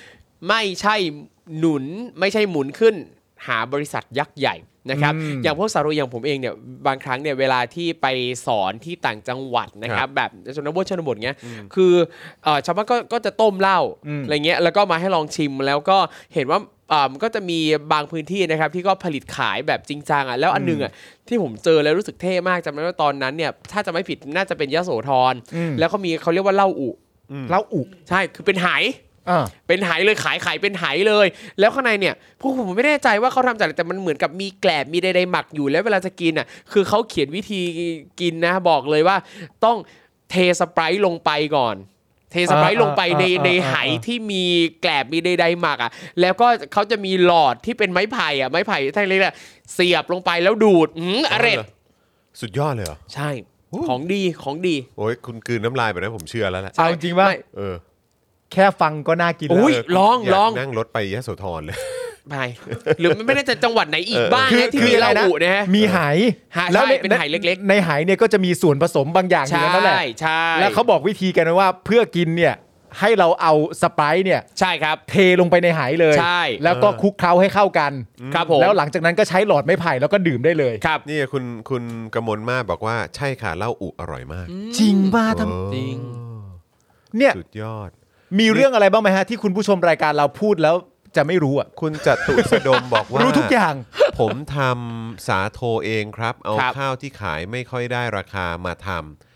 หนุนไม่ใช่หมุนขึ้นหาบริษัทยักษ์ใหญ่นะครับอย่างพวกสารุอย่างผมเองเนี่ยบางครั้งเนี่ยเวลาที่ไปสอนที่ต่างจังหวัดนะครับแบบชนบทเงี้ยคือชาวบ้านก็จะต้มเหล้าอะไรเงี้ยแล้วก็มาให้ลองชิมแล้วก็เห็นว่ามันก็จะมีบางพื้นที่นะครับที่ก็ผลิตขายแบบจริงจังแล้วอันนึงที่ผมเจอแล้วรู้สึกเท่มากจำได้ว่าตอนนั้นเนี่ยถ้าจะไม่ผิดน่าจะเป็นยโสธรแล้วเขาเรียกว่าเหล้าอุใช่คือเป็นไหเป็นไหเลยขายเป็นไหเลยแล้วข้างในเนี่ยพวกผมไม่แน่ใจว่าเขาทำจากอะไรแต่มันเหมือนกับมีแกลบมีใดๆหมักอยู่แล้วเวลาจะกินคือเขาเขียนวิธีกินนะบอกเลยว่าต้องเทสไปร์ลงไปก่อนเทสไปร์ลงไปในไหที่มีแกลบมีใดๆหมักแล้วก็เขาจะมีหลอดที่เป็นไม้ไผ่ทั้งเล็กๆเสียบลงไปแล้วดูดอร่อยสุดยอดเลยเหรอใช่ของดีโอ้ยคุณกลืนน้ำลายแบบนั้นผมเชื่อแล้วแหละเอาจริงว่าแค่ฟังก็น่ากินแล้วลองนั่งรถไปยโสธรเลยไปหรือไม่ได้จะจังหวัดไหนอีกบ้างที่มีเหล้าอุนะฮะมีไหแล้วเป็นไหเล็กๆในไหเนี่ยก็จะมีส่วนผสมบางอย่างอยู่นั่นแหละใช่แล้วเขาบอกวิธีกันว่าเพื่อกินเนี่ยให้เราเอาสไปร์เนี่ยใช่ครับเทลงไปในไหเลยใช่แล้วก็คลุกเคล้าให้เข้ากันครับผมแล้วหลังจากนั้นก็ใช้หลอดไม้ไผ่แล้วก็ดื่มได้เลยครับนี่คุณกมลมาบอกว่าใช่ค่ะเหล้าอุอร่อยมากจริงป่ะจริงเนี่ยสุดยอดมีเรื่องอะไรบ้างไหมฮะที่คุณผู้ชมรายการเราพูดแล้วจะไม่รู้คุณจตุสดมบอกว่ารู้ทุกอย่างผมทำสาโทเองครับเอาข้าวที่ขายไม่ค่อยได้ราคามาท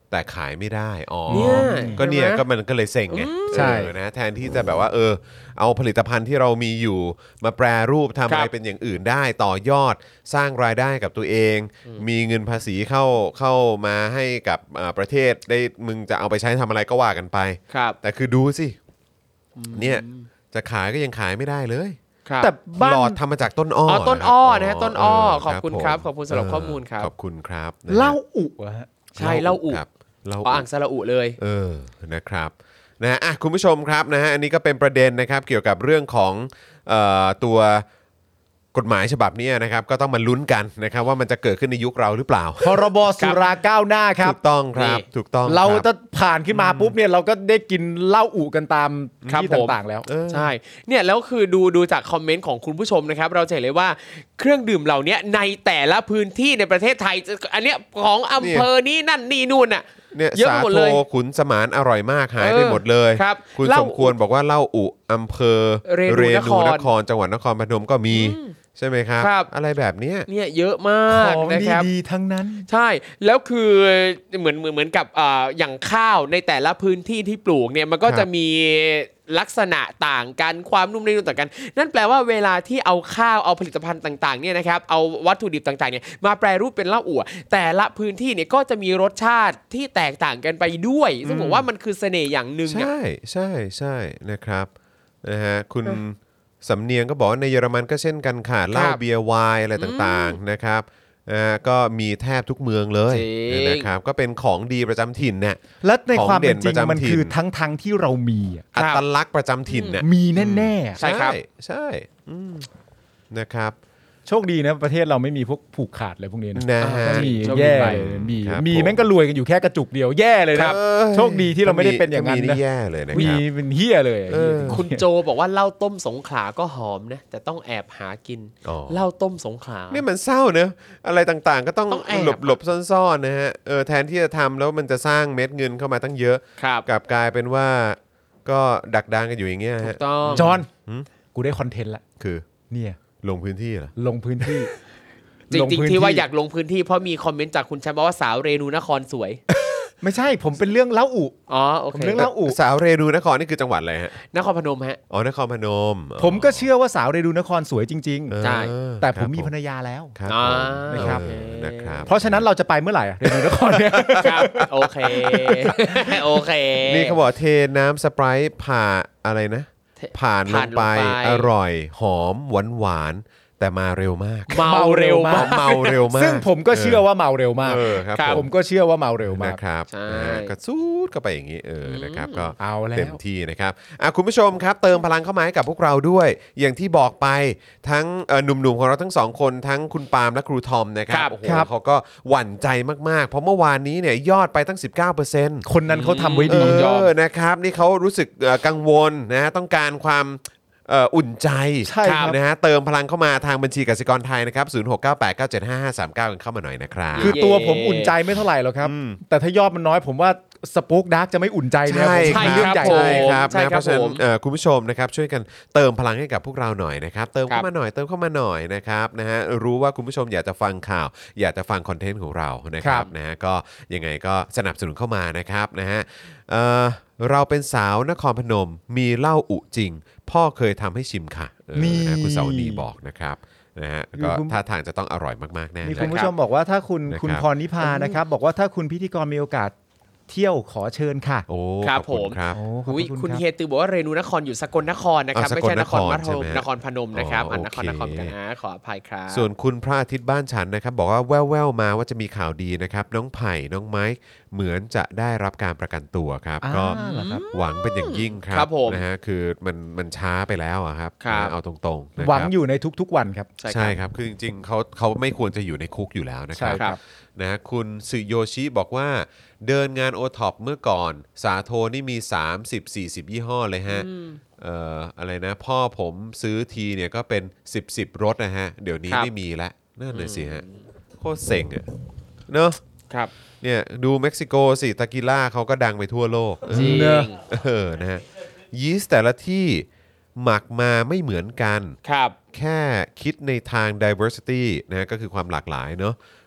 แต่ขายไม่ได้เนี่ยก็เนี่ยใช่ไหมก็มันก็เลยเซ็งไงใช่นะแทนที่จะแบบว่าเอาผลิตภัณฑ์ที่เรามีอยู่มาแปรรูปทำอะไรเป็นอย่างอื่นได้ต่อยอดสร้างรายได้กับตัวเอง มีเงินภาษีเข้ามาให้กับประเทศได้มึงจะเอาไปใช้ทำอะไรก็ว่ากันไปครับแต่คือดูสิเนี่ยจะขายก็ยังขายไม่ได้เลยครับแต่บ้านหลอดทำมาจากต้นอ้ออ๋อต้นอ้อนะฮะต้นอ้อขอบคุณครับผมขอบคุณสำหรับข้อมูลครับขอบคุณครับนะเหล้าอุอะฮะใช่เหล้าอุครับเหล้าอ๋ออ่างสระอุเลยนะครับนะคุณผู้ชมครับนะฮะอันนี้ก็เป็นประเด็นนะครับเกี่ยวกับเรื่องของตัวกฎหมายฉบับนี้นะครับก็ต้องมาลุ้นกันนะครับว่ามันจะเกิดขึ้นในยุคเราหรือเปล่าพรบสุราก้าวหน้าครับถูกต้องครับนี่ถูกต้องเราคบจะผ่านขึ้นมาปุ๊บเนี่ยเราก็ได้กินเหล้าอุกันตามครับที่ผมต่างๆแล้วใช่เนี่ยแล้วคือดูจากคอมเมนต์ของคุณผู้ชมนะครับเราจะเห็นเลยว่าเครื่องดื่มเหล่านี้ในแต่ละพื้นที่ในประเทศไทยอันเนี้ยของอำเภอนี้นั่นนี่นู่นน่ะเนี่ยเยอะสาหมดโทเลยขุนสมานอร่อยมากหายไปหมดเลยครับคุณเหล้าสมควรบอกว่าเหล้าอุอำเภอเรนูนครจังหวัดนครพนมก็มีใช่ไหมครับครับอะไรแบบเนี้ยเนี่ยเยอะมากของนะครับดีๆทั้งนั้นใช่แล้วคือเหมือนกับอย่างข้าวในแต่ละพื้นที่ที่ปลูกเนี่ยมันก็ครับจะมีลักษณะต่างกันความนุ่มนิ่มต่างกัน นั่นแปลว่าเวลาที่เอาข้าวเอาผลิตภัณฑ์ต่างๆเนี่ยนะครับเอาวัตถุดิบต่างๆเนี่ยมาแปรรูปเป็นเหล้าอั่วแต่ละพื้นที่เนี่ยก็จะมีรสชาติที่แตกต่างกันไปด้วยซึ่งผมว่ามันคือเสน่ห์อย่างหนึ่งอะใช่ใช่ใช่นะครับนะฮะคุณสำเนียงก็บอกว่าในเยอรมันก็เช่นกันค่ะเหล้าเบียร์ไวน์อะไรต่างๆนะครับก็มีแทบทุกเมืองเลยจริงนะครับก็เป็นของดีประจำถิ่นเนี่ยและในความเป็นจริงของเด่นประจำมันถิ่นคือทั้งที่เรามีอะอัตลักษณ์ประจำถิ่นเนี่ยมีแน่ๆใช่ครับใช่นะครับโชคดีนะประเทศเราไม่มีพวกผูกขาดอะไรพวกนี้นะนะฮะมีโชคดีแย่ไปเลยมีครับมีผมแม่งก็รวยกันอยู่แค่กระจุกเดียวแย่เลยนะโชคดีที่เราไม่ได้เป็นอย่างนั้นมีนะแย่เลยนะคมีรับเป็นเฮียเลยคุณโจบอกว่าเหล้าต้มสงขลาก็หอมนะแต่ต้องแอบหากินอ๋อเหล้าต้มสงขลานี่มันเศร้าเนอะอะไรต่างๆ ก็ต้องต้องแอบหลบซ่อนๆนะฮะแทนที่จะทำแล้วมันจะสร้างเม็ดเงินเข้ามาตั้งเยอะครับกลับกลายเป็นว่าก็ดักดานกันอยู่อย่างเงี้ยถูฮะกต้องจอห์นกูได้คอนเทนต์ละคือเนี่ยลงพื้นที่เหรอลงพื้นที่จริงลพื้นๆที่ว่าอยากลงพื้นที่เพราะมีคอมเมนต์จากคุณแชมป์บอกว่าสาวเรนูนครสวยไม่ใช่ผมเป็นเรื่องเล่าอุอ๋อโอผมเคเรื่องเล่าอุสาวเรนูนครนี่คือจังหวัดอะไรฮะนครพนมฮะอ๋อนครพนมอ๋อผมก็เชื่อว่าสาวเรดูนครสวยจริงใช่ๆ แต่ผมมีภรรยาแล้วครับอ่าผมนะครับนะครับเพราะฉะนั้นเราจะไปเมื่อไหร่อะเรดูนครเนี่ยครับโอเคโอเคนี่เขาบอกเทน้ำสไปร์ทผ่าอะไรนะ ผ่านลงไปผ่านลงไปอร่อยหอมหวานแต่มาเร็วมากเมาเร็วมากเมาเร็วมากซึ่งผมก็เชื่อว่าเมาเร็วมากครับครับผมก็เชื่อว่าเมาเร็วมากนะครับใช่นะฮะก็ซูดเข้าไปอย่างนี้นะครับก็เอาแล้วเต็มที่นะครับคุณผู้ชมครับเติมพลังเข้ามาให้กับพวกเราด้วย อย่างที่บอกไปทั้งหนุ่มๆของเราทั้งสองคนทั้งคุณปาล์มและครูทอมนะครัครับ บโอ้โหครับเขาก็หวั่นใจมากๆ เพราะเมื่อวานนี้เนี่ยยอดไปตั้ง 19% คนนั้นเขาทำไว้ดียอมนะครับนี่เขารู้สึกกังวลนะต้องการความอุ่นใจใช่ครับนะฮะเติมพลังเข้ามาทางบัญชีกสิกรไทยนะครับ0698975539กันเข้ามาหน่อยนะครับคือตัวผมอุ่นใจไม่เท่าไหร่หรอกครับ แต่ถ้ายอดมันน้อยผมว่าสปู๊กดาร์กจะไม่อุ่นใจเนี่ยใช่ผมใช่เรื่องใหญ่ผมใช่ครับใช่นะครับ เพราะฉะนั้นผมคุณผู้ชมนะครับช่วยกันเติมพลังให้กับพวกเราหน่อยนะครับเติมเข้ามาหน่อยเติมเข้ามาหน่อยนะครับนะฮะรู้ว่าคุณผู้ชมอยากจะฟังข่าว อยากจะฟังคอนเทนต์ของเรานะครับนะฮะก็ยังไงก็สนับสนุนเข้ามานะครับนะฮะเราเป็นสาวนครพนมมีเหล้าอุจริง พ่อเคยทำให้ชิมค่ะคุณเสาวนีบอกนะครับนะฮะก็ท่าทางจะต้องอร่อยมากๆแน่มีเลคุณยผู้ชมบอกว่าถ้าคุณนะครับคุณพรนิพานะครับ บอกว่าถ้าคุณพิธีกรมีโอกาสเที่ยวขอเชิญค่ะโอ้ครับขอบคุณผมครับโอ้ขอบอุ๊ยคุคุณ ณรับเฮตือบอกว่าเรนูนครอยู่สกลนครนะครับอ๋อไม่ใช่นครสกลนครวัฒใช่ไหมนครพนมนะครับอ๋อนครโอเคนครกันขออภัยครับส่วนคุณพระอาทิตย์บ้านฉันนะครับบอกว่าแว่วๆมาว่าจะมีข่าวดีนะครับน้องไผ่น้องไม้เหมือนจะได้รับการประกันตัวครับอ่าก็เหรอครับหวังเป็นอย่างยิ่งครัครับผมนะฮะคือมันช้าไปแล้วอะครับครับนะเอาตรงๆนะครับหวังอยู่ในทุกๆวันครับใช่ครับคือจริงๆเขาไม่ควรจะอยู่ในคุกอยู่แล้วนะครัใช่ครับนะฮะคุณสึโยชิบอกว่าเดินงานโอท็อปเมื่อก่อนสาโทนี่มี 30-40 ยี่ห้อเลยฮะอะไรนะพ่อผมซื้อทีเนี่ยก็เป็น10รถนะฮะเดี๋ยวนี้ครับไม่มีแล้วนั่นเลยสิฮะโคตรเซ็งอะเนอะครับเนี่ยดูเม็กซิโกสิตากิล่าเขาก็ดังไปทั่วโลกจริงเนอะนะฮะยีสต์แต่ละที่หมักมาไม่เหมือนกันครับแค่คิดในทาง diversity นะก็คือความหลากหลายเนาะ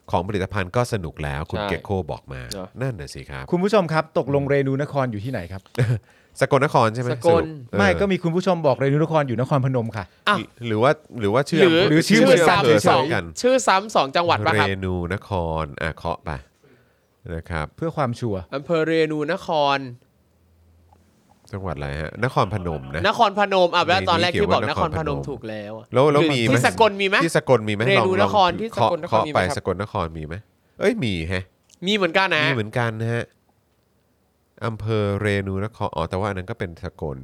ของผลิตภัณฑ์ก็สนุกแล้วคุณใช่เกคโคบอกมาเนอะนั่นน่ะสิครับคุณผู้ชมครับตกลงเรนูนครอยู่ที่ไหนครับสกลนครใช่ไหมสกลรุปไม่ก็มีคุณผู้ชมบอกเรนูนครอยู่นครพนมค่ะอ้าวหรือว่าชื่อหรือชื่ออำเภอซ้ำอำเภอสองกันชื่อซ้ำสองจังหวัดป่ะครับเรนูนครเคาะไปนะครับเพื่อความชัวร์อำเภอเรนูนครจังหวัดอะไรฮะนครพนมนะนครพนมแล้วตอนแรกที่บอกในนี้นเขียนว่านครพนมนครพนมถูกแล้วอะแล้วหรือมีไหมที่สกลมีไหมที่สกลมีไหมเรนูลองนครที่สกลนครเคาะมีไหมไปครับสกลนครมีไหมเอ้ยมีแฮะมีเหมือนกันนะมีเหมือนกันนะฮะอำเภอเรนูนครแต่ว่าอันนั้นก็เป็นสกล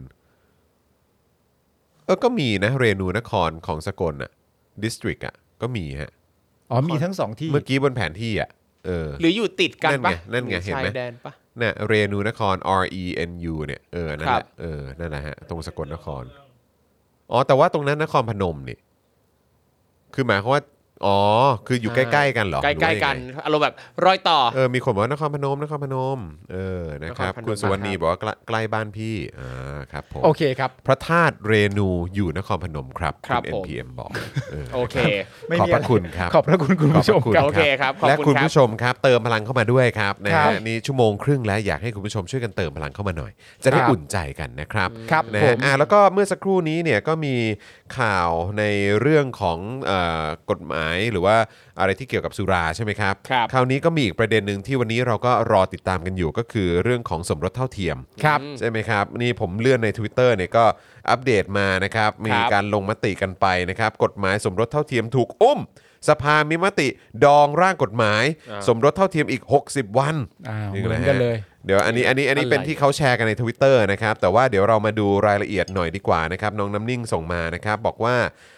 ก็มีนะเรนูนครของสกลน่ะดิสตริกก็มีฮะอ๋อมีทั้งสองที่เมื่อกี้บนแผนที่หรืออยู่ติดกันปะนั่นไงเห็นไหมชายแดนปะเนี่ยเรนูนคร RENU เนี่ยนั่นครัแหบละนั่นแหละฮะตรงสกลนครแต่ว่าตรงนั้นนครพนมนี่คือหมายความว่าคืออยู่ใกล้ๆกันเหรอใกล้ๆกันอารมณ์แบบรอยต่อมีคนบอกว่านครพนมนะครับนครพนมคุณสุวรรณีบอกว่าใกล้บ้านพี่ครับผมโอเคครับพระธาตุเรนูอยู่นครพนมครับครับณผม NPM บอกโอเคไม่ขอบมีพอะไรระคุณครับขอบพระคุณคุณผู้ชมขอบพระครับโอเคครับขอบคุณและคุณครับผู้ชมครับเติมพลังเข้ามาด้วยครับนะครัฮะบนี่ชั่วโมงครึ่งแล้วอยากให้คุณผู้ชมช่วยกันเติมพลังเข้ามาหน่อย จะได้ครับอุ่นใจกันนะครับครับนะผฮะมแล้วก็เมื่อสักครู่นี้เนี่ยก็มีข่าวในเรื่องของกฎหมายหรือว่าอะไรที่เกี่ยวกับสุราใช่ไหมครับครับคราวนี้ก็มีอีกประเด็นหนึ่งที่วันนี้เราก็รอติดตามกันอยู่ก็คือเรื่องของสมรสเท่าเทียมครับใช่ไหมครับนี่ผมเลื่อนใน Twitter เนี่ยก็อัปเดตมานะครับมีการลงมติกันไปนะครับกฎหมายสมรสเท่าเทียมถูกสภามีมติดองร่างกฎหมาย สมรสเท่าเทียมอีก 60 วันเหมือนกันเลยเดี๋ยวอันนี้เป็นที่เขาแชร์กันใน Twitter นะครับแต่ว่าเดี๋ยวเรามาดูรายละเอียดหน่อยดีกว่านะครับน้องน้ำนิ่งส่งมานะครับบอกว่า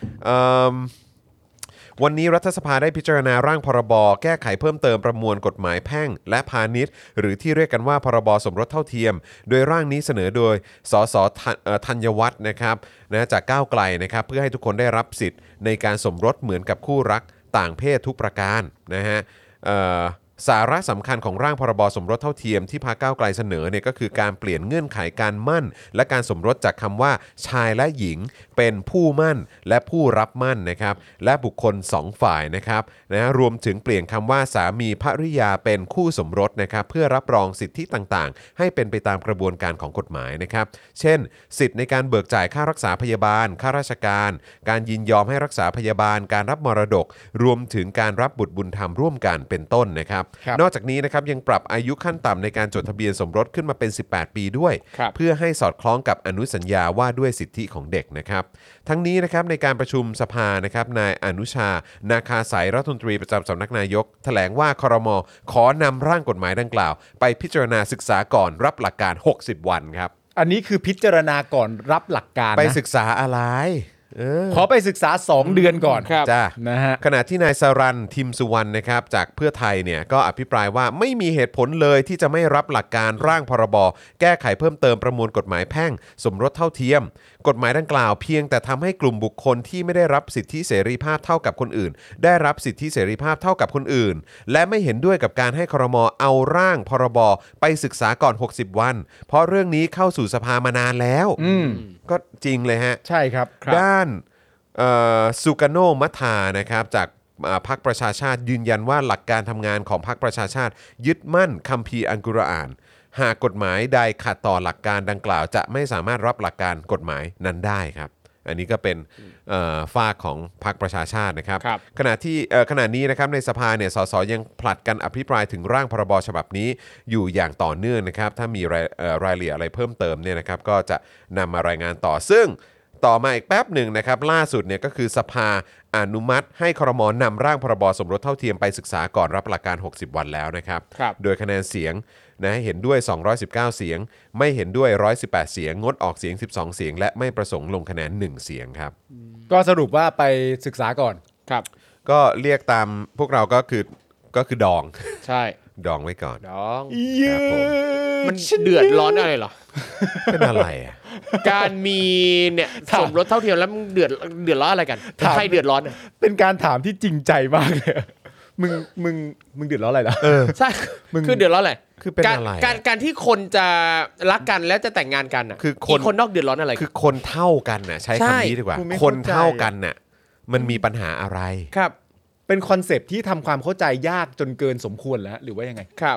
วันนี้รัฐสภาได้พิจารณาร่างพรบแก้ไขเพิ่มเติมประมวลกฎหมายแพ่งและพาณิชย์หรือที่เรียกกันว่าพรบสมรสเท่าเทียมโดยร่างนี้เสนอโดยสสธัญวัฒน์นะครับจากก้าวไกลนะครับเพื่อให้ทุกคนได้รับสิทธิ์ในการสมรสเหมือนกับคู่รักต่างเพศทุกประการนะฮะสาระสำคัญของร่างพรบสมรสเท่าเทียมที่พรรคก้าวไกลเสนอเนี่ยก็คือการเปลี่ยนเงื่อนไขการมั่นและการสมรสจากคำว่าชายและหญิงเป็นผู้มั่นและผู้รับมั่นนะครับและบุคคล2ฝ่ายนะครับรวมถึงเปลี่ยนคำว่าสามีภริยาเป็นคู่สมรสนะครับเพื่อรับรองสิทธิต่างๆให้เป็นไปตามกระบวนการของกฎหมายนะครับเช่นสิทธิในการเบิกจ่ายค่ารักษาพยาบาลข้าราชการการยินยอมให้รักษาพยาบาลการรับมรดกรวมถึงการรับบุตรบุญธรรมร่วมกันเป็นต้นนะครับครับนอกจากนี้นะครับยังปรับอายุขั้นต่ำในการจดทะเบียนสมรสขึ้นมาเป็น18 ปีด้วยครับเพื่อให้สอดคล้องกับอนุสัญญาว่าด้วยสิทธิของเด็กนะครับทั้งนี้นะครับในการประชุมสภานะครับนายอนุชานาคาสายรัฐมนตรีประจำสำนักนายกแถลงว่าครม.ขอนำร่างกฎหมายดังกล่าว ไปพิจารณาศึกษาก่อนรับหลักการ60 วันครับอันนี้คือพิจารณาก่อนรับหลักการนะไปศึกษาอะไรขอไปศึกษา2เดือนก่อนครับจ้านะฮะขณะที่นายสรันทิมสุวรรณนะครับจากเพื่อไทยเนี่ยก็อภิปรายว่าไม่มีเหตุผลเลยที่จะไม่รับหลักการร่างพรบแก้ไขเพิ่มเติมประมวลกฎหมายแพ่งสมรสเท่าเทียม กฎหมายดังกล่าวเพียงแต่ทำให้กลุ่มบุคคลที่ไม่ได้รับสิทธิเสรีภาพเท่ากับคนอื่น ได้รับสิทธิเสรีภาพเท่ากับคนอื่น และไม่เห็นด้วยกับการให้ครม.เอาร่างพรบไปศึกษาก่อน60 วัน เพราะเรื่องนี้เข้าสู่สภามานานแล้วก็จริงเลยฮะใช่ครับด้านสุกาโนมัทานะครับจากพรรคประชาชาติยืนยันว่าหลักการทำงานของพรรคประชาชาติยึดมั่นคัมภีร์อัลกุรอานหากกฎหมายใดขัดต่อหลักการดังกล่าวจะไม่สามารถรับหลักการกฎหมายนั้นได้ครับอันนี้ก็เป็นฝ้ากของพรรคประชาชาตินะครับครับขณะนี้นะครับในสภาเนี่ยสสยังผลัดกันอภิปรายถึงร่างพรบฉบับนี้อยู่อย่างต่อเนื่องนะครับถ้ามีรายละเอียดอะไรเพิ่มเติมเนี่ยนะครับก็จะนำมารายงานต่อซึ่งต่อมาอีกแป๊บหนึ่งนะครับล่าสุดเนี่ยก็คือสภาอนุมัติให้ครม.นำร่างพรบสมรสเท่าเทียมไปศึกษาก่อนรับหลักการ60 วันแล้วนะครับครับโดยคะแนนเสียงนะเห็นด้วย219เสียงไม่เห็นด้วย118เสียงงดออกเสียง12เสียงและไม่ประสงค์ลงคะแนน1เสียงครับก็สรุปว่าไปศึกษาก่อนครับก็เรียกตามพวกเราก็คือดองใช่ดองไว้ก่อนดองครับผมมันเดือดร้อนอะไรเหรอเป็นอะไรอ่ะการมีเนี่ยสมรสเท่าเทียมแล้วมึงเดือดร้อนอะไรกันถามใครเดือดร้อนอะเป็นการถามที่จริงใจมากเลยมึงเดือดร้อนอะไรล่ะใช่คือเดือดร้อนอะไรคือเป็นการอะไรการที่คนจะรักกันแล้วจะแต่งงานกันอ่ะคือคนคนนอกเดือดร้อนอะไรคือคนเท่ากันน่ะใช้ใช่คำนี้ดีกว่ากูไม่คนเข้าใจเท่ากันน่ะมันมีปัญหาอะไรครับเป็นคอนเซปต์ที่ทำความเข้าใจยากจนเกินสมควรแล้วหรือว่ายังไงครับ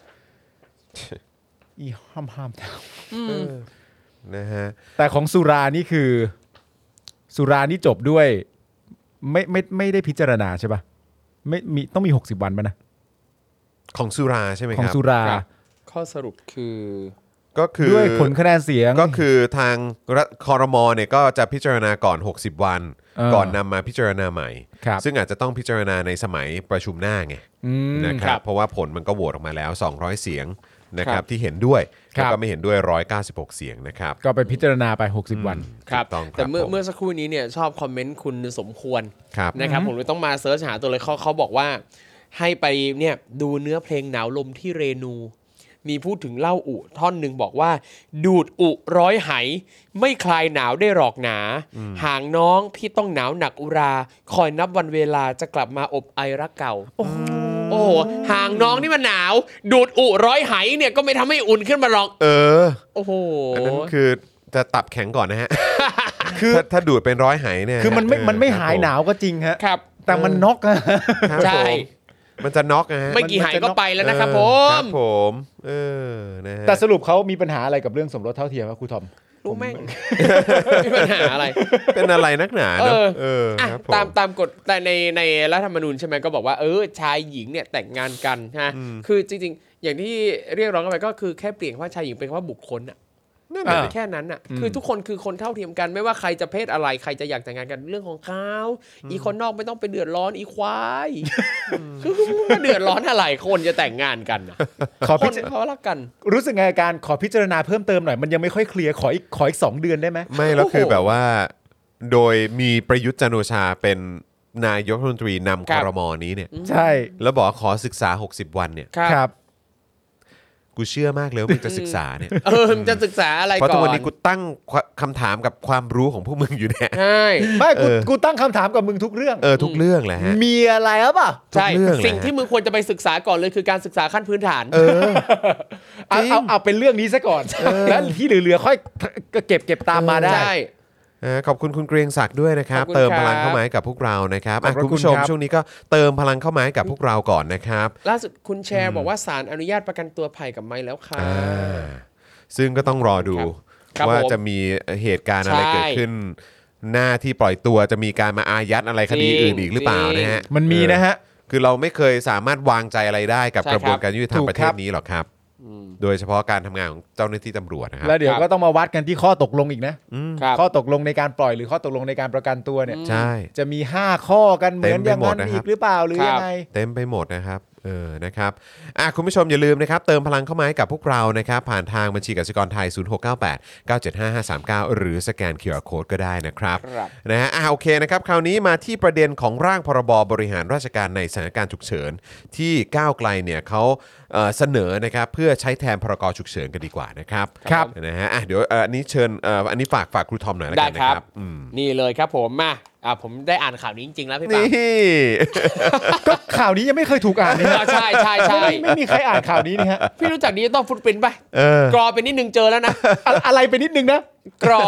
อีห้ามนะฮะแต่ของสุรานี่คือสุรานี่จบด้วยไม่ได้พิจารณาใช่ปะไม่มีต้องมี60 วันป่ะนะของสุราใช่ไหมครับของสุราข้อสรุปคือก็คือด้วยผลคะแนนเสียงก็คือทางครม.เนี่ยก็จะพิจารณาก่อน60 วันก่อนนำมาพิจารณาใหม่ซึ่งอาจจะต้องพิจารณาในสมัยประชุมหน้าไงนะครับเพราะว่าผลมันก็โหวตออกมาแล้ว200เสียงนะครับที่เห็นด้วยแล้วก็ไม่เห็นด้วย196เสียงนะครับก็ไปพิจารณาไป60 วันครับแต่เมื่อสักครู่นี้เนี่ยชอบคอมเมนต์คุณสมควรนะครับผมเลยต้องมาเสิร์ชหาตัวเลยเขาบอกว่าให้ไปเนี่ยดูเนื้อเพลงหนาวลมที่เรนูมีพูดถึงเล่าอุท่อนหนึ่งบอกว่าดูดอุร้อยไหไม่คลายหนาวได้หรอกหนาห่างน้องพี่ต้องหนาวหนักอุราคอยนับวันเวลาจะกลับมาอบไอรักเก่าโอ้โหห่างน้องนี่มันหนาวดูดอุร้อยไหเนี่ยก็ไม่ทำให้อุ่นขึ้นมาหรอกโอ้โหอันนั้นคือจะตับแข็งก่อนนะฮะคือถ้าดูดเป็นร้อยไหเนี่ยคือมันไม่หายหนาวก็จริงฮะครับแต่มันน็อกอะใช่มันจะน็อกนะฮะไม่กี่หายก็ไปแล้วนะครับผมนะฮะแต่สรุปเขามีปัญหาอะไรกับเรื่องสมรสเท่าเทียมครับครูทอมรู้แม่งมีปัญหาอะไรเป็นอะไรนักหนาเนอะตามกฎแต่ในรัฐธรรมนูญใช่ไหมก็บอกว่าชายหญิงเนี่ยแต่งงานกันนะคือจริงๆอย่างที่เรียกร้องกันไปก็คือแค่เปลี่ยนว่าชายหญิงเป็นว่าบุคคลอ่ะแค่นั้นอ่ะคือทุกคนคือคนเท่าเทียมกันไม่ว่าใครจะเพศอะไรใครจะอยากแต่งงานกันเรื่องของเขาอีคนนอกไม่ต้องไปเดือดร้อนอีควายคือเดือดร้อนอะไรคนจะแต่งงานกันคนเขารักกันรู้สึกไงการขอพิจารณาเพิ่มเติมหน่อยมันยังไม่ค่อยเคลียร์ขออีก2 เดือนได้ไหมไม่แล้วคือแบบว่าโดยมีประยุทธ์จันทร์โอชาเป็นนายกรัฐมนตรีนำครม.นี้เนี่ยใช่แล้วบอกขอศึกษา60 วันเนี่ยครับกูเชื่อมากเลยว่ามึงจะศึกษาเนี่ยมึงจะศึกษาอะไรก่อนเพราะทุกวันนี้กูตั้งคำถามกับความรู้ของพวกมึงอยู่เนี่ยใช่ไม่กูตั้งคำถามกับมึงทุกเรื่องทุกเรื่องแหละฮะมีอะไรหรือเปล่าใช่สิ่งที่มึงควรจะไปศึกษาก่อนเลยคือการศึกษาขั้นพื้นฐานเอาเป็นเรื่องนี้ซะก่อนแล้วที่เหลือๆค่อยเก็บตามมาได้ขอบคุณคุณเกรียงศักดิ์ด้วยนะครับเติมพลังเข้ามาให้กับพวกเรานะครับคุณผู้ชมช่วงนี้ก็เติมพลังเข้ามาให้กับพวกเราก่อนนะครับล่าสุดคุณแชร์บอกว่าศาลอนุญาตประกันตัวไผ่กับไม้แล้วค่ะซึ่งก็ต้องรอดูว่าจะมีเหตุการณ์อะไรเกิดขึ้นหน้าที่ปล่อยตัวจะมีการมาอายัดอะไรคดีอื่นอีกหรือเปล่านะฮะมันมีนะฮะคือเราไม่เคยสามารถวางใจอะไรได้กับกระบวนการยุติธรรมประเทศนี้หรอกครับโดยเฉพาะการทำงานของเจ้าหน้าที่ตำรวจนะครับแล้วเดี๋ยวก็ต้องมาวัดกันที่ข้อตกลงอีกนะข้อตกลงในการปล่อยหรือข้อตกลงในการประกันตัวเนี่ยใช่จะมี5ข้อกันเหมือนอย่างนั้นอีกหรือเปล่าหรือยังไงเต็มไปหมดนะครับนะครับคุณผู้ชมอย่าลืมนะครับเติมพลังเข้ามาให้กับพวกเรานะครับผ่านทางบัญชีกสิกรไทย0698 975 539หรือสแกน QR Code ก็ได้นะครับนะฮะโอเคนะครับคราวนี้มาที่ประเด็นของร่างพรบริหารราชการในสถานการณ์ฉุกเฉินที่ก้าวไกลเนี่ยเขาเสนอนะครับเพื่อใช้แทนพรกฉุกเฉินกันดีกว่านะครับนะฮะเดี๋ยวอันนี้เชิญอันนี้ฝากครูทอมหน่อยแล้วกันนะครับนี่เลยครับผมมาผมได้อ่านข่าวนี้จริงๆแล้วพี่ปาก็ข่าวนี้ยังไม่เคยถูกอ่านนี่ใช่ใช่ใช่ไม่มีใครอ่านข่าวนี้นี่ฮะพี่รู้จักดิจิตอลฟุตปรินท์ป่ะกรอไปนิดนึงเจอแล้วนะอะไรไปนิดนึงนะกรอ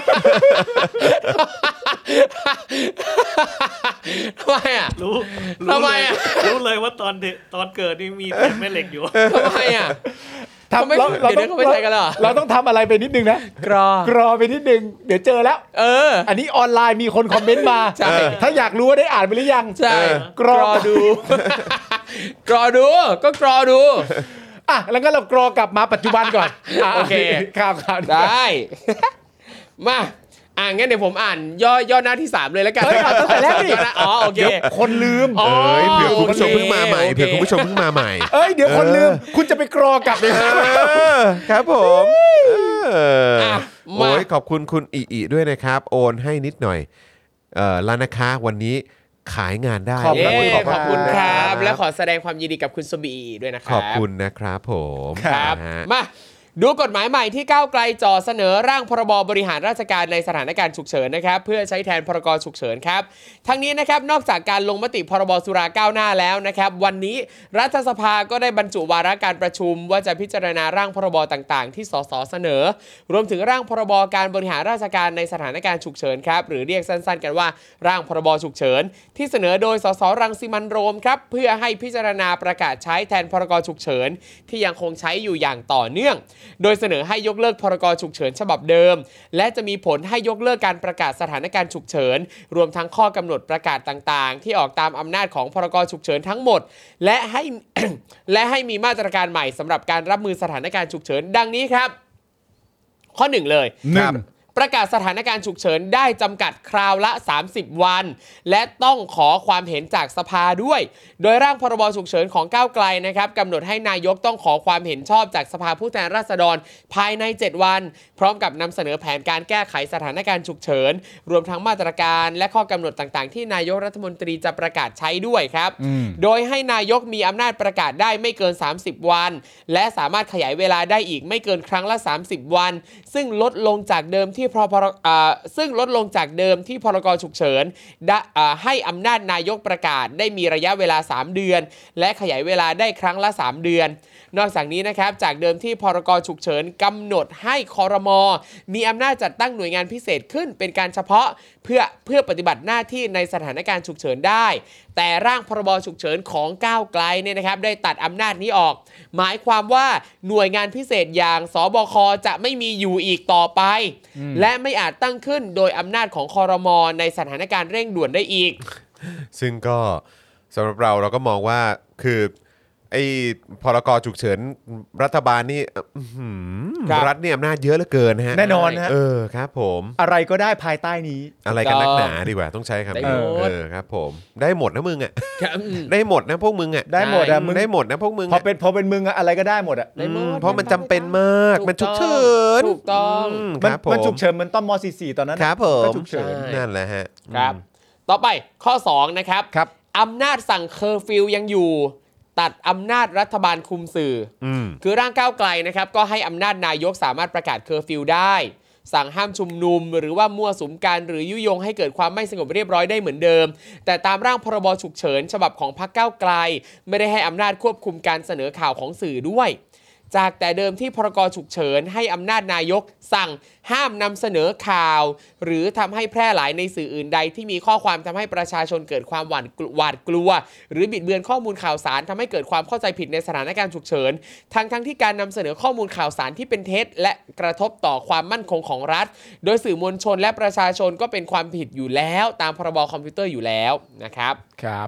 ทำไมรู้ทำไมรู้เลยว่าตอนเกิดนี่มีแผ่นแม่เหล็กอยู่ทำไมเราต้องไม่ใช่กันหรอเราต้องทำอะไรไปนิดนึงนะกรอไปนิดนึงเดี๋ยวเจอแล้วอันนี้ออนไลน์มีคนคอมเมนต์มาถ้าอยากรู้ว่าได้อ่านไปหรือยังใช่กรอดูก็กรอดูแล้วก็เรากรอกลับมาปัจจุบันก่อนโอเคครับได้มางั้นเดี๋ยวผมอ่านย่อหน้าที่3เลยแล้วกันตั้งแต่แรกดิโอเคคนลืมเผื่อคุณผู้ชมเพิ่งมาใหม่เดี๋ยวคนลืมคุณจะไปกรอกลับเลยครับผมโอ้ยขอบคุณคุณอีด้วยนะครับโอนให้นิดหน่อยแล้วนะคะวันนี้ขายงานได้ขอบคุณครับและขอแสดงความยินดีกับคุณสบีด้วยนะครับขอบคุณนะครับผมครับมาดูกฎหมายใหม่ที่ก้าวไกลจ่อเสนอร่างพรบบริหารราชการในสถานการณ์ฉุกเฉินนะครับเพื่อใช้แทนพรกฉุกเฉินครับทั้งนี้นะครับนอกจากการลงมติพรบสุราก้าวหน้าแล้วนะครับวันนี้รัฐสภาก็ได้บรรจุวาระการประชุมว่าจะพิจารณาร่างพรบต่างๆที่สสเสนอรวมถึงร่างพรบการบริหารราชการในสถานการณ์ฉุกเฉินครับหรือเรียกสั้นๆกันว่าร่างพรบฉุกเฉินที่เสนอโดยสสรังสิมันต์โรมครับเพื่อให้พิจารณาประกาศใช้แทนพรกฉุกเฉินที่ยังคงใช้อยู่อย่างต่อเนื่องโดยเสนอให้ยกเลิกพรกฉุกเฉินฉบับเดิมและจะมีผลให้ยกเลิกการประกาศสถานการณ์ฉุกเฉินรวมทั้งข้อกำหนดประกาศต่างๆที่ออกตามอำนาจของพรกฉุกเฉินทั้งหมดและให้ และให้มีมาตรการใหม่สำหรับการรับมือสถานการณ์ฉุกเฉินดังนี้ครับข้อ1เลยประกาศสถานการณ์ฉุกเฉินได้จำกัดคราวละ30วันและต้องขอความเห็นจากสภาด้วยโดยร่างพรบฉุกเฉินของก้าวไกลนะครับกำหนดให้นายกต้องขอความเห็นชอบจากสภาผู้แทนราษฎรภายใน7วันพร้อมกับนำเสนอแผนการแก้ไขสถานการณ์ฉุกเฉินรวมทั้งมาตรการและข้อกำหนดต่างๆที่นายกรัฐมนตรีจะประกาศใช้ด้วยครับโดยให้นายกมีอำนาจประกาศได้ไม่เกิน30วันและสามารถขยายเวลาได้อีกไม่เกินครั้งละ30วันซึ่งลดลงจากเดิมที่พรกฉุกเฉินให้อำนาจนายกประกาศได้มีระยะเวลา3เดือนและขยายเวลาได้ครั้งละ3เดือนนอกจากนี้นะครับจากเดิมที่พรกฉุกเฉินกำหนดให้ครม.มีอำนาจจัดตั้งหน่วยงานพิเศษขึ้นเป็นการเฉพาะเพื่อปฏิบัติหน้าที่ในสถานการณ์ฉุกเฉินได้แต่ร่างพรบฉุกเฉินของก้าวไกลเนี่ยนะครับได้ตัดอำนาจนี้ออกหมายความว่าหน่วยงานพิเศษอย่างสบคจะไม่มีอยู่อีกต่อไปและไม่อาจตั้งขึ้นโดยอำนาจของครม.ในสถานการณ์เร่งด่วนได้อีกซึ่งก็สำหรับเราก็มองว่าคือไอ้พรกฉุกเฉินรัฐบาลนี่รัฐเนี่ยอำนาจเยอะเหลือเกินนะฮะแน่นอนฮะครับผมอะไรก็ได้ภายใต้นี้อะไรกันนักหนาดีกว่าต้องใช้คำนี้ครับผมได้หมดนะมึงอ่ะได้หมดนะพวกมึงอ่ะได้หมดอ่ะมึงได้หมดนะพวกมึงพอเป็นมึงอะอะไรก็ได้หมดอ่ะเพราะมันจำเป็นมากมันฉุกเฉินถูกต้องมันฉุกเฉินมันต้องม.44 ตอนนั้นครับผมก็ฉุกเฉินนั่นแหละฮะครับต่อไปข้อ2นะครับอำนาจสั่งเคอร์ฟิวยังอยู่ตัดอำนาจรัฐบาลคุมสื่อคือร่างก้าวไกลนะครับก็ให้อำนาจนายกสามารถประกาศเคอร์ฟิวได้สั่งห้ามชุมนุมหรือว่ามั่วสุมกันหรือยุยงให้เกิดความไม่สงบเรียบร้อยได้เหมือนเดิมแต่ตามร่างพรบฉุกเฉินฉบับของพรรคก้าวไกลไม่ได้ให้อำนาจควบคุมการเสนอข่าวของสื่อด้วยจากแต่เดิมที่พรกฉุกเฉินให้อำนาจนายกสั่งห้ามนำเสนอข่าวหรือทำให้แพร่หลายในสื่ออื่นใดที่มีข้อความทำให้ประชาชนเกิดความหวาดกลัวหรือบิดเบือนข้อมูลข่าวสารทำให้เกิดความเข้าใจผิดในสถานการณ์ฉุกเฉินทั้งที่การนำเสนอข้อมูลข่าวสารที่เป็นเท็จและกระทบต่อความมั่นคงของรัฐโดยสื่อมวลชนและประชาชนก็เป็นความผิดอยู่แล้วตามพรบคอมพิวเตอร์อยู่แล้วนะครับครับ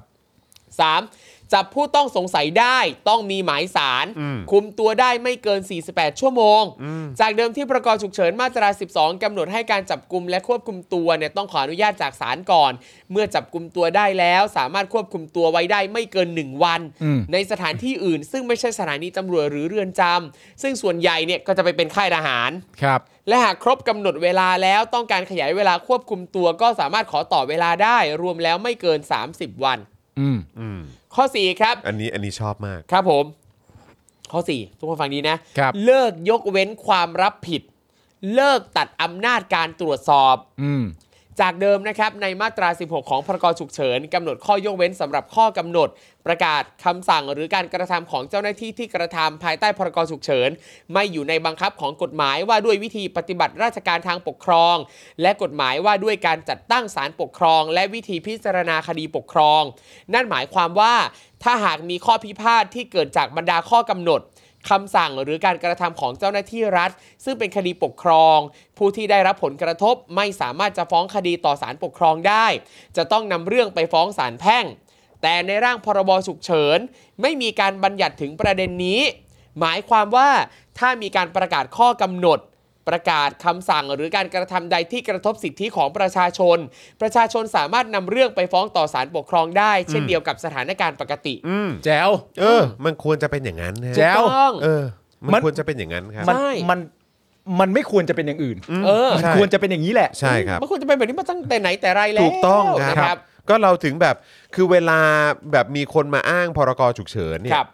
3. จับผู้ต้องสงสัยได้ต้องมีหมายศาลคุมตัวได้ไม่เกิน48ชั่วโมงจากเดิมที่พรกฉุกเฉินมาตรา12กำหนดให้การจับกุมและควบคุมตัวเนี่ยต้องขออนุญาตจากศาลก่อนเมื่อจับกุมตัวได้แล้วสามารถควบคุมตัวไว้ได้ไม่เกิน1วันในสถานที่อื่นซึ่งไม่ใช่สถานีตำรวจหรือเรือนจำซึ่งส่วนใหญ่เนี่ยก็จะไปเป็นค่ายทหารครับและหากครบกำหนดเวลาแล้วต้องการขยายเวลาควบคุมตัวก็สามารถขอต่อเวลาได้รวมแล้วไม่เกิน30วันข้อ4ครับอันนี้ชอบมากครับผมข้อ4ทุกคนฟังดีนะเลิกยกเว้นความรับผิดเลิกตัดอำนาจการตรวจสอบจากเดิมนะครับในมาตรา16ของพรกฉุกเฉินกำหนดข้อยกเว้นสำหรับข้อกำหนดประกาศคำสั่งหรือการกระทำของเจ้าหน้าที่ที่กระทำภายใต้พรกฉุกเฉินไม่อยู่ในบังคับของกฎหมายว่าด้วยวิธีปฏิบัติราชการทางปกครองและกฎหมายว่าด้วยการจัดตั้งศาลปกครองและวิธีพิจารณาคดีปกครองนั่นหมายความว่าถ้าหากมีข้อพิพาทที่เกิดจากบรรดาข้อกำหนดคำสั่งหรือการกระทำของเจ้าหน้าที่รัฐซึ่งเป็นคดีปกครองผู้ที่ได้รับผลกระทบไม่สามารถจะฟ้องคดีต่อศาลปกครองได้จะต้องนำเรื่องไปฟ้องศาลแพ่งแต่ในร่างพรบฉุกเฉินไม่มีการบัญญัติถึงประเด็นนี้หมายความว่าถ้ามีการประกาศข้อกำหนดประกาศคำสั่งหรือการกระทำใดที่กระทบสิทธิของประชาชนสามารถนำเรื่องไปฟ้องต่อศาลปกครองได้เช่นเดียวกับสถานการณ์ปกติแจ๋วมันควรจะเป็นอย่างนั้นแจ๋วมันควรจะเป็นอย่างนั้นครับมันไม่ควรจะเป็นอย่างอื่นมันควรจะเป็นอย่างนี้แหละใช่ครับมันควรจะเป็นแบบนี้มาตั้งแต่ไหนแต่ไรแล้วถูกต้องครับก็เราถึงแบบคือเวลาแบบมีคนมาอ้างพรกฉุกเฉินเนี่ย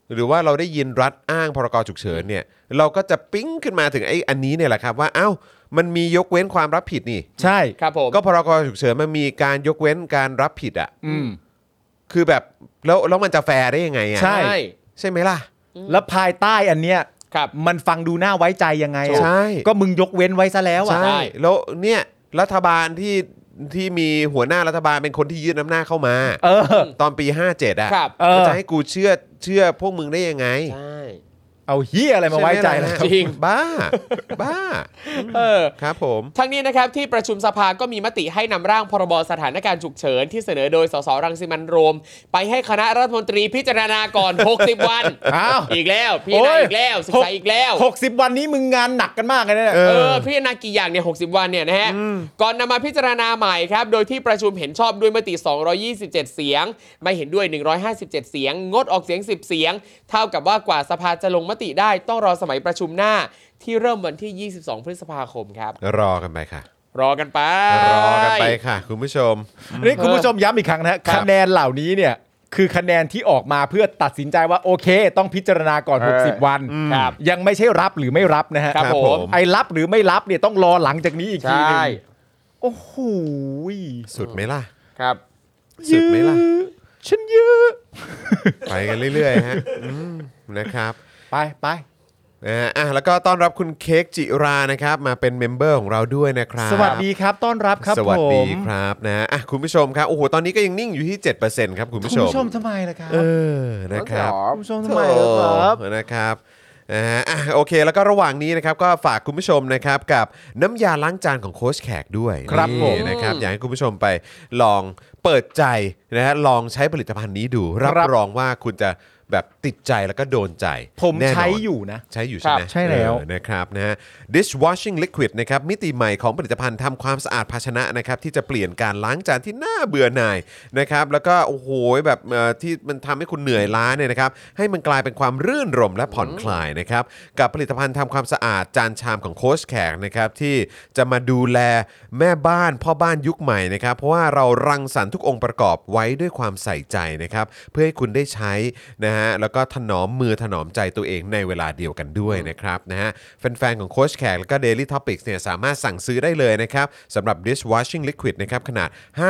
หรือว่าเราได้ยินรัฐอ้างพรกฉุกเฉินเนี่ยเราก็จะปิ๊งขึ้นมาถึงไอ้อันนี้เนี่ยแหละครับว่าอ้าวมันมียกเว้นความรับผิดนี่ใช่ครับผมก็พรกฉุกเฉินมันมีการยกเว้นการรับผิดอ่ะคือแบบแล้วมันจะแฟร์ได้ยังไงอ่ะใช่ใช่ไหมล่ะแล้วภายใต้อันเนี้ยครับมันฟังดูน่าไว้ใจยังไงอะใช่ก็มึงยกเว้นไว้ซะแล้วอ่ะใช่แล้วเนี่ยรัฐบาลที่มีหัวหน้ารัฐบาลเป็นคนที่ยื่นอำนาจเข้ามา ตอนปี 57 อ่ะครับแล้วจะให้กูเชื่อพวกมึงได้ยังไงใช่เอาเฮียอะไรมาไว้ใจแล้วช่หมล่ะจริงบ้าเออครับผมทั้งนี้นะครับที่ประชุมสภาก็มีมติให้นำร่างพรบสถานการณ์ฉุกเฉินที่เสนอโดยสสรังสิมันต์โรมไปให้คณะรัฐมนตรีพิจารณาก่อน 60 วันอ้าวอีกแล้วพี่นาอีกแล้วศึกษาอีกแล้ว 60 วันนี้มึงงานหนักกันมากเลยเนี่ยพิจารณากี่อย่างเนี่ย60 วันเนี่ยนะฮะก่อนนำมาพิจารณาใหม่ครับโดยที่ประชุมเห็นชอบด้วยมติ227เสียงไม่เห็นด้วย157เสียงงดออกเสียง10เสียงเท่ากับว่ากว่าสภาจะลงมติได้ต้องรอสมัยประชุมหน้าที่เริ่มวันที่22พฤษภาคมครับรอกันไปค่ะรอกันไปรอกันไปค่ะ คุณผู้ชมนี่คุณผู้ชมย้ำอีกครั้งนะคะแนนเหล่านี้เนี่ยคือคะแนนที่ออกมาเพื่อตัดสินใจว่าโอเค ต้องพิจารณาก่อน 60 วันครับยังไม่ใช่รับหรือไม่รับนะฮะครับผมไอ้รับหรือไม่รับเนี่ยต้องรอหลังจากนี้อีกทีหนึงใช่โอ้โหสุดไหมล่ะครับสุดไหมล่ะฉันยื้อไปกันเรื่อยๆฮะนะครับไปแล้วก็ต้อนรับคุณเค้กจิรานะครับมาเป็นเมมเบอร์ของเราด้วยนะครับสวัสดีครับต้อนรับครับสวัสดีผมครับนะคุณผู้ชมครับโอ้โหตอนนี้ก็ยังนิ่งอยู่ที่ 7% ครับคุณผู้คุชณมผู้ชมทำไมล่ะครับนะครับคุณผู้ชมทำไมล่ะครับนะครับโอเคแล้วก็ระหว่างนี้นะครับก็ฝากคุณผู้ชมนะครับกับน้ำยาล้างจานของโค้ชแขกด้วยครับนี่ผมนะครับอยากให้คุณผู้ชมไปลองเปิดใจนะฮะลองใช้ผลิตภัณฑ์นี้ดูรับรองว่าคุณจะแบบติดใจแล้วก็โดนใจผมแน่นนใช้อยู่นะใช้อยู่ใช่ไหมใช่แล้วนะครับนะฮะ dishwashing liquid นะครับมิติใหม่ของผลิตภัณฑ์ทำความสะอาดภาชนะนะครับที่จะเปลี่ยนการล้างจานที่น่าเบื่อหน่ายนะครับแล้วก็โอ้โหแบบที่มันทำให้คุณเหนื่อยล้าเนี่ยนะครับให้มันกลายเป็นความรื่นรมและผ่อนคลายนะครับกับผลิตภัณฑ์ทำความสะอาดจานชามของโค้ชแขกนะครับที่จะมาดูแลแม่บ้านพ่อบ้านยุคใหม่นะครับเพราะว่าเรารังสรรค์ทุกองค์ประกอบไว้ด้วยความใส่ใจนะครับเพื่อให้คุณได้ใช้นะฮะแล้วก็ถนอมมือถนอมใจตัวเองในเวลาเดียวกันด้วยนะครับนะฮะแฟนๆของโค้ชแขกแล้วก็ Daily Topics เนี่ยสามารถสั่งซื้อได้เลยนะครับสำหรับ dishwashing liquid นะครับขนาด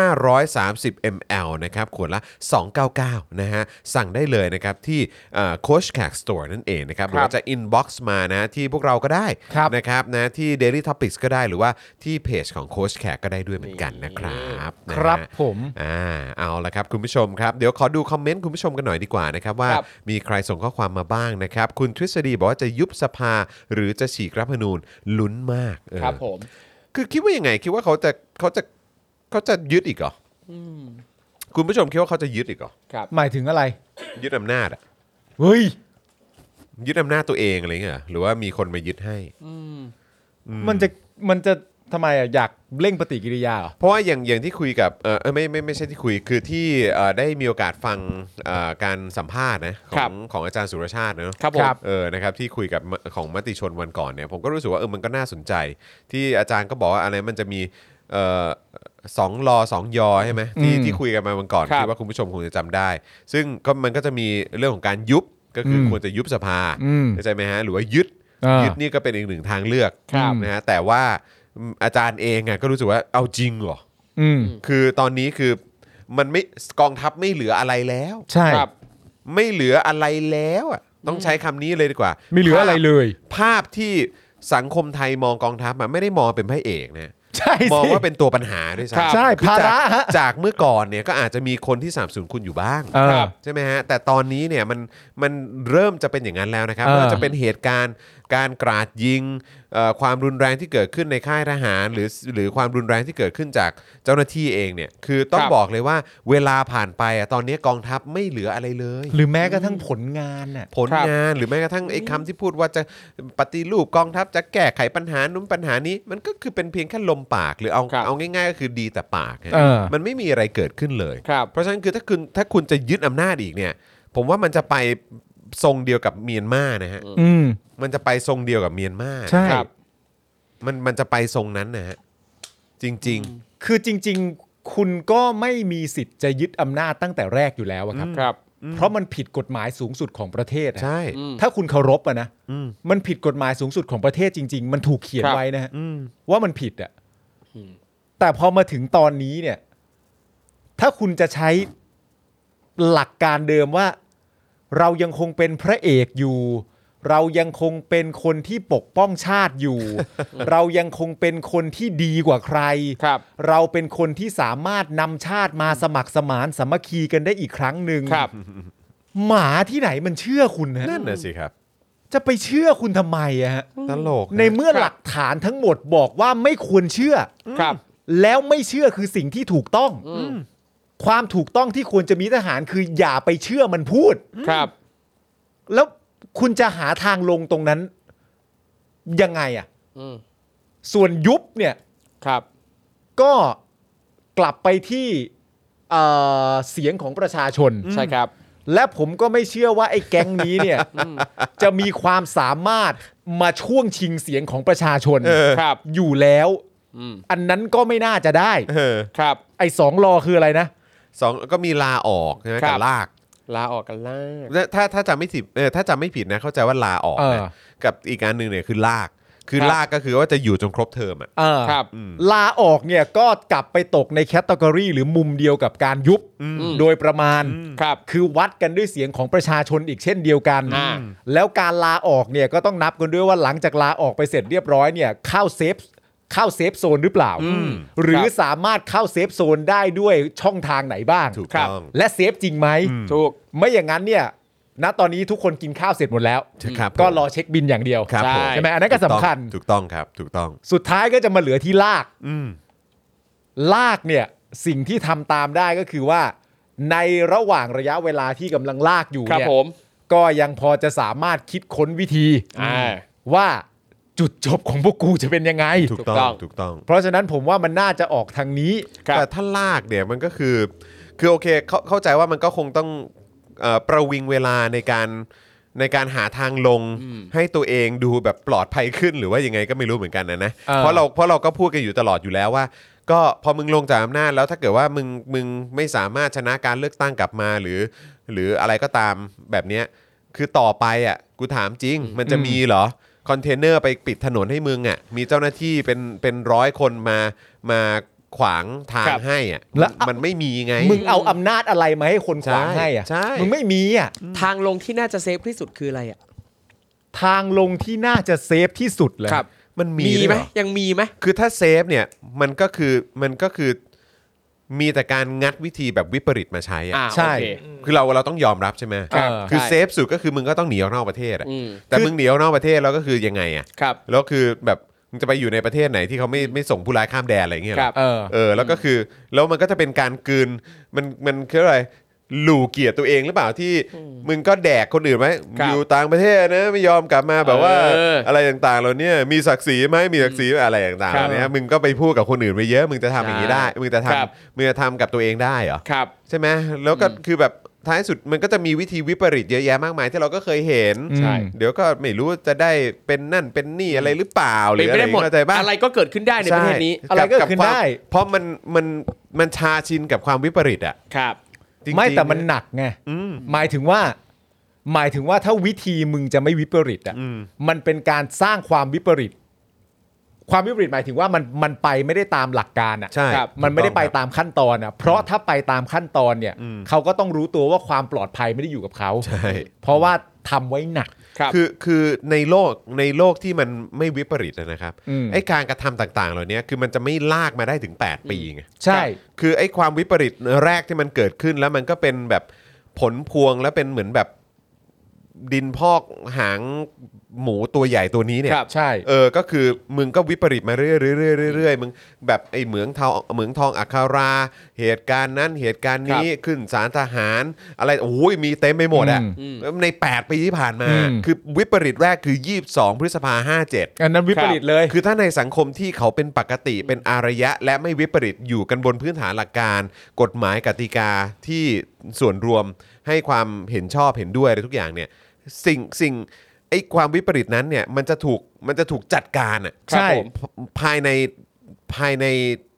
530 ml นะครับขวดละ299นะฮะสั่งได้เลยนะครับที่โค้ชแขก Store นั่นเองนะครับหรือว่าจะ inbox มานะที่พวกเราก็ได้ครับนะครับนะที่ Daily Topics ก็ได้หรือว่าที่เพจของโค้ชแขกก็ได้ด้วยเหมือนกันนะครับนะฮะครับผมเอาละครับคุณผู้ชมครับเดี๋ยวขอดูคอมเมนต์คุณผู้ชมกันหน่อยดีกว่านะครับว่าครับมีใครส่งข้อความมาบ้างนะครับคุณทฤษฎีบอกว่าจะยุบสภาหรือจะฉีกรัฐธรรมนูญลุ้นมากครับผมคือคิดว่ายังไงคิดว่าเขาจะยึดอีกเหรอคุณผู้ชมคิดว่าเขาจะยึดอีกเหรอครับหมายถึงอะไรยึดอำนาจอะเฮ้ยยึดอำนาจตัวเองอะไรเงี้ยเหรอหรือว่ามีคนมายึดให้มันจะทำไมอ่ะอยากเร่งปฏิกิริยาเหรอเพราะว่าอย่างที่คุยกับไม่ใช่ที่คุยคือที่ได้มีโอกาสฟังการสัมภาษณ์นะของอาจารย์สุรชาติเนอะครับผมนะครับที่คุยกับของมติชนวันก่อนเนี่ยผมก็รู้สึกว่ามันก็น่าสนใจ ที่อาจารย์ก็บอกว่าอะไรมันจะมี2 ลอ 2 ยอใช่ไหมที่คุยกันมาวันก่อนครับคิดว่าคุณผู้ชมคงจะจำได้ ซึ่งก็มันก็จะมีเรื่องของการยุบก็คือควรจะยุบสภาเข้าใจไหมฮะหรือว่ายึดนี่ก็เป็นอีกหนึ่งทางเลือกครับนะฮะแต่ว่าอาจารย์เองก็รู้สึกว่าเอาจริงเหรอคือตอนนี้คือมันไม่กองทัพไม่เหลืออะไรแล้วใช่ครับไม่เหลืออะไรแล้วอ่ะต้องใช้คำนี้เลยดีกว่าไม่เหลืออะไรเลยภาพที่สังคมไทยมองกองทัพไม่ได้มองเป็นพระเอกนะใช่สิมองว่าเป็นตัวปัญหาด้วยครับซ้ำใช่คือภาระฮะจากเมื่อก่อนเนี่ยก็อาจจะมีคนที่สนับสนุนคุณอยู่บ้างครับใช่ไหมฮะแต่ตอนนี้เนี่ยมันเริ่มจะเป็นอย่างนั้นแล้วนะครับไม่ว่าจะเป็นเหตุการณ์การกราดยิงความรุนแรงที่เกิดขึ้นในค่ายทหารหรือความรุนแรงที่เกิดขึ้นจากเจ้าหน้าที่เองเนี่ยคือต้องครับบอกเลยว่าเวลาผ่านไปตอนนี้กองทัพไม่เหลืออะไรเลยหรือแม้กระทั่งผลงานน่ะผลงานหรือแม้กระทั่งไอ้คำที่พูดว่าจะปฏิรูปกองทัพจะแก้ไขปัญหานู้นปัญหานี้มันก็คือเป็นเพียงแค่ลมปากหรือเอาครับง่ายๆก็คือดีแต่ปากฮะเออมันไม่มีอะไรเกิดขึ้นเลยครับเพราะฉะนั้นคือถ้าคุณจะยึดอำนาจอีกเนี่ยผมว่ามันจะไปทรงเดียวกับเมียนมานะฮะอืมมันจะไปทรงเดียวกับเมียนมาใช่ครับมันจะไปทรงนั้นนะฮะจริงคือจริง ๆ คุณก็ไม่มีสิทธิ์จะยึดอำนาจตั้งแต่แรกอยู่แล้วอะครับครับเพราะมันผิดกฎหมายสูงสุดของประเทศอะใช่ถ้าคุณเคารพอะนะมันผิดกฎหมายสูงสุดของประเทศจริง ๆ มันถูกเขียนไว้นะฮะว่ามันผิดอะแต่พอมาถึงตอนนี้เนี่ย ถ้าคุณจะใช้หลักการเดิมว่าเรายังคงเป็นพระเอกอยู่ เรายังคงเป็นคนที่ปกป้องชาติอยู่ เรายังคงเป็นคนที่ดีกว่าใครครับเราเป็นคนที่สามารถนำชาติมาสมัครสมานสามัคคีกันได้อีกครั้งหนึ่งครับหมาที่ไหนมันเชื่อคุณฮะนั่นน่ะสิครับจะไปเชื่อคุณทำไมอะฮะตลกในเมื่อหลักฐานทั้งหมดบอกว่าไม่ควรเชื่อครับแล้วไม่เชื่อคือสิ่งที่ถูกต้อง ความถูกต้องที่ควรจะมีทหารคืออย่าไปเชื่อมันพูดครับแล้วคุณจะหาทางลงตรงนั้นยังไงอ่ะอืมส่วนยุบเนี่ยครับก็กลับไปที่เสียงของประชาชนใช่ครับและผมก็ไม่เชื่อว่าไอ้แก๊งนี้เนี่ย จะมีความสามารถมาช่วงชิงเสียงของประชาชนครับอยู่แล้วอืมอันนั้นก็ไม่น่าจะได้ครับไอ้สองรอคืออะไรนะสองก็มีลาออกใช่ไหมครักับบ ลากลาออกกันล่ากถ้าจำไม่ผิดถ้าจำไม่ผิดนะเข้าใจว่าลาออกนะกับอีกอันหนึ่งเนี่ยคือลาก คือลากก็คือว่าจะอยู่จนครบเทอมอ่ะครับลาออกเนี่ยก็กลับไปตกในแคตตากรีหรือมุมเดียวกับการยุบโดยประมาณครับคือวัดกันด้วยเสียงของประชาชนอีกเช่นเดียวกันอ่าแล้วการลาออกเนี่ยก็ต้องนับกันด้วยว่าหลังจากลาออกไปเสร็จเรียบร้อยเนี่ยเข้าเซฟโซนหรือเปล่า หรือสามารถเข้าเซฟโซนได้ด้วยช่องทางไหนบ้างถูกต้องและเซฟจริงไหมถูกไม่อย่างนั้นเนี่ยณตอนนี้ทุกคนกินข้าวเสร็จหมดแล้วครับก็รอเช็คบินอย่างเดียวครับผมใช่ไหมอันนั้นก็สำคัญถูกต้องครับถูกต้องสุดท้ายก็จะมาเหลือที่ลากลากเนี่ยสิ่งที่ทำตามได้ก็คือว่าในระหว่างระยะเวลาที่กำลังลากอยู่ครับเนี่ยผมก็ยังพอจะสามารถคิดค้นวิธี ว่าจุดจบของพวกกูจะเป็นยังไงถูกถูกต้ต้ออง งถูกต้องเพราะฉะนั้นผมว่ามันน่าจะออกทางนี้ครับแต่ถ้าลากเนี่ยมันก็คือโอเคเข้าใจว่ามันก็คงต้องประวิงเวลาในการหาทางลงให้ตัวเองดูแบบปลอดภัยขึ้นหรือว่ายังไงก็ไม่รู้เหมือนกันนะ เพราะเราก็พูดกันอยู่ตลอดอยู่แล้วว่า ก็พอมึงลงจากอำนาจแล้วถ้าเกิดว่ามึงไม่สามารถชนะการเลือกตั้งกลับมาหรืออะไรก็ตามแบบเนี้ยคือต่อไปอ่ะกูถามจริง มันจะมีเหรอคอนเทนเนอร์ไปปิดถนนให้มึงอ่ะมีเจ้าหน้าที่เป็นร้อยคนมาขวางทางครับให้อ่ะแล้วมันไม่มีไงมึงเอาอำนาจอะไรมาให้คนขวางให้อ่ะใช่มึงไม่มีอ่ะทางลงที่น่าจะเซฟที่สุดคืออะไรอ่ะทางลงที่น่าจะเซฟที่สุดเลยครับมันมีมีด้วยไหมเหรอยังมีไหมคือถ้าเซฟเนี่ยมันก็คือมีแต่การงัดวิธีแบบวิปริตมาใช้อะใช่โอเคคือเราต้องยอมรับใช่ไหมครับคือใช่เซฟสุดก็คือมึงก็ต้องหนีออกนอกประเทศอะอืมแต่มึงหนีออกนอกประเทศแล้วก็คือยังไงอะครับแล้วคือแบบมึงจะไปอยู่ในประเทศไหนที่เขาไม่ส่งผู้ร้ายข้ามแดนอะไรอย่างเงี้ยเหรอครับแล้วก็คือแล้วมันก็จะเป็นการกลืนมันคืออะไรหลู่เกียรติตัวเองหรือเปล่าที่มึงก็แดกคนอื่นไหมครับอยู่ต่างประเทศนะไม่ยอมกลับมาแบบว่า อะไรต่างๆเราเนี่ยมีศักดิ์ศรีไหมมีศักดิ์ศรีอะไรต่างๆครับเนี่ยมึงก็ไปพูดกับคนอื่นไปเยอะมึงจะทำอย่างนี้ได้มึงจะครับมึงจะทำกับตัวเองได้เหรอครับใช่ไหมแล้วก็คือแบบท้ายสุดมันก็จะมีวิธีวิปริตเยอะแยะมากมายที่เราก็เคยเห็นใช่เดี๋ยวก็ไม่รู้จะได้เป็นนั่นเป็นนี่อะไรหรือเปล่าหรืเป็นอไปอะไรได้หมดเข้าใจป่ะอะไรก็เกิดขึ้นได้ในประเทศนี้ใช่อะไรก็เกิดขึ้นความได้เพราะมันชาชินกับความวิปริตอ่ะครับจริงๆไม่แต่มันหนักไงหมายถึงว่าถ้าวิธีมึงจะไม่วิปริตอ่ะมันเป็นการสร้างความวิปริตความวิปริตหมายถึงว่ามันไปไม่ได้ตามหลักการอ่ะใช่ครับมันไม่ได้ไปถูกต้องครับตามขั้นตอนอ่ะเพราะถ้าไปตามขั้นตอนเนี่ยเขาก็ต้องรู้ตัวว่าความปลอดภัยไม่ได้อยู่กับเขาใช่เพราะว่าทำไว้หนักครับคือในโลกที่มันไม่วิปริตนะครับอืมไอ้การกระทำต่างๆเหล่านี้คือมันจะไม่ลากมาได้ถึง 8 ปีไงใช่คือไอ้ความวิปริตแรกที่มันเกิดขึ้นแล้วมันก็เป็นแบบผลพวงและเป็นเหมือนแบบดินพอกหางหมูตัวใหญ่ตัวนี้เนี่ยครับใช่ก็คือมึงก็วิปริตมาเรื่อยๆมึงแบบไอ้เหมืองทองอัครา เหตุการณ์นั้นเหตุการณ์นี้ขึ้นศาลทหารอะไรโอ้ยมีเต็มไปหมดอ่ะใน8 ปีที่ผ่านมา คือวิปริตแรกคือ22 พฤษภาคม 57 อันนั้นวิปริตเลยคือถ้าในสังคมที่เขาเป็นปกติเป็นอารยะ และไม่วิปริตอยู่กันบนพื้นฐานหลักการ กฎหมายกติกาที่ส่วนรวมให้ความเห็นชอบเห็นด้วยอะไรทุกอย่างเนี่ยสิ่งไอ้ความวิปริตนั้นเนี่ยมันจะถูกจัดการอ่ะใช่ภายใน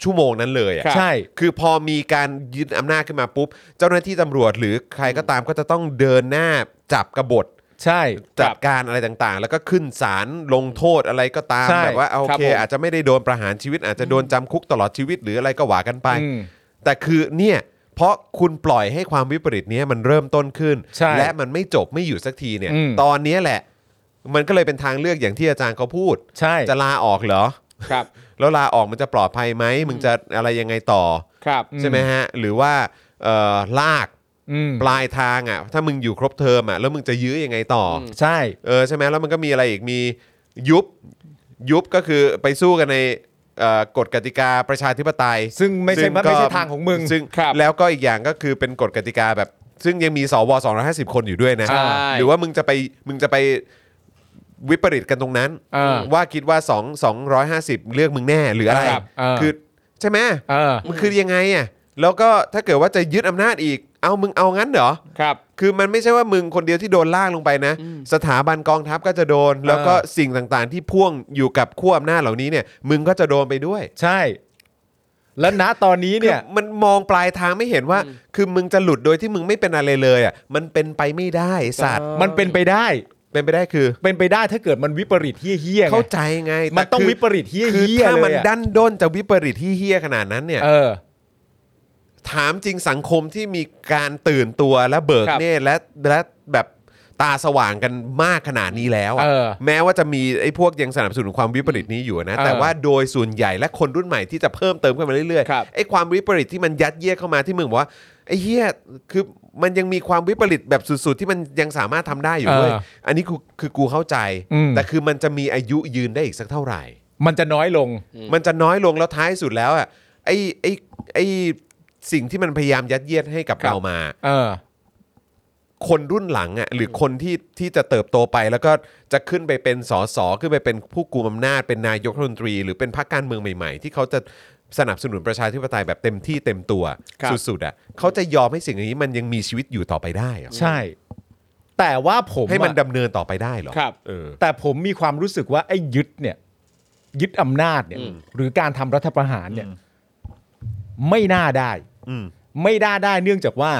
ชั่วโมงนั้นเลยอ่ะใช่คือพอมีการยึดอำนาจขึ้นมาปุ๊บเจ้าหน้าที่ตำรวจหรือใครก็ตามก็จะต้องเดินหน้าจับกบฏใช่จัดการอะไรต่างๆ แล้วก็ขึ้นศาลลงโทษอะไรก็ตามใช่แบบว่าโอครับเคผมอาจจะไม่ได้โดนประหารชีวิตอาจจะโดนจำคุกตลอดชีวิตหรืออะไรก็ว่ากันไปอืมแต่คือเนี่ยเพราะคุณปล่อยให้ความวิปริตเนี้ยมันเริ่มต้นขึ้นใช่และมันไม่จบไม่อยู่สักทีเนี่ยอืมตอนนี้แหละ มันก็เลยเป็นทางเลือกอย่างที่อาจารย์เขาพูดใช่จะลาออกเหรอครับแล้วลาออกมันจะปลอดภัยไหมมึงจะอะไรยังไงต่อครับใช่ไหมฮะหรือว่าลากอืมปลายทางอ่ะถ้ามึงอยู่ครบเทอมอ่ะแล้วมึงจะยื้อยังไงต่ออใช่ใช่ไหมแล้วมันก็มีอะไรอีกมียุบก็คือไปสู้กันในกฎกติกาประชาธิปไตยซึ่งไม่ใช่ก็ไม่ใช่ทางของมึงซึ่งครับแล้วก็อีกอย่างก็คือเป็นกฎกติกาแบบ ซึ่งยังมีสว250 คนอยู่ด้วยนะใช่หรือว่ามึงจะไปวิปริตกันตรงนั้น ว่าคิดว่า250เลือกมึงแน่หรืออะไรครับคือใช่ไหม มันคือยังไงอ่ะแล้วก็ถ้าเกิดว่าจะยึดอำนาจอีกมึงเอางั้นเหรอครับคือมันไม่ใช่ว่ามึงคนเดียวที่โดนล่างลงไปนะ สถาบันกองทัพก็จะโดน แล้วก็สิ่งต่างๆที่พ่วงอยู่กับขั้วอำนาจเหล่านี้เนี่ย มึงก็จะโดนไปด้วยใช่ แล้วณตอนนี้เนี่ยคือมันมองปลายทางไม่เห็นว่า คือมึงจะหลุดโดยที่มึงไม่เป็นอะไรเลยอ่ะมันเป็นไปไม่ได้สัตว์มันเป็นไปได้เป็นไปได้คือเป็นไปได้ถ้าเกิดมันวิปริตเฮี้ยๆไงเข้าใจไงมันต้องคืวิปริตเฮี้ยคือๆถ้าเลยมันอะดันด้นจะวิปริตที่เฮี้ยขนาดนั้นเนี่ย ถามจริงสังคมที่มีการตื่นตัวและเบิกครับเนตรและแบบตาสว่างกันมากขนาดนี้แล้วอะ แม้ว่าจะมีไอ้พวกยังสนับสนุนความวิปริตนี้อยู่นะ แต่ว่าโดยส่วนใหญ่และคนรุ่นใหม่ที่จะเพิ่มเติมขึ้นมาเรื่อยครับๆไอ้ความวิปริตที่มันยัดเยียดเข้ามาที่มึงบอกว่าไอ้เหี้ยคือมันยังมีความวิปริตแบบสุดๆที่มันยังสามารถทำได้อยู่เลยอันนี้คือกูเข้าใจ แต่คือมันจะมีอายุยืนได้อีกสักเท่าไหร่มันจะน้อยลงมันจะน้อยลงแล้วท้ายสุดแล้วอ่ะไอ้สิ่งที่มันพยายามยัดเยียดให้กับเรามาคนรุ่นหลังอ่ะหรือคนที่จะเติบโตไปแล้วก็จะขึ้นไปเป็นสสขึ้นไปเป็นผู้กุมอำนาจเป็นนายกรัฐมนตรีหรือเป็นพรรคการเมืองใหม่ๆ ที่เขาจะสนับสนุนประชาธิปไตยแบบเต็มที่เต็มตัวครับสุดๆอ่ะเขาจะยอมให้สิ่งนี้มันยังมีชีวิตอยู่ต่อไปได้เหรอใช่ แต่ว่าผมให้มันอะดำเนินต่อไปได้เหรอครับแต่ผมมีความรู้สึกว่าไอ้ยึดอำนาจเนี่ย หรือการทำรัฐประหารเนี่ย ไม่น่าได้ ไม่น่าได้เนื่องจากว่า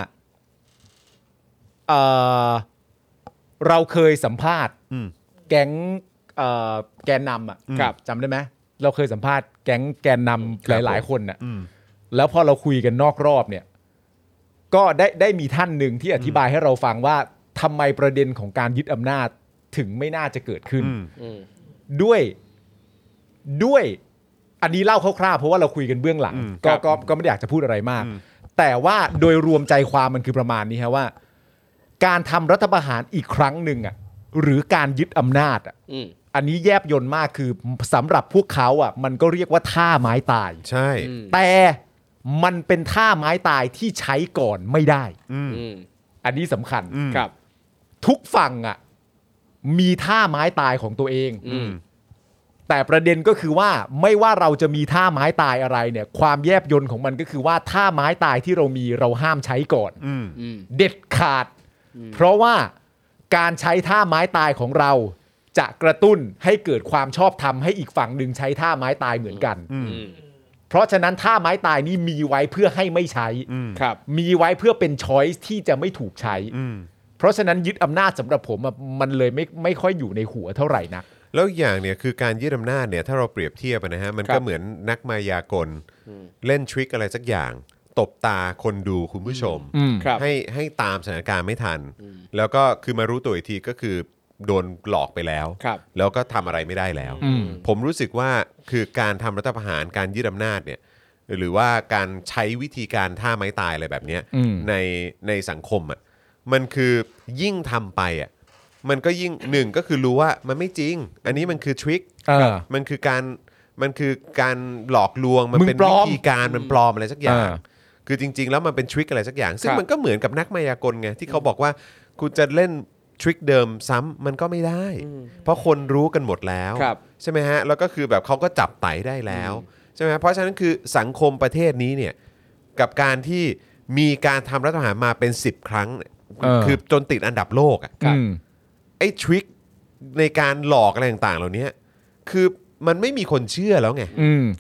เราเคยสัมภาษณ์แก๊งแกนนำอ่ะครับจำได้ไหมเราเคยสัมภาษณ์แก๊งแกนนำครับหลายๆคนน่ะแล้วพอเราคุยกันนอกรอบเนี่ย ก็ได้มีท่านหนึ่งที่อธิบายให้เราฟังว่าทำไมประเด็นของการยึดอำนาจถึงไม่น่าจะเกิดขึ้น ด้วยอันนี้เล่าคร่าวๆเพราะว่าเราคุยกันเบื้องหลังก็ไม่ได้อยากจะพูดอะไรมาก แต่ว่าโดยรวมใจความมันคือประมาณนี้ครับว่า การทำรัฐประหารอีกครั้งหนึ่งอ่ะหรือการยึดอำนาจอ่ะอันนี้แยบยลมากคือสำหรับพวกเขาอ่ะมันก็เรียกว่าท่าไม้ตายใช่แต่มันเป็นท่าไม้ตายที่ใช้ก่อนไม่ได้อันนี้สำคัญครับทุกฝั่งอ่ะมีท่าไม้ตายของตัวเองแต่ประเด็นก็คือว่าไม่ว่าเราจะมีท่าไม้ตายอะไรเนี่ย ความแยบยลของมันก็คือว่าท่าไม้ตายที่เรามีเราห้ามใช้ก่อนเด็ดขาด เพราะว่าการใช้ท่าไม้ตายของเราจะกระตุ้นให้เกิดความชอบธรรมให้อีกฝั่งหนึ่งใช้ท่าไม้ตายเหมือนกันเพราะฉะนั้นท่าไม้ตายนี้มีไว้เพื่อให้ไม่ใช้ครับมีไว้เพื่อเป็นช้อยส์ที่จะไม่ถูกใช้เพราะฉะนั้นยึดอำนาจสำหรับผมอะมันเลยไม่ค่อยอยู่ในหัวเท่าไหร่นักแล้วอย่างเนี่ยคือการยึดอำนาจเนี่ยถ้าเราเปรียบเทียบนะฮะมันก็เหมือนนักมายากลเล่นทริคอะไรสักอย่างตบตาคนดูคุณผู้ชมครับให้ตามสถานการณ์ไม่ทัน แล้วก็คือมารู้ตัวอีกทีก็คือโดนหลอกไปแล้วครับแล้วก็ทำอะไรไม่ได้แล้ว ผมรู้สึกว่าคือการทำรัฐประหารการยึดอำนาจเนี่ยหรือว่าการใช้วิธีการท่าไม้ตายอะไรแบบเนี้ยในสังคมอ่ะมันคือยิ่งทำไปอ่ะมันก็ยิ่งหนึ่งก็คือรู้ว่ามันไม่จริง อันนี้มันคือทริคมันคือการหลอกลวงมันเป็นวิธีการมันปลอมอะไรสักอย่างคือจริงๆแล้วมันเป็นทริคอะไรสักอย่างซึ่งมันก็เหมือนกับนักมายากลไงที่เขาบอกว่าคุณจะเล่นทริคเดิมซ้ำมันก็ไม่ได้เพราะคนรู้กันหมดแล้วใช่ไหมฮะแล้วก็คือแบบเขาก็จับไต่ได้แล้วใช่ไหมเพราะฉะนั้นคือสังคมประเทศนี้เนี่ยกับการที่มีการทำรัฐประหารมาเป็น10ครั้งคือจนติดอันดับโลกอ่ะไอ้ทริคในการหลอกอะไรต่างๆเหล่านี้คือมันไม่มีคนเชื่อแล้วไงครับ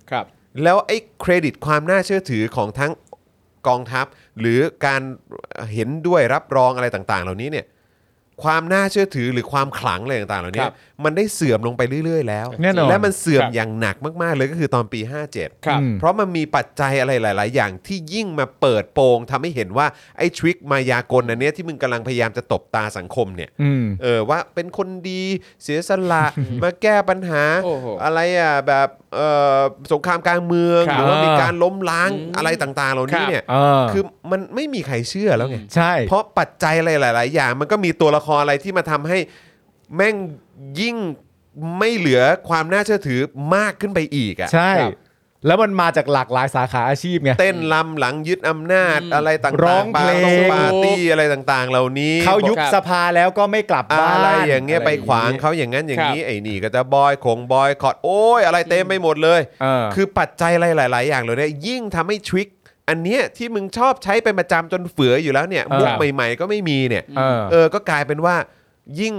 แล้วไอ้เครดิตความน่าเชื่อถือของทั้งกองทัพหรือการเห็นด้วยรับรองอะไรต่างๆเหล่านี้เนี่ยความน่าเชื่อถือหรือความขลังอะไรต่างๆเหล่านี้มันได้เสื่อมลงไปเรื่อยๆแล้วและมันเสื่อมอย่างหนักมากๆเลยก็คือตอนปี57เพราะมันมีปัจจัยอะไรหลายๆอย่างที่ยิ่งมาเปิดโปงทำให้เห็นว่าไอ้ทริคมายากลอันเนี้ยที่มึงกำลังพยายามจะตบตาสังคมเนี่ยว่าเป็นคนดีเสียสละมาแก้ปัญหาอะไรแบบสงครามกลางเมืองหรือว่ามีการล้มล้างอะไรต่างๆเหล่านี้เนี่ยคือมันไม่มีใครเชื่อแล้วไงใช่เพราะปัจจัยอะไรหลายๆอย่างมันก็มีตัวละครอะไรที่มาทำให้แม่งยิ่งไม่เหลือความน่าเชื่อถือมากขึ้นไปอีกอ่ะใช่แล้วมันมาจากหลากหลายสาขาอาชีพไงเต้นรำหลังยึดอำนาจอะไรต่างๆร้องเพลงปาร์ตี้อะไรต่างๆเหล่านี้เขายุบสภาแล้วก็ไม่กลับบ้านอะไรอย่างเงี้ยไปขวางเขาอย่างนั้นอย่างนี้ไอ้นี่ก็จะบอยคอตโอ้ยอะไรเต็มไปหมดเลยคือปัจจัยอะไรหลายๆอย่างเลยเนี่ยยิ่งทำให้ทริคอันเนี้ยที่มึงชอบใช้เป็นประจำจนเฟืออยู่แล้วเนี่ยมุกใหม่ๆก็ไม่มีเนี่ยก็กลายเป็นว่ายิ่ง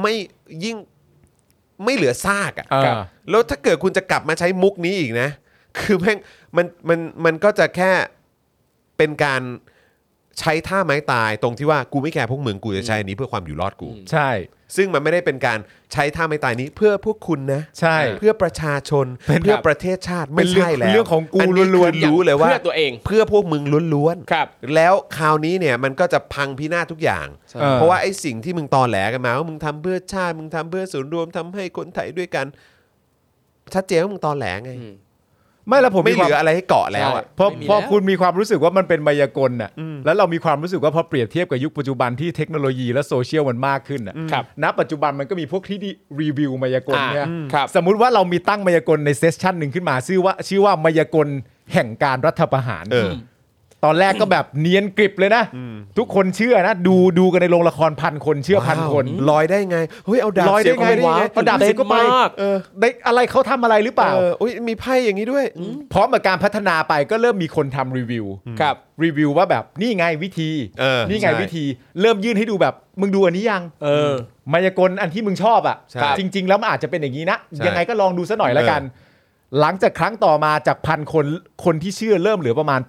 ไม่เหลือซากอ่ะแล้วถ้าเกิดคุณจะกลับมาใช้มุกนี้อีกนะคือแม่งมันก็จะแค่เป็นการใช้ท่าไม้ตายตรงที่ว่ากูไม่แคร์พวกมึงกูจะใช้อันนี้เพื่อความอยู่รอดกูใช่ซึ่งมันไม่ได้เป็นการใช้ท่าไม้ตายนี้เพื่อพวกคุณนะใช่เพื่อประชาชนเพื่อประเทศชาติไม่ใช่แล้วเรื่องของกูล้วนๆรู้เลยว่าเพื่อตัวเองเพื่อพวกมึงล้วนๆแล้วคราวนี้เนี่ยมันก็จะพังพินาศทุกอย่างเพราะว่าไอ้สิ่งที่มึงตอแหลกันมาว่ามึงทำเพื่อชาติมึงทำเพื่อส่วนรวมทำให้คนไทยด้วยกันชัดเจนว่ามึงตอแหลไงไม่แล้วผมไม่เหลืออะไรให้เกาะแล้วอ่ะพอคุณมีความรู้สึกว่ามันเป็นมายากลน่ะแล้วเรามีความรู้สึกว่าพอเปรียบเทียบกับยุคปัจจุบันที่เทคโนโลยีและโซเชียลมันมากขึ้นน่ะณปัจจุบันมันก็มีพวกที่รีวิวมายากลเนี่ยสมมุติว่าเรามีตั้งมายากลในเซสชั่นนึงขึ้นมาชื่อว่ามายากลแห่งการรัฐประหารตอนแรกก็แบบเนียนกริบเลยนะทุกคนเชื่อนะดูกันในโรงละคร1,000 คนเชื่อ1,000 คนลอยได้ไงเฮ้ยเอาดาบเสียบไปได้ไงเอาดาบเสียบก็ไปได้อะไรเขาทำอะไรหรือเปล่ามีไพ่อย่างนี้ด้วยพร้อมกับการพัฒนาไปก็เริ่มมีคนทำรีวิวรีวิวว่าแบบนี่ไงวิธีนี่ไงวิธีเริ่มยื่นให้ดูแบบมึงดูอันนี้ยังมายากลอันที่มึงชอบอ่ะจริงๆแล้วมันอาจจะเป็นอย่างนี้นะยังไงก็ลองดูซะหน่อยแล้วกันหลังจากครั้งต่อมาจาก1,000 คนที่เชื่อเริ่มเหลือประมาณ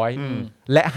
800และ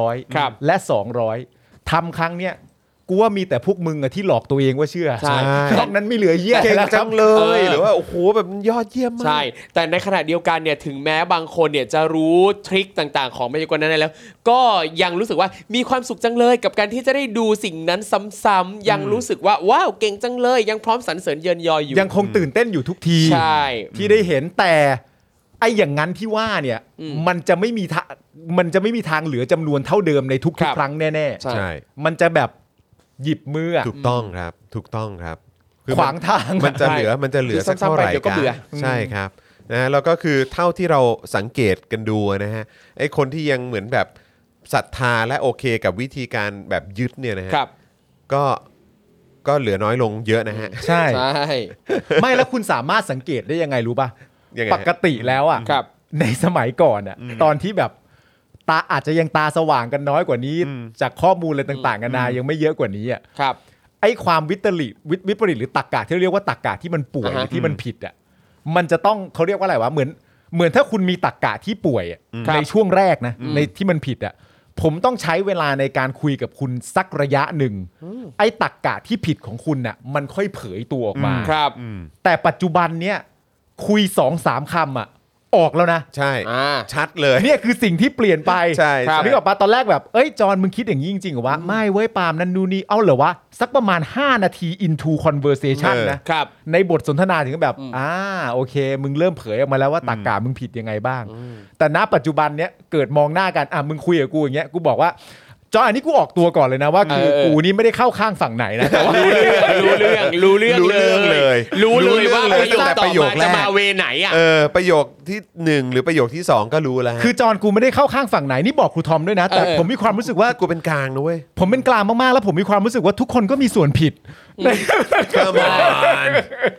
500และ200ทำครั้งเนี้ยกูว่ามีแต่พวกมึงอะที่หลอกตัวเองว่าเชื่อนอกนั้นไม่เหลือเยี่ยเก่งจังเลยหรือว่าโอ้โหแบบยอดเยี่ยมมากใช่แต่ในขณะเดียวกันเนี่ยถึงแม้บางคนเนี่ยจะรู้ทริคต่างๆของมายากลนั้นแล้วก็ยังรู้สึกว่ามีความสุขจังเลยกับการที่จะได้ดูสิ่งนั้นซ้ำๆยังรู้สึกว่าว้าวเก่งจังเลยยังพร้อมสรรเสริญเยินยออยู่ยังคงตื่นเต้นอยู่ทุกทีใช่ที่ได้เห็นแต่ไอ้อย่างนั้นที่ว่าเนี่ยมันจะไม่มีทางเหลือจำนวนเท่าเดิมในทุกครั้งแน่ๆใช่มันจะแบบหยิบมือถูกต้องครับขวางทางมันจะเหลือสักเท่าไหร่กันใช่ครับนะแล้วก็คือเท่าที่เราสังเกตกันดูนะฮะไอ้คนที่ยังเหมือนแบบศรัทธาและโอเคกับวิธีการแบบยึดเนี่ยนะฮะก็เหลือน้อยลงเยอะนะฮะใช่ไม่แล้วคุณสามารถสังเกตได้ยังไงรู้ป่ะปกติแล้วอ่ะในสมัยก่อนอ่ะตอนที่แบบตาอาจจะยังตาสว่างกันน้อยกว่านี้จากข้อมูลอะไรต่างๆกันานายังไม่เยอะกว่านี้อ่ะไอ้ความวิปริตหรือตรรกะที่เรียกว่าตรรกะที่มันป่วยที่มันผิดอ่ะมันจะต้องเขาเรียกว่าอะไรวะเหมือนถ้าคุณมีตรรกะที่ป่วยในช่วงแรกนะในที่มันผิดอ่ะผมต้องใช้เวลาในการคุยกับคุณสักระยะหนึ่งไอ้ตรรกะที่ผิดของคุณน่ะมันค่อยเผยตัวออกมาแต่ปัจจุบันเนี้ยคุย 2-3 คำอ่ะออกแล้วนะใช่ชัดเลยเนี่ยคือสิ่งที่เปลี่ยนไปใช่นึกออกปะตอนแรกแบบเอ้ยจอนมึงคิดอย่างนี้จริงๆเหรอวะไม่เว้ยปาล์มนั่นนู่นนี่เอาเหรอวะสักประมาณ5 นาที into conversation นะในบทสนทนาถึงแบบโอเคมึงเริ่มเผยออกมาแล้วว่าตรรกะมึงผิดยังไงบ้างแต่ณปัจจุบันเนี้ยเกิดมองหน้ากันมึงคุยกับกูอย่างเงี้ยกูบอกว่าจออันนี้กูออกตัวก่อนเลยนะว่าคือกูนี่ไม่ได้เข้าข้างฝั่งไหนนะแต่ว่ารู้เรื่องเลยว่าประโยคต่อมาจะมาเวไหนอ่ะประโยคที่1หรือประโยคที่2ก็รู้แล้วคือจอนกูไม่ได้เข้าข้างฝั่งไหนนี่บอกครูทอมด้วยนะแต่ผมมีความรู้สึกว่ากูเป็นกลางนะเว้ยผมเป็นกลางมากๆแล้วผมมีความรู้สึกว่าทุกคนก็มีส่วนผิด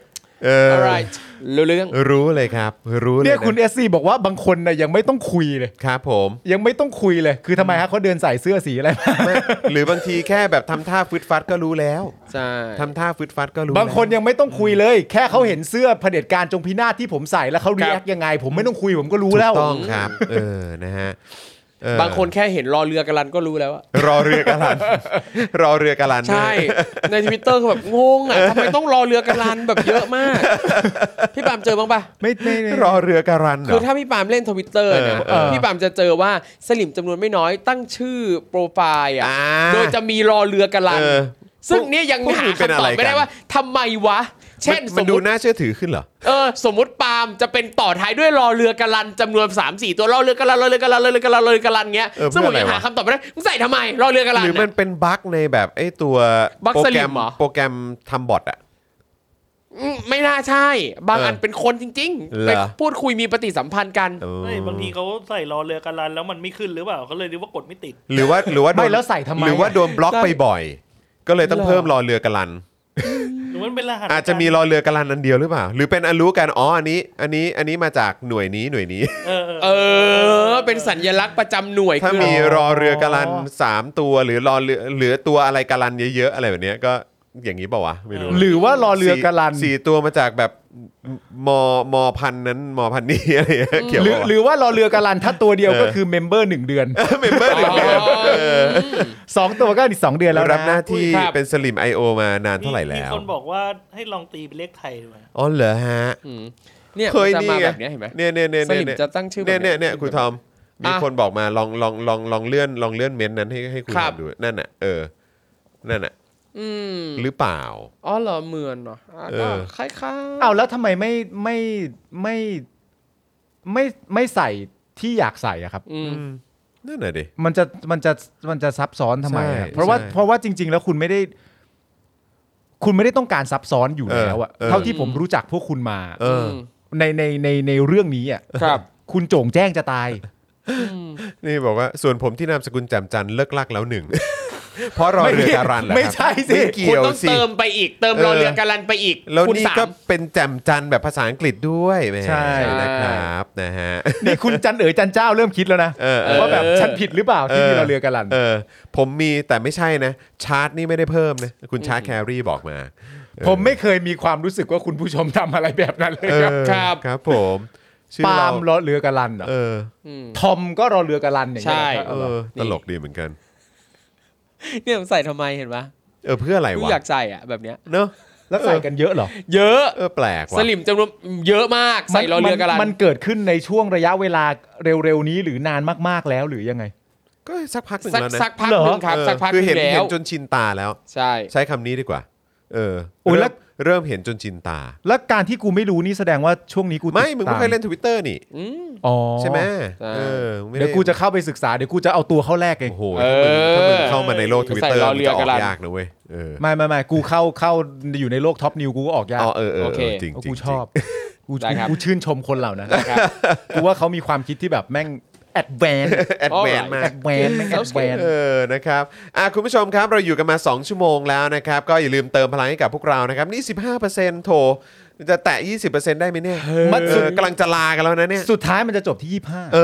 alright รู้เรื่องรู้เลยครับรู้เลยเนี่ยคุณ SC บอกว่าบางคนน่ะยังไม่ต้องคุยเลยครับผมยังไม่ต้องคุยเลยคือทำไมฮะเขาเดินใส่เสื้อสีอะไรมาไม่หรือบางทีแค่แบบทำท่าฟึดฟัดก็รู้แล้วใช่ทำท่าฟึดฟัดก็รู้บางคนแล้วยังไม่ต้องคุยเลย แค่เขาเห็นเสื้อเผด็จการจงพินาศที่ผมใส่แล้วเขารีแอคยังไง ผมไม่ต้องคุยผมก็รู้แล้วถูกต้องครับนะฮะบางคนแค่เห็นรอเรือกะลันก็รู้แล้วอะรอเรือกะลัน รอเรือกะลันใช่ใน Twitter คือแบบงงอ่ะทำไมต้องรอเรือกะลันแบบเยอะมากพี่ปาล์มเจอบ้างปะไม่รอเรือกะลันเหรคือถ้าพี่ปาล์มเล่น Twitter นะพี่ปาล์มจะเจอว่าสลิมจำนวนไม่น้อยตั้งชื่อโปรไฟล์อ่ะโดยจะมีรอเรือกะลันซึ่งเนี่ยยังหาคำตอบไม่ได้ว่าทำไมวะเช่นมันดูน่าเชื่อถือขึ้นเหรอสมมุติปาล์มจะเป็นต่อท้ายด้วยรอเรือกะลันจำนวน 3-4 ตัวรอเรือกะลันรอเรือกะลันรอเรือกะลันรอเรือกะลันเงี้ยซึ่งผมยังหาคำตอบไม่ได้มึงใส่ทำไมรอเรือกะลันหรือมันเป็นบั๊กในแบบไอ้ตัวโปรแกรมทำบอทอ่ะไม่น่าใช่บางอันเป็นคนจริงๆไปพูดคุยมีปฏิสัมพันธ์กันบางทีเขาใส่รอเรือกันลันแล้วมันไม่ขึ้นหรือเปล่าเขาเลยนึกว่ากดไม่ติดหรือว่าไม่แล้วใส่ทำไมหรือว่าโดนบล็อกไปบ่อยก็เลยต้องเพิ่มรอเรือกะลันมันเป็นรหัสอาจจะมีรอเรือกะลันอันเดียวหรือเปล่าหรือเป็นอันรู้กันอันนี้มาจากหน่วยนี้เป็นสัญลักษณ์ประจำหน่วยถ้ามีรอเรือกะลัน3ตัวหรือรอเรือเหลือตัวอะไรกะลันเยอะๆอะไรแบบนี้ก็อย่างนี้เปล่าวะไม่รู้หรือว่ารอเรือกะลัน 4ตัวมาจากแบบมพันนั้นมพันนี้อะไรเกี่ยวหรือว่ารอเรือกะลันถ้าตัวเดียวก็คือเมมเบอร์1เดือนเมมเบอร์1เดือน 2ตัวก็อีก2เดือนแล้วรับหน้าที่เป็นสลิม IO มานานเท่าไหร่แล้วมีคนบอกว่าให้ลองตีเป็นเลขไทยด้วยอ๋อเหรอฮะเนี่ยจะมาแบบนี้เห็นไหมเนี่ยสลิมจะตั้งชื่อเนี่ยคุณทอมมีคนบอกมาลองเลื่อนเม้นต์นั้นให้คุณทอมดูนั่นน่ะนั่นน่ะหรือเปล่าอ๋อเหรอเหมือนเนาะก็คล้ายๆเอาแล้วทำไมไม่ใส่ที่อยากใส่อะครับนั่นน่ะดิมันจะซับซ้อนทำไมเพราะว่าจริงๆแล้วคุณไม่ได้ต้องการซับซ้อนอยู่แล้วอะเท่าที่ผมรู้จักพวกคุณมาในเรื่องนี้อะคุณโจ่งแจ้งจะตายนี่บอกว่าส่วนผมที่นามสกุลแจ่มจันทร์เลิกลักแล้วหนึ่งเพราะรอเรือกะลันแหละไม่ใช่สิคุณต้องเติมไปอีกเติมรอเรือกะลันไปอีกแล้วนี่ก็เป็นแจ่มจันแบบภาษาอังกฤษด้วยใช่นะครับนะฮะนี่คุณจันจันเจ้าเริ่มคิดแล้วนะว่าแบบฉันผิดหรือเปล่าที่มีรอเรือกะลันผมมีแต่ไม่ใช่นะชาร์ตนี่ไม่ได้เพิ่มนะคุณชาร์ตแครี่บอกมาผมไม่เคยมีความรู้สึกว่าคุณผู้ชมทำอะไรแบบนั้นเลยครับครับผมปาล์มรอเรือกะลันเหรอทอมก็รอเรือกะลันอย่างเงี้ยตลกดีเหมือนกันเนี่ยใส่ทำไมเห็นปะเพื่ออะไรวะอยากใส่อ่ะแบบเนี้ยเนอะแล้วใส่กันเยอะเหรอเยอะแปลกว่ะสลิมจำนวนเยอะมากใส่รอเรือกะลันมันเกิดขึ้นในช่วงระยะเวลาเร็วๆนี้หรือนานมากๆแล้วหรือยังไงก็สักพักนึงแล้วนะสักพักนึงครับสักพักคือเห็นจนชินตาแล้วใช้คำนี้ดีกว่าแล้วเริ่มเห็นจนชินตาแล้วการที่กูไม่รู้นี่แสดงว่าช่วงนี้กูไม่มึงไม่เคยเล่น Twitter นี่ใช่ไหมเดี๋ยวกูจะเข้าไปศึกษาเดี๋ยวกูจะเอาตัวเข้าแรกเองโอ้โหถ้ามึงเข้ามาในโลก Twitter มันจะออกยากนะเว้ยไม่กูเข้าอยู่ในโลกท็อปนิวกูก็ออกยากโอเคจริงกูชอบกูชื่นชมคนเหล่านั้นกูว่าเขามีความคิดที่แบบแม่งแอดแวนมากนะครับคุณผู้ชมครับเราอยู่กันมา2ชั่วโมงแล้วนะครับก็อย่าลืมเติมพลังให้กับพวกเรานะครับนี่ 15% โถจะแตะ 20% ได้ไหมเนี่ยกำลังจะลากันแล้วนะเนี่ยสุดท้ายมันจะจบที่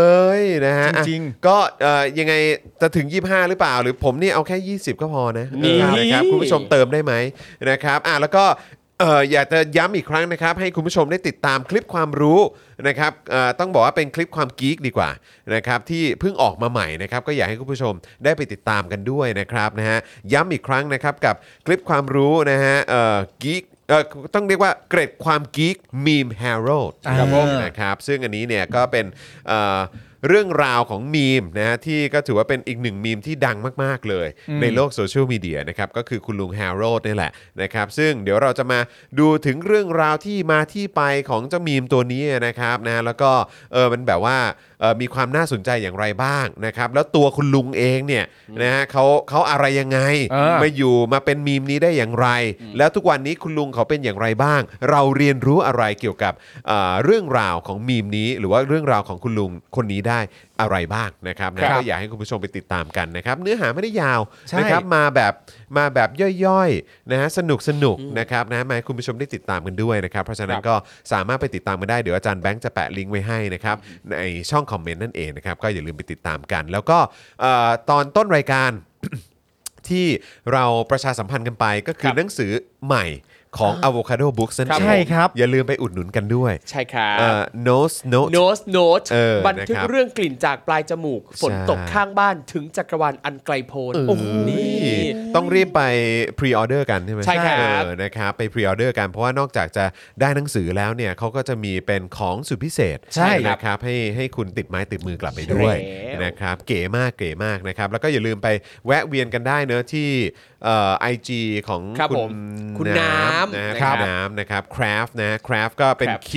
25นะฮะจริงก็ยังไงจะถึง25หรือเปล่าหรือผมนี่เอาแค่20ก็พอนะครับคุณผู้ชมเติมได้ไหมนะครับแล้วก็อยากจะย้ำอีกครั้งนะครับให้คุณผู้ชมได้ติดตามคลิปความรู้นะครับต้องบอกว่าเป็นคลิปความกิ๊กดีกว่านะครับที่เพิ่งออกมาใหม่นะครับก็อยากให้คุณผู้ชมได้ไปติดตามกันด้วยนะครับนะฮะย้ำอีกครั้งนะครับกับคลิปความรู้นะฮะกิ๊กต้องเรียกว่าเกร็ดความกิ๊กมีมแฮร์โรดนะครับซึ่งอันนี้เนี่ยก็เป็นเรื่องราวของมีมนะฮะที่ก็ถือว่าเป็นอีกหนึ่งมีมที่ดังมากๆเลยในโลกโซเชียลมีเดียนะครับก็คือคุณลุงแฮร์โรดนี่แหละนะครับซึ่งเดี๋ยวเราจะมาดูถึงเรื่องราวที่มาที่ไปของเจ้ามีมตัวนี้นะครับนะแล้วก็มันแบบว่ามีความน่าสนใจอย่างไรบ้างนะครับแล้วตัวคุณลุงเองเนี่ยนะฮะเขาอะไรยังไงมาเป็นมีมนี้ได้อย่างไรแล้วทุกวันนี้คุณลุงเขาเป็นอย่างไรบ้างเราเรียนรู้อะไรเกี่ยวกับเรื่องราวของมีมนี้หรือว่าเรื่องราวของคุณลุงคนนี้ได้อะไรบ้างนะครับครันะบก็อยากให้คุณผู้ชมไปติดตามกันนะครับเนื้อหาไม่ได้ยาวใช่นะครับมาแบบย่อยๆนะฮะสนุกนะครับนะมาให้คุณผู้ชมได้ติดตามกันด้วยนะครับเพราะฉะนั้นก็สามารถไปติดตามกันได้เดี๋ยวอาจารย์แบงค์จะแปะลิงก์ไว้ให้นะครับในช่องคอมเมนต์นั่นเองนะครับก็อย่าลืมไปติดตามกัน แล้วก็ตอนต้นรายการ ที่เราประชาสัมพันธ์กันไปก็คือหนังสือใหม่ของ Avocado Books นั่นเองใช่ครับอย่าลืมไปอุดหนุนกันด้วยใช่ครับ Nose Note Nose Note บันทึกนะครับเรื่องกลิ่นจากปลายจมูก ฝนตกข้างบ้านถึงจักรวาลอันไกลโพ้นนี่ต้องรีบไปพรีออเดอร์กันใช่ไหมใช่ครับนะครับไปพรีออเดอร์กันเพราะว่านอกจากจะได้หนังสือแล้วเนี่ยเขาก็จะมีเป็นของสุดพิเศษใช่ครับนะครับให้คุณติดไม้ติดมือกลับไปด้วยใช่แล้วนะครับเก๋มากนะครับแล้วก็อย่าลืมไปแวะเวียนกันได้เนอะที่IG ของครับคุผณมคุณน้ำนะนะครับน้ำนะครับ Craft นะ Craft ก็เป็นครับ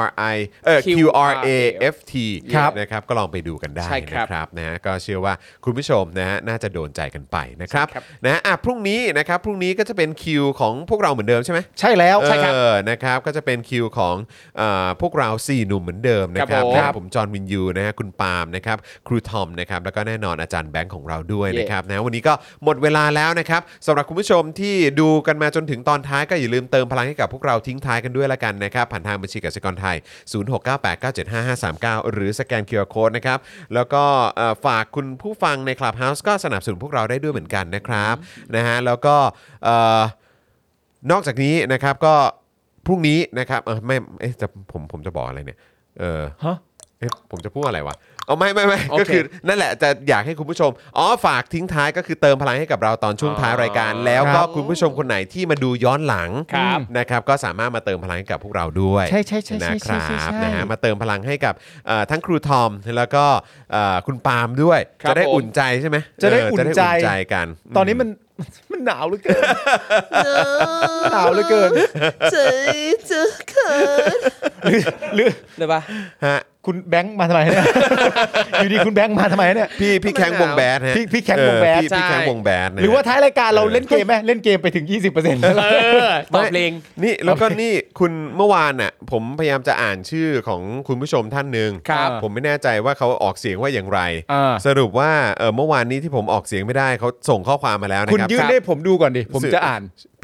QRAFT ครับนะครับก็ลองไปดูกันได้ใช่ครับนะครับนะก็เชื่อว่าคุณผู้ชมนะฮะน่าจะโดนใจกันไปนะครับใช่ครับนะพรุ่งนี้นะครับพรุ่งนี้ก็จะเป็นคิวของพวกเราเหมือนเดิมใช่ไหมใช่แล้วใช่ครับนะครับก็จะเป็นคิวของพวกเรา4หนุ่มเหมือนเดิมนะครับครับผมนะผมจอห์นวินยูนะฮะคุณปาล์มนะครับครูทอมนะครับแล้วก็แน่นอนอาจารย์แบงค์ของเราด้วยนะครับนะวันนี้ก็หมดเวลาแล้วนะครับสำหรับคุณผู้ชมที่ดูกันมาจนถึงตอนท้ายก็อย่าลืมเติมพลังให้กับพวกเราทิ้งท้ายกันด้วยละกันนะครับผ่านทางบัญชีกสิกรไทย 0698975539 หรือสแกน QR Code นะครับแล้วก็ฝากคุณผู้ฟังใน Clubhouse ก็สนับสนุนพวกเราได้ด้วยเหมือนกันนะครับนะฮะแล้วก็นอกจากนี้นะครับก็พรุ่งนี้นะครับไม่จะผมจะบอกอะไรเนี่ยฮะผมจะพูดอะไรวะเอาไม่โอเคก็คือนั่นแหละจะอยากให้คุณผู้ชมฝากทิ้งท้ายก็คือเติมพลังให้กับเราตอนช่วงท้ายรายการ แล้วก็คุณผู้ชมคนไหนที่มาดูย้อนหลังครับนะครับก็สามารถมาเติมพลังให้กับพวกเราด้วยใช่นะคใช่รับนะฮะมาเติมพลังให้กับทั้งครูทอมแล้วก็คุณปาล์มด้วยครับจะได้ผมอุ่นใจใช่ไหมจะได้อุ่นใจกันตอนนี้มันหนาวเหลือเกินหนาวเหลือเกินใจจะเขินหรือได้ปะฮะคุณแบงค์มาทำไมเนี่ย อยู่ดีคุณแบงค์มาทำไมเนี่ยพี่แข้งวงแบดฮะพี่แข้งวงแบดพี่แข้งวงแบดนะฮะหรือว่าท้ายรายการเราเล่นเกมไหมเล่นเกมไปถึง 20% ตอบเพลงนี่แล้วก็นี่คุณเมื่อวานน่ะผมพยายามจะอ่านชื่อของคุณผู้ชมท่านหนึ่งครับผมไม่แน่ใจว่าเขาออกเสียงว่าอย่างไรอ่าสรุปว่าเมื่อวานนี้ที่ผมออกเสียงไม่ได้เขาส่งข้อความมาแล้วนะคุณครับยื่นให้ผมดูก่อนดิ ผมจะอ่าน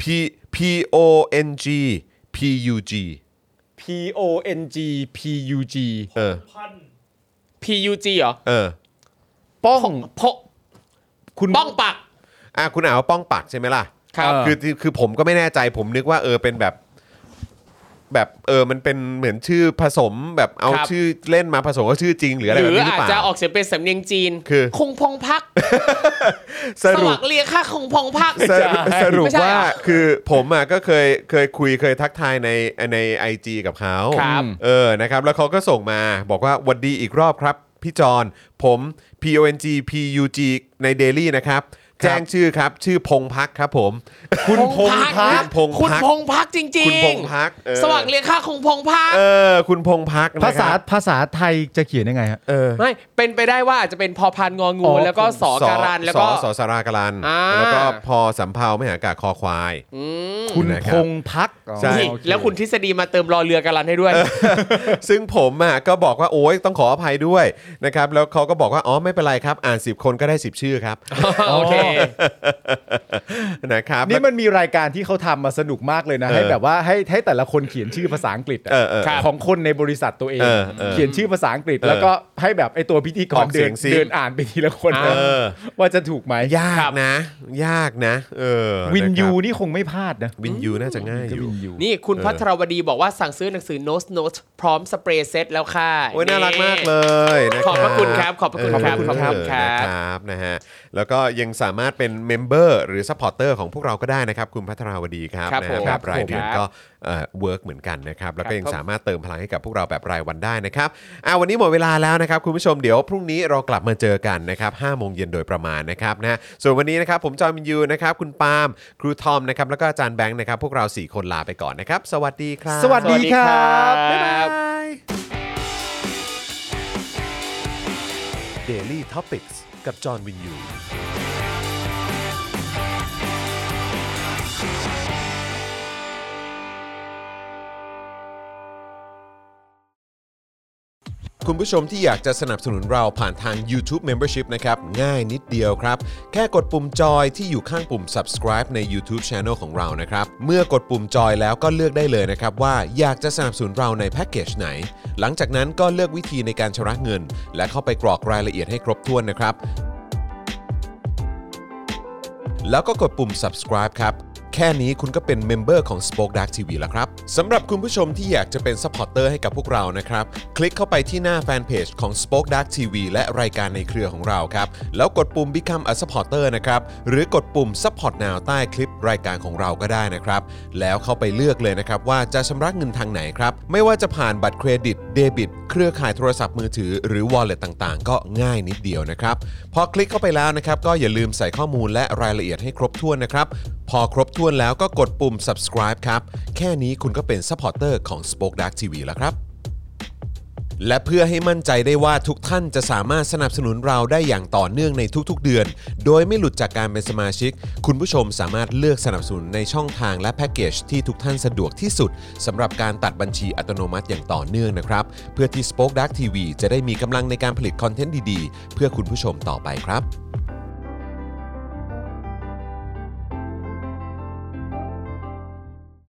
PONG PONG PUG เหรอป้อง คุณป้องปักคุณอ่านว่าป้องปักใช่ไหมล่ะครับคือผมก็ไม่แน่ใจผมนึกว่าเป็นแบบมันเป็นเหมือนชื่อผสมแบบเอาครับชื่อเล่นมาผสมกับชื่อจริงหรืออะไรหแบรืบอนี้หรืออาจเปล่าจะออกเสียงเป็นสำเนียงจีนคือคงพงพักสรุปวักเรียกค่าคงพงพักสรุปไม่ใช่ว่าเหรอคือผมก็เคยคุยเคยทักทายใน IG กับเขาครับนะครับแล้วเขาก็ส่งมาบอกว่าหวัดดีอีกรอบครับพี่จอนผม PUG ใน Daily นะครับแจ้งชื่อครับชื่อพงพักครับผมคุณพงพักพงคุณพักพงพักจริงๆคุณพงพักสวักเรียกค่าคงพงพักคุณพงพักนะภาคษารับภาษาไทยจะเขียนยังไงฮะไม่เป็นไปได้ว่าอาจจะเป็นพอพานงองูอ๋อแล้วก็สอการันแล้วก็สสารากรันอ่าแล้วก็พอสำเภาไม่หากาคอควายคุณนะคพรับงพักใช่นี่โอเแล้วคุณทฤษฎีมาเติมรอเรือการันให้ด้วยซึ่งผมก็บอกว่าโอ๊ยต้องขออภัยด้วยนะครับแล้วเขาก็บอกว่าอ๋อไม่เป็นไรครับอ่าน10คนก็ได้10ชื่อครับโอเคนะครับนี่มันมีรายการที่เขาทำมาสนุกมากเลยนะ ให้แบบว่าให้แต่ละคนเขียนชื่อภาษาอังกฤษอะครับของคนในบริษัทตัวเองเออเขียนชื่อภาษาอังกฤษ แล้วก็ให้แบบไอตัวพิธีกอรอกเสีเดิยนงซิเดินอ่านไปทีละคน ว่าจะถูกไหมยากนะ ยากนะวินยูะครับนี่คงไม่พลาดนะวินยูน่าจะง่ายอยู่วินยูนี่คุณพัทรวดีบอกว่าสั่งซื้อหนังสือ Nose Note พร้อมสเปรย์เซตแล้วค่ะโอ้ยน่ารักมากเลยนะขอบพระคุณครับขอบพระคุณครับขอบขอบพระคุคุณ ณคครัรับนะฮะแล้วก็ยังสามารถเป็นเมมเบอร์หรือซัพพอร์เตอร์ของพวกเราก็ได้นะครับคุณพัทรวดีครับครับนะผมฮะแบบรายเดือนครับก็เวิร์กเหมือนกันนะครับแล้วก็ยังครับสามารถเติมพลังให้กับพวกเราแบบรายวันได้นะครับวันนี้หมดเวลาแล้วนะครับคุณผู้ชมเดี๋ยวพรุ่งนี้เรากลับมาเจอกันนะครับ5 โมงเย็นโดยประมาณนะครับนะส่วนวันนี้นะครับผมจอห์นวินยูนะครับคุณปาล์มครูทอมนะครับแล้วก็อาจารย์แบงค์นะครับพวกเรา4คนลาไปก่อนนะครับสวัสดีครับสวัสดีครับบ๊ายบาย Daily Topics กับจอห์นวินยูคุณผู้ชมที่อยากจะสนับสนุนเราผ่านทาง YouTube Membership นะครับง่ายนิดเดียวครับแค่กดปุ่มจอยที่อยู่ข้างปุ่ม subscribe ใน YouTube Channel ของเรานะครับเมื่อกดปุ่มจอยแล้วก็เลือกได้เลยนะครับว่าอยากจะสนับสนุนเราในแพ็กเกจไหนหลังจากนั้นก็เลือกวิธีในการชำระเงินและเข้าไปกรอกรายละเอียดให้ครบถ้วนนะครับแล้วก็กดปุ่ม subscribe ครับแค่นี้คุณก็เป็นเมมเบอร์ของ Spoke Dark TV แล้วครับสำหรับคุณผู้ชมที่อยากจะเป็นซัพพอร์ตเตอร์ให้กับพวกเรานะครับคลิกเข้าไปที่หน้าแฟนเพจของ Spoke Dark TV และรายการในเครือของเราครับแล้วกดปุ่ม Become a supporter นะครับหรือกดปุ่ม Support Now ใต้คลิปรายการของเราก็ได้นะครับแล้วเข้าไปเลือกเลยนะครับว่าจะชำระเงินทางไหนครับไม่ว่าจะผ่านบัตรเครดิตเดบิตเครือข่ายโทรศัพท์มือถือหรือ Wallet ต่างๆก็ง่ายนิดเดียวนะครับพอคลิกเข้าไปแล้วนะครับก็อย่าลืมใส่ข้อมูลและรายละเอียดให้ครบถ้วนนะครับพอครบถ้วนแล้วก็กดปุ่ม subscribe ครับแค่นี้คุณก็เป็นซัพพอร์ตเตอร์ของ Spoke Dark TV แล้วครับและเพื่อให้มั่นใจได้ว่าทุกท่านจะสามารถสนับสนุนเราได้อย่างต่อเนื่องในทุกๆเดือนโดยไม่หลุดจากการเป็นสมาชิกคุณผู้ชมสามารถเลือกสนับสนุนในช่องทางและแพ็กเกจที่ทุกท่านสะดวกที่สุดสำหรับการตัดบัญชีอัตโนมัติอย่างต่อเนื่องนะครับเพื่อที่ Spoke Dark TV จะได้มีกำลังในการผลิตคอนเทนต์ดีๆเพื่อคุณผู้ชมต่อไปครับ